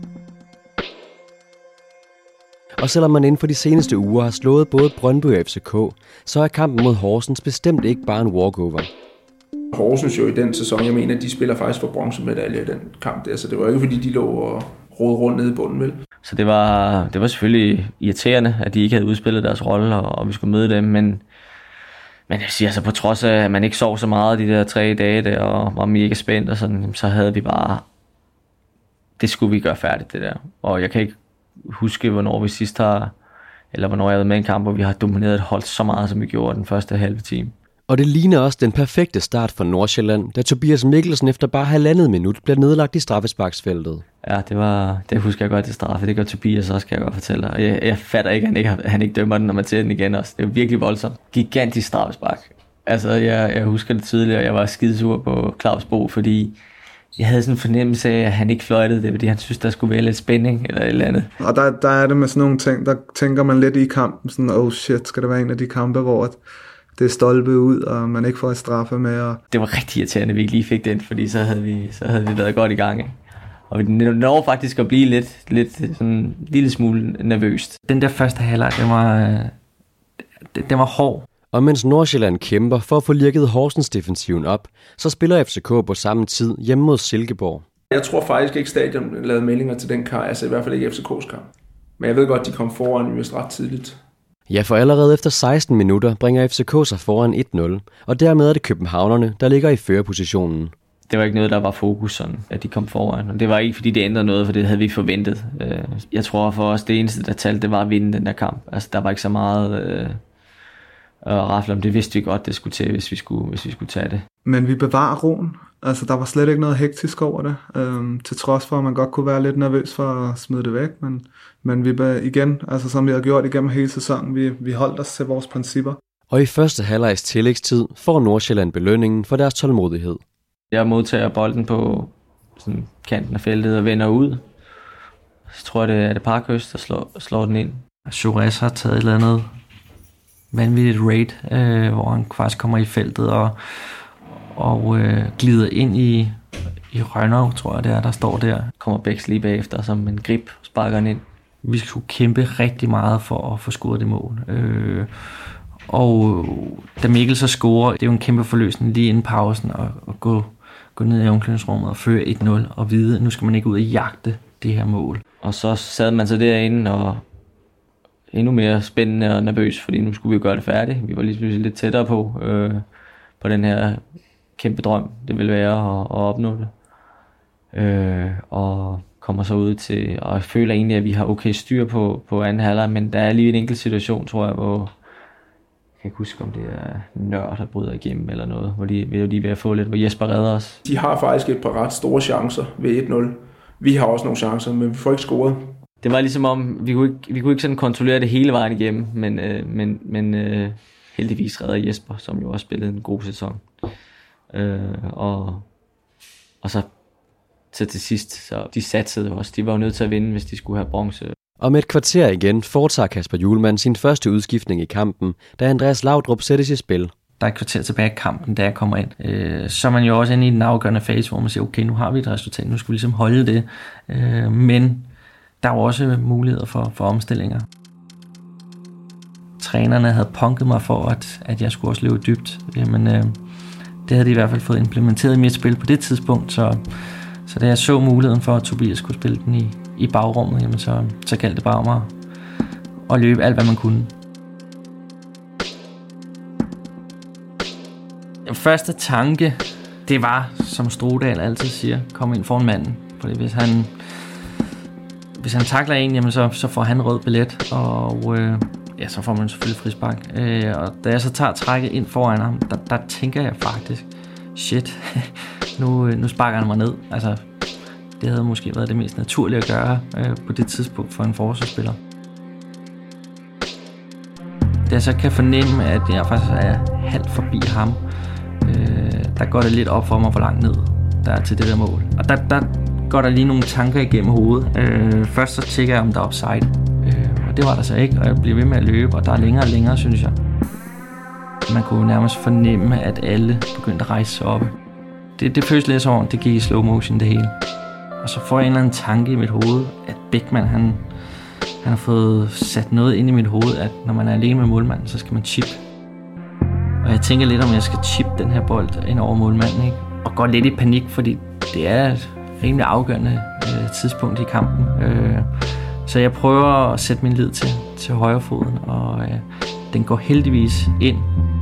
Og selvom man inden for de seneste uger har slået både Brøndby og FCK, så er kampen mod Horsens bestemt ikke bare en walkover. Horsens jo i den sæson, jeg mener, at de spiller faktisk for bronzemedalje i den kamp der, så det var ikke fordi, de lå og rode rundt nede i bunden, vel? Så det var selvfølgelig irriterende, at de ikke havde udspillet deres rolle, og vi skulle møde dem, men jeg siger altså, på trods af, at man ikke sov så meget de der 3 dage der, og var mega spændt og sådan, så havde vi bare, det skulle vi gøre færdigt, det der. Og jeg kan ikke huske, hvornår vi sidst har, eller hvornår jeg havde med en kamp, hvor vi har domineret et hold så meget, som vi gjorde den første halve time. Og det ligner også den perfekte start for Nordsjælland, da Tobias Mikkelsen efter bare 1,5 minut bliver nedlagt i straffesparksfeltet. Ja, det husker jeg godt til straffe. Det gør Tobias også, kan jeg godt fortælle dig. Og jeg fatter ikke, at han ikke dømmer den, når man ser den igen også. Det er virkelig voldsomt. Gigantisk straffespark. Altså, jeg husker det tydeligt, og jeg var skidesur på Claus Bo, fordi jeg havde sådan en fornemmelse af, at han ikke fløjtede det, fordi han synes, der skulle være lidt spænding eller et eller andet. Og der er det med sådan nogle ting, der tænker man lidt i kampen, sådan, oh shit, skal det være en af de kampe, hvor det er stolpet ud, og man ikke får et straffe med. Og det var rigtig irriterende, at vi ikke lige fik den, fordi så havde vi været godt i gang. Ikke? Og vi når faktisk at blive lidt sådan en lille smule nervøst. Den der første halvleg, den var hård. Og mens Nordsjælland kæmper for at få lirket Horsens defensiven op, så spiller FCK på samme tid hjemme mod Silkeborg. Jeg tror faktisk ikke, stadion lavede meldinger til den kamp, altså i hvert fald ikke FCK's kamp. Men jeg ved godt, de kom foran just ret tidligt. Ja, for allerede efter 16 minutter bringer FCK sig foran 1-0, og dermed er det københavnerne, der ligger i førerpositionen. Det var ikke noget, der var fokus sådan, at de kom foran. Og det var ikke, fordi det ændrede noget, for det havde vi forventet. Jeg tror for os, det eneste, der talte, det var at vinde den der kamp. Altså, der var ikke så meget Og rafle om det vidste vi godt, det skulle til, hvis vi skulle tage det. Men vi bevarer roen. Altså, der var slet ikke noget hektisk over det. Til trods for, at man godt kunne være lidt nervøs for at smide det væk. Men vi igen, altså som vi har gjort igennem hele sæsonen, vi holdt os til vores principper. Og i første halvlejs tillægstid får Nordsjælland belønningen for deres tålmodighed. Jeg modtager bolden på sådan kanten af feltet og vender ud. Så tror jeg, det er Parkhøst, der slår den ind. Suarez har taget et eller andet vanvittigt raid, hvor han faktisk kommer i feltet og glider ind i Rønnow, tror jeg det er, der står der. Kommer Bæks lige bagefter som en grip, sparker den ind. Vi skulle kæmpe rigtig meget for at få scoret det mål. Og da Mikkel så scorer, det er jo en kæmpe forløsning lige inden pausen at gå ned i omklædningsrummet og føre 1-0 og vide, at nu skal man ikke ud og jagte det her mål. Og så sad man så derinde og endnu mere spændende og nervøs, fordi nu skulle vi gøre det færdigt. Vi var lige lidt tættere på den her kæmpe drøm, det ville være at opnå det. Og kommer så ud til, og jeg føler egentlig, at vi har okay styr på anden halvleg, men der er lige en enkelt situation, tror jeg, hvor jeg kan ikke huske, om det er Nørd, der bryder igennem eller noget, hvor de er ved at få lidt, hvor Jesper redder os. De har faktisk et par ret store chancer ved 1-0. Vi har også nogle chancer, men vi får ikke scoret. Det var ligesom om, vi kunne ikke sådan kontrollere det hele vejen igennem, men heldigvis redder Jesper, som jo også spillede en god sæson. Og så til sidst, så de satsede også. De var jo nødt til at vinde, hvis de skulle have bronze. Om et kvarter igen foretager Kasper Hjulmand sin første udskiftning i kampen, da Andreas Laudrup sættes i spil. Der er et kvarter tilbage i kampen, da jeg kommer ind. Så er man jo også inde i den afgørende fase, hvor man siger, okay, nu har vi et resultat, nu skal vi ligesom holde det. Men der er jo også muligheder for omstillinger. Trænerne havde punket mig for, at jeg skulle også løbe dybt. Jamen, det havde de i hvert fald fået implementeret i mit spil på det tidspunkt, så da jeg så muligheden for, at Tobias skulle spille den i bagrummet, jamen så galt det bare om at løbe alt, hvad man kunne. Den første tanke, det var, som Strodal altid siger, kom ind foran manden. Fordi hvis han takler en, jamen så får han rød billet, og så får man selvfølgelig frispark. Og da jeg så tager trækket ind foran ham, der tænker jeg faktisk, shit, nu sparker han mig ned. Altså, det havde måske været det mest naturlige at gøre på det tidspunkt for en forsvarsspiller. Da jeg så kan fornemme, at jeg faktisk er halvt forbi ham, der går det lidt op for mig, hvor langt ned der er til det der mål. Og der går der lige nogle tanker igennem hovedet. Først så tjekker jeg, om der er offside. Og det var der så ikke, og jeg bliver ved med at løbe, og der er længere og længere, synes jeg. Man kunne nærmest fornemme, at alle begyndte at rejse sig op. Det føles lidt som om, det gik i slow motion det hele. Og så får jeg en eller anden tanke i mit hoved, at Beckmann, han har fået sat noget ind i mit hoved, at når man er alene med målmanden, så skal man chip. Og jeg tænker lidt, om jeg skal chip den her bold ind over målmanden, ikke? Og går lidt i panik, fordi det er et rimelig afgørende tidspunkt i kampen. Så jeg prøver at sætte min lid til højrefoden, og den går heldigvis ind.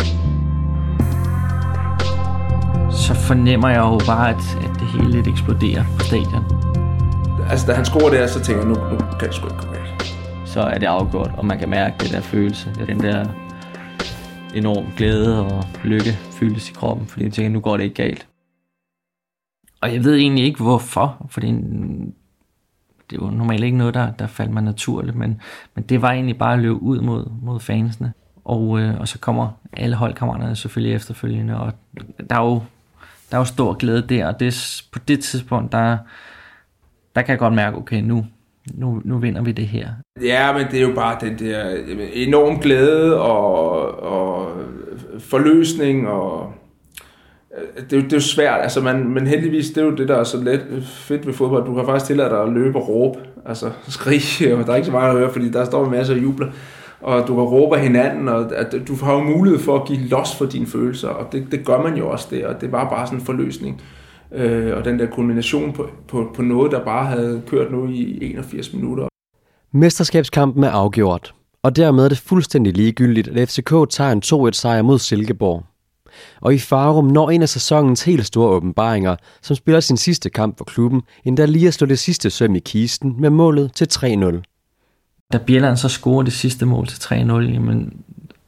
Så fornemmer jeg jo bare, at det hele lidt eksploderer på stadion. Altså, da han scorer der, så tænker jeg, nu kan det sgu ikke gå galt. Så er det afgjort, og man kan mærke det der følelse, den der enorm glæde og lykke føles i kroppen, fordi jeg tænker, nu går det ikke galt. Og jeg ved egentlig ikke hvorfor, fordi det er jo normalt ikke noget, der faldt mig naturligt, men det var egentlig bare at løbe ud mod fansene. Og så kommer alle holdkammeraterne selvfølgelig efterfølgende, og der er jo stor glæde der, og på det tidspunkt, der kan jeg godt mærke, okay, nu vinder vi det her. Ja, men det er jo bare den der enorm glæde og forløsning, og det er jo svært, altså men heldigvis, det er jo det, der er så let fedt ved fodbold. Du kan faktisk tillade dig at løbe og råbe, altså skrige, og der er ikke så meget at høre, fordi der står en masse og jubler, og du kan råbe af hinanden, og at du har jo mulighed for at give los for dine følelser, og det gør man jo også der, og det var bare sådan en forløsning. Og den der kulmination på noget, der bare havde kørt nu i 81 minutter. Mesterskabskampen er afgjort, og dermed er det fuldstændig ligegyldigt, at FCK tager en 2-1 sejr mod Silkeborg. Og i Farum når en af sæsonens helt store åbenbaringer, som spiller sin sidste kamp for klubben, endda lige at slå det sidste søm i kisten med målet til 3-0. Da Bjelland så scorer det sidste mål til 3-0, jamen,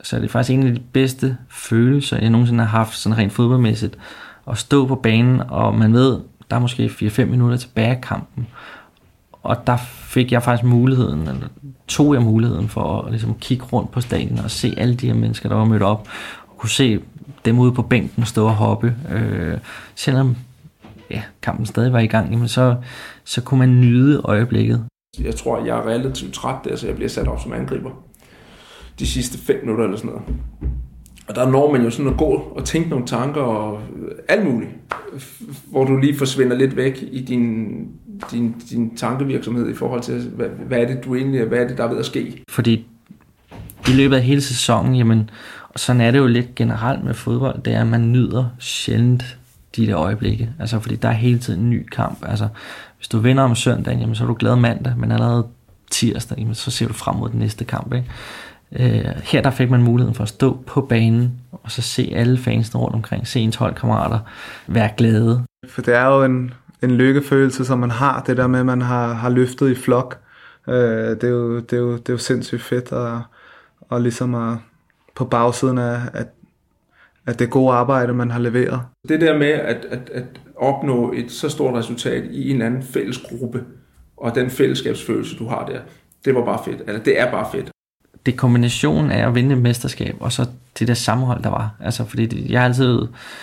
så er det faktisk en af de bedste følelser, jeg nogensinde har haft, sådan rent fodboldmæssigt, at stå på banen, og man ved, der er måske 4-5 minutter tilbage af kampen, og der fik jeg faktisk tog jeg muligheden for at ligesom kigge rundt på stadion og se alle de her mennesker, der var mødt op, og kunne se dem ude på bænken stå og hoppe. Selvom kampen stadig var i gang, jamen så kunne man nyde øjeblikket. Jeg tror, jeg er relativt træt der, så jeg bliver sat op som angriber de sidste 5 minutter eller sådan noget. Og der når man jo sådan at gå og tænke nogle tanker og alt muligt, hvor du lige forsvinder lidt væk i din tankevirksomhed i forhold til, hvad er det du egentlig, hvad er det der er ved at ske. Fordi i løbet af hele sæsonen, jamen, og sådan er det jo lidt generelt med fodbold, det er, at man nyder sjældent de der øjeblikke. Altså, fordi der er hele tiden en ny kamp. Altså, hvis du vinder om søndagen, jamen, så er du glad mandag, men allerede tirsdag, jamen, så ser du frem mod den næste kamp, ikke? Her der fik man muligheden for at stå på banen, og så se alle fansene rundt omkring, se ens holdkammerater være glade. For det er jo en lykkefølelse, som man har, det der med, at man har løftet i flok. Det er jo sindssygt fedt, og ligesom at, på bagsiden af det gode arbejde, man har leveret. Det der med at opnå et så stort resultat i en anden fællesgruppe, og den fællesskabsfølelse, du har der, det var bare fedt. Altså, det er bare fedt. Det er kombinationen af at vinde et mesterskab, og så det der sammenhold, der var. Altså, fordi jeg har altid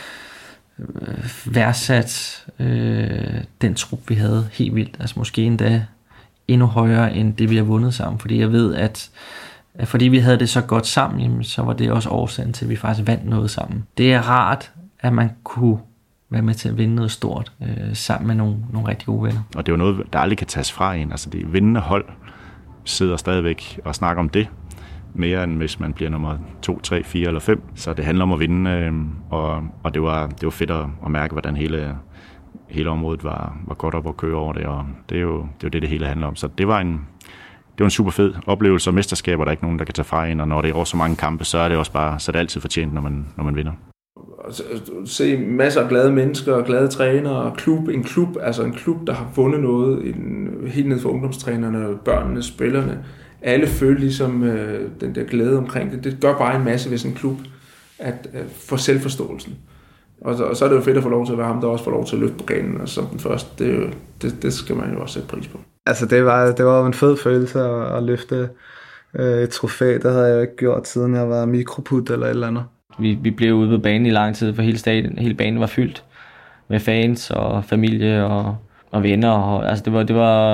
værdsat den trup, vi havde helt vildt. Altså måske endda endnu højere, end det vi har vundet sammen. Fordi jeg ved, at fordi vi havde det så godt sammen, jamen, så var det også årsagen til, at vi faktisk vandt noget sammen. Det er rart, at man kunne være med til at vinde noget stort sammen med nogle rigtig gode venner. Og det er jo noget, der aldrig kan tages fra en. Altså det vindende hold sidder stadigvæk og snakker om det, mere end hvis man bliver nummer 2, 3, 4 eller 5. Så det handler om at vinde, og det var fedt at mærke, hvordan hele området var godt op at køre over det, og det er jo det hele handler om. Så det var en super fed oplevelse, og mesterskaber, der er ikke nogen, der kan tage fra en, og når det er over så mange kampe, så er det også bare, så er det altid fortjent, når man vinder. Se masser af glade mennesker, glade trænere, en klub, der har vundet noget, helt ned for ungdomstrænerne, børnene, spillerne. Alle føler ligesom den der glæde omkring det. Det gør bare en masse ved sådan en klub, at få selvforståelsen. Og så er det jo fedt at få lov til at være ham, der også får lov til at løfte pokalen, og som den første, det skal man jo også sætte pris på. Altså det var jo en fed følelse at løfte et trofæ, det havde jeg jo ikke gjort, siden jeg var mikroput eller et eller andet. Vi blev ude på banen i lang tid, for hele banen var fyldt med fans og familie og venner. Og, altså det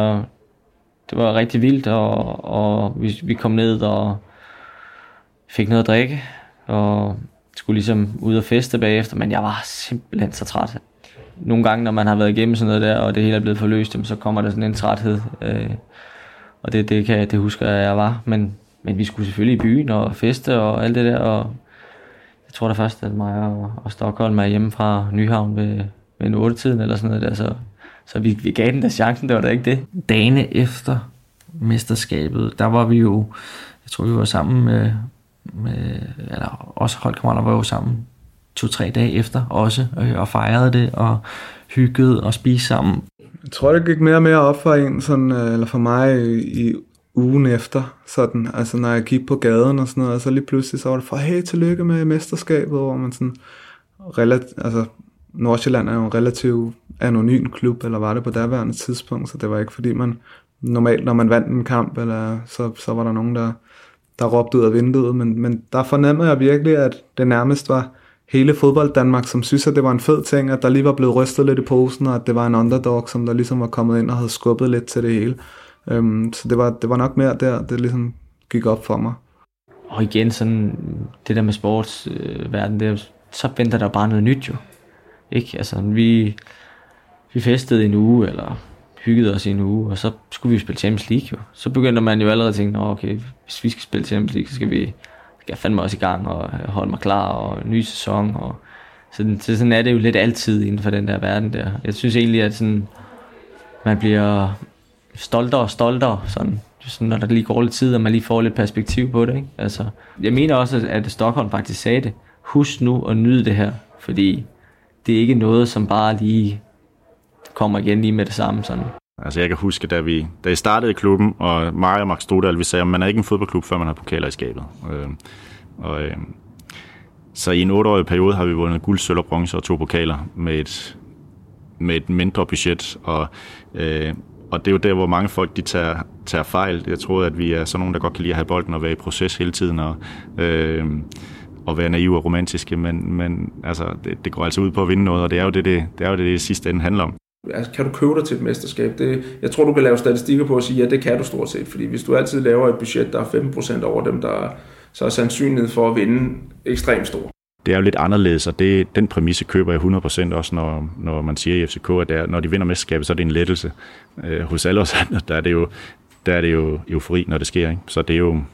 var rigtig vildt, og vi kom ned og fik noget at drikke, og skulle ligesom ud og feste bagefter, men jeg var simpelthen så træt. Nogle gange, når man har været igennem sådan noget der, og det hele er blevet forløst, så kommer der sådan en træthed. Og det husker jeg var. Men vi skulle selvfølgelig i byen og feste og alt det der, og jeg tror da først, at mig og Stockholm er hjemme fra Nyhavn ved en 8-tiden eller sådan noget der, så vi gav den der chancen, det var da ikke det. Dagene efter mesterskabet, der var vi jo, jeg tror vi var sammen med eller også holdkammerater var jo sammen 2-3 dage efter også, og fejrede det, og hyggede og spiste sammen. Jeg tror, det gik mere og mere op for en, sådan, eller for mig i ugen efter, sådan, altså når jeg gik på gaden og sådan noget, og så lige pludselig så var det for, hey, tillykke med mesterskabet, hvor man sådan, altså Nordsjælland er jo en relativt anonym klub, eller var det på daværende tidspunkt, så det var ikke fordi man, normalt når man vandt en kamp, eller så var der nogen, der råbte ud af vinduet, men der fornemmede jeg virkelig, at det nærmest var hele fodbold Danmark, som synes, at det var en fed ting, at der lige var blevet rystet lidt i posen, og at det var en underdog, som der ligesom var kommet ind og havde skubbet lidt til det hele. Så det var nok mere der, det ligesom gik op for mig. Og igen, sådan det der med sportsverden, så venter der bare noget nyt jo. Ikke? Altså, vi festede en uge, eller hyggede os i en uge, og så skulle vi spille Champions League jo. Så begyndte man jo allerede at tænke, okay, hvis vi skal spille Champions League, så skal jeg fandme også i gang og holde mig klar, og en ny sæson. Og så sådan er det jo lidt altid inden for den der verden der. Jeg synes egentlig, at sådan, man bliver stoltere og stoltere, sådan når der lige går lidt tid, og man lige får lidt perspektiv på det. Ikke? Altså, jeg mener også, at Stockholm faktisk sagde det. Husk nu at nyde det her, fordi det er ikke noget, som bare lige kommer igen lige med det samme. Sådan. Altså jeg kan huske, da jeg startede i klubben, og mig og Max Stodal, vi sagde, at man er ikke en fodboldklub, før man har pokaler i skabet. Og, så i en 8-årig periode har vi vundet guld, sølv og bronze og 2 pokaler med et mindre budget, og det er jo der, hvor mange folk de tager fejl. Jeg tror, at vi er sådan nogen, der godt kan lide at have bolden og være i proces hele tiden, og være naive og romantiske, men altså, det går altså ud på at vinde noget, og det er jo det sidste ende handler om. Altså, kan du købe dig til et mesterskab? Jeg tror, du kan lave statistikker på at sige, ja, det kan du stort set, fordi hvis du altid laver et budget, der er 15% over dem, så er sandsynlighed for at vinde ekstremt stor. Det er jo lidt anderledes, og den præmisse køber jeg 100% også, når man siger i FCK, at når de vinder mesterskabet, så er det en lettelse. Hos alle os andre, der er det jo eufori, når det sker. Ikke? Så det er jo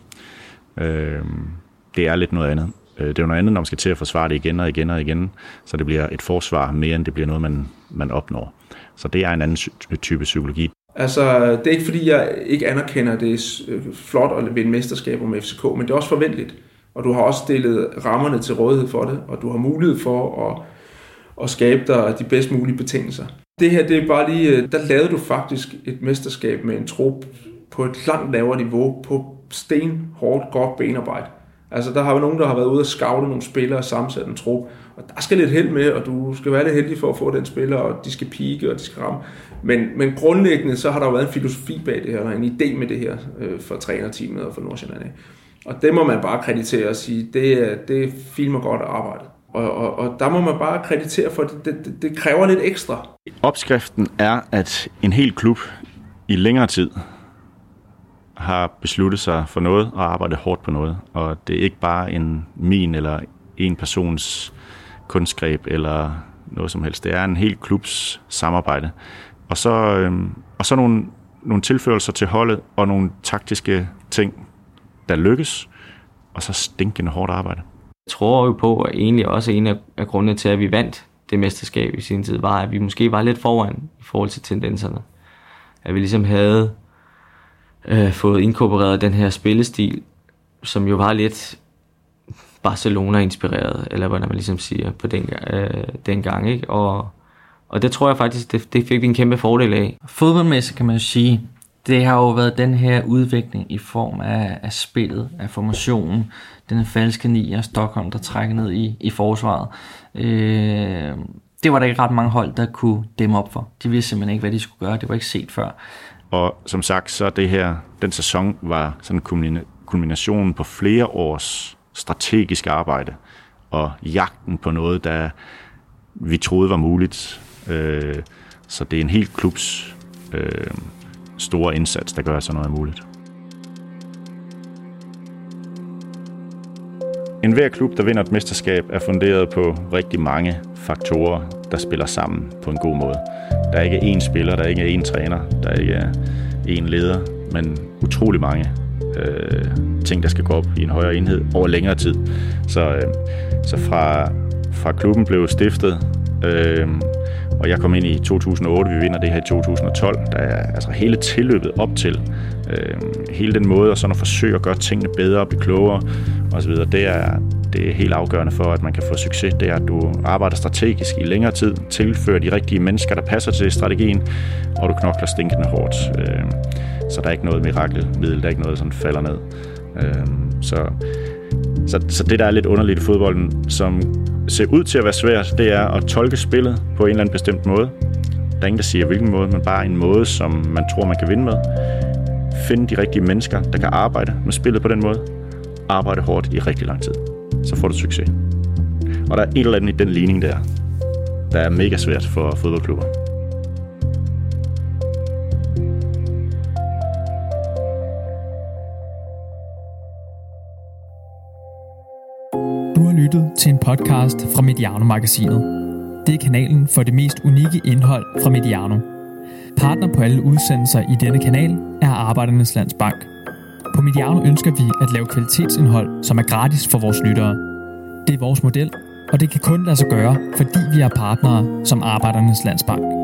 det er lidt noget andet. Det er jo noget andet, når man skal til at forsvare det igen og igen og igen, så det bliver et forsvar mere, end det bliver noget, man opnår. Så det er en anden type psykologi. Altså, det er ikke fordi, jeg ikke anerkender, at det er flot at vinde mesterskaber med FCK, men det er også forventeligt. Og du har også stillet rammerne til rådighed for det, og du har mulighed for at skabe dig de bedst mulige betingelser. Det her, det er bare lige, der lavede du faktisk et mesterskab med en trup på et langt lavere niveau, på stenhårdt godt benarbejde. Altså, der har jo nogen, der har været ude og scoute nogle spillere og sammensat en trup, og der skal lidt held med, og du skal være lidt heldig for at få den spiller, og de skal pike, og de skal ramme. Men grundlæggende, så har der jo været en filosofi bag det her, og en idé med det her for trænerteamet og for Nordsjælland. Og det må man bare kreditere og sige, det filmer godt arbejdet. Og der må man bare kreditere, for det kræver lidt ekstra. Opskriften er, at en hel klub i længere tid har besluttet sig for noget og arbejdet hårdt på noget. Og det er ikke bare min eller en persons kunstgreb eller noget som helst. Det er en hel klubs samarbejde. Og så nogle tilførelser til holdet og nogle taktiske ting, der lykkes, og så stinkende hårdt arbejde. Jeg tror jo på, at egentlig også en af grundene til, at vi vandt det mesterskab i sin tid, var, at vi måske var lidt foran i forhold til tendenserne. At vi ligesom havde fået inkorporeret den her spillestil, som jo var lidt Barcelona-inspireret, eller hvordan man ligesom siger på den gang, ikke? Og det tror jeg faktisk, det fik vi en kæmpe fordel af. Fodboldmæssigt kan man jo sige, det har jo været den her udvikling i form af spillet, af formationen, den falske nier, Stockholm, der trækker ned i forsvaret. Det var der ikke ret mange hold, der kunne dæmme op for. De vidste simpelthen ikke, hvad de skulle gøre. Det var ikke set før. Og som sagt, så den sæson var sådan en kulmination på flere års strategisk arbejde og jagten på noget, der vi troede var muligt. Så det er en helt klubs store indsats, der gør sådan noget muligt. En hver klub, der vinder et mesterskab, er funderet på rigtig mange faktorer, der spiller sammen på en god måde. Der er ikke én spiller, der er ikke én træner, der er ikke én leder, men utrolig mange ting, der skal gå op i en højere enhed over længere tid. Så fra klubben blev stiftet, og jeg kom ind i 2008, vi vinder det her i 2012, der er altså hele tilløbet op til, hele den måde, og sådan at forsøge at gøre tingene bedre og blive klogere osv., det er helt afgørende for, at man kan få succes. Det er, at du arbejder strategisk i længere tid, tilfører de rigtige mennesker, der passer til strategien, og du knokler stinkende hårdt. Så der er ikke noget mirakelmiddel, der er ikke noget, der sådan falder ned. Så det, der er lidt underligt i fodbolden, som ser ud til at være svært, det er at tolke spillet på en eller anden bestemt måde. Der er ingen, der siger hvilken måde, men bare en måde, som man tror, man kan vinde med. Finde de rigtige mennesker, der kan arbejde med spillet på den måde. Arbejde hårdt i rigtig lang tid. Så får du succes. Og der er et eller andet i den ligning der er mega svært for fodboldklubber. Du har lyttet til en podcast fra Mediano-magasinet. Det er kanalen for det mest unikke indhold fra Mediano. Partner på alle udsendelser i denne kanal er Arbejdernes Landsbank. På Mediano ønsker vi at lave kvalitetsindhold, som er gratis for vores lyttere. Det er vores model, og det kan kun lade sig gøre, fordi vi er partnere som Arbejdernes Landsbank.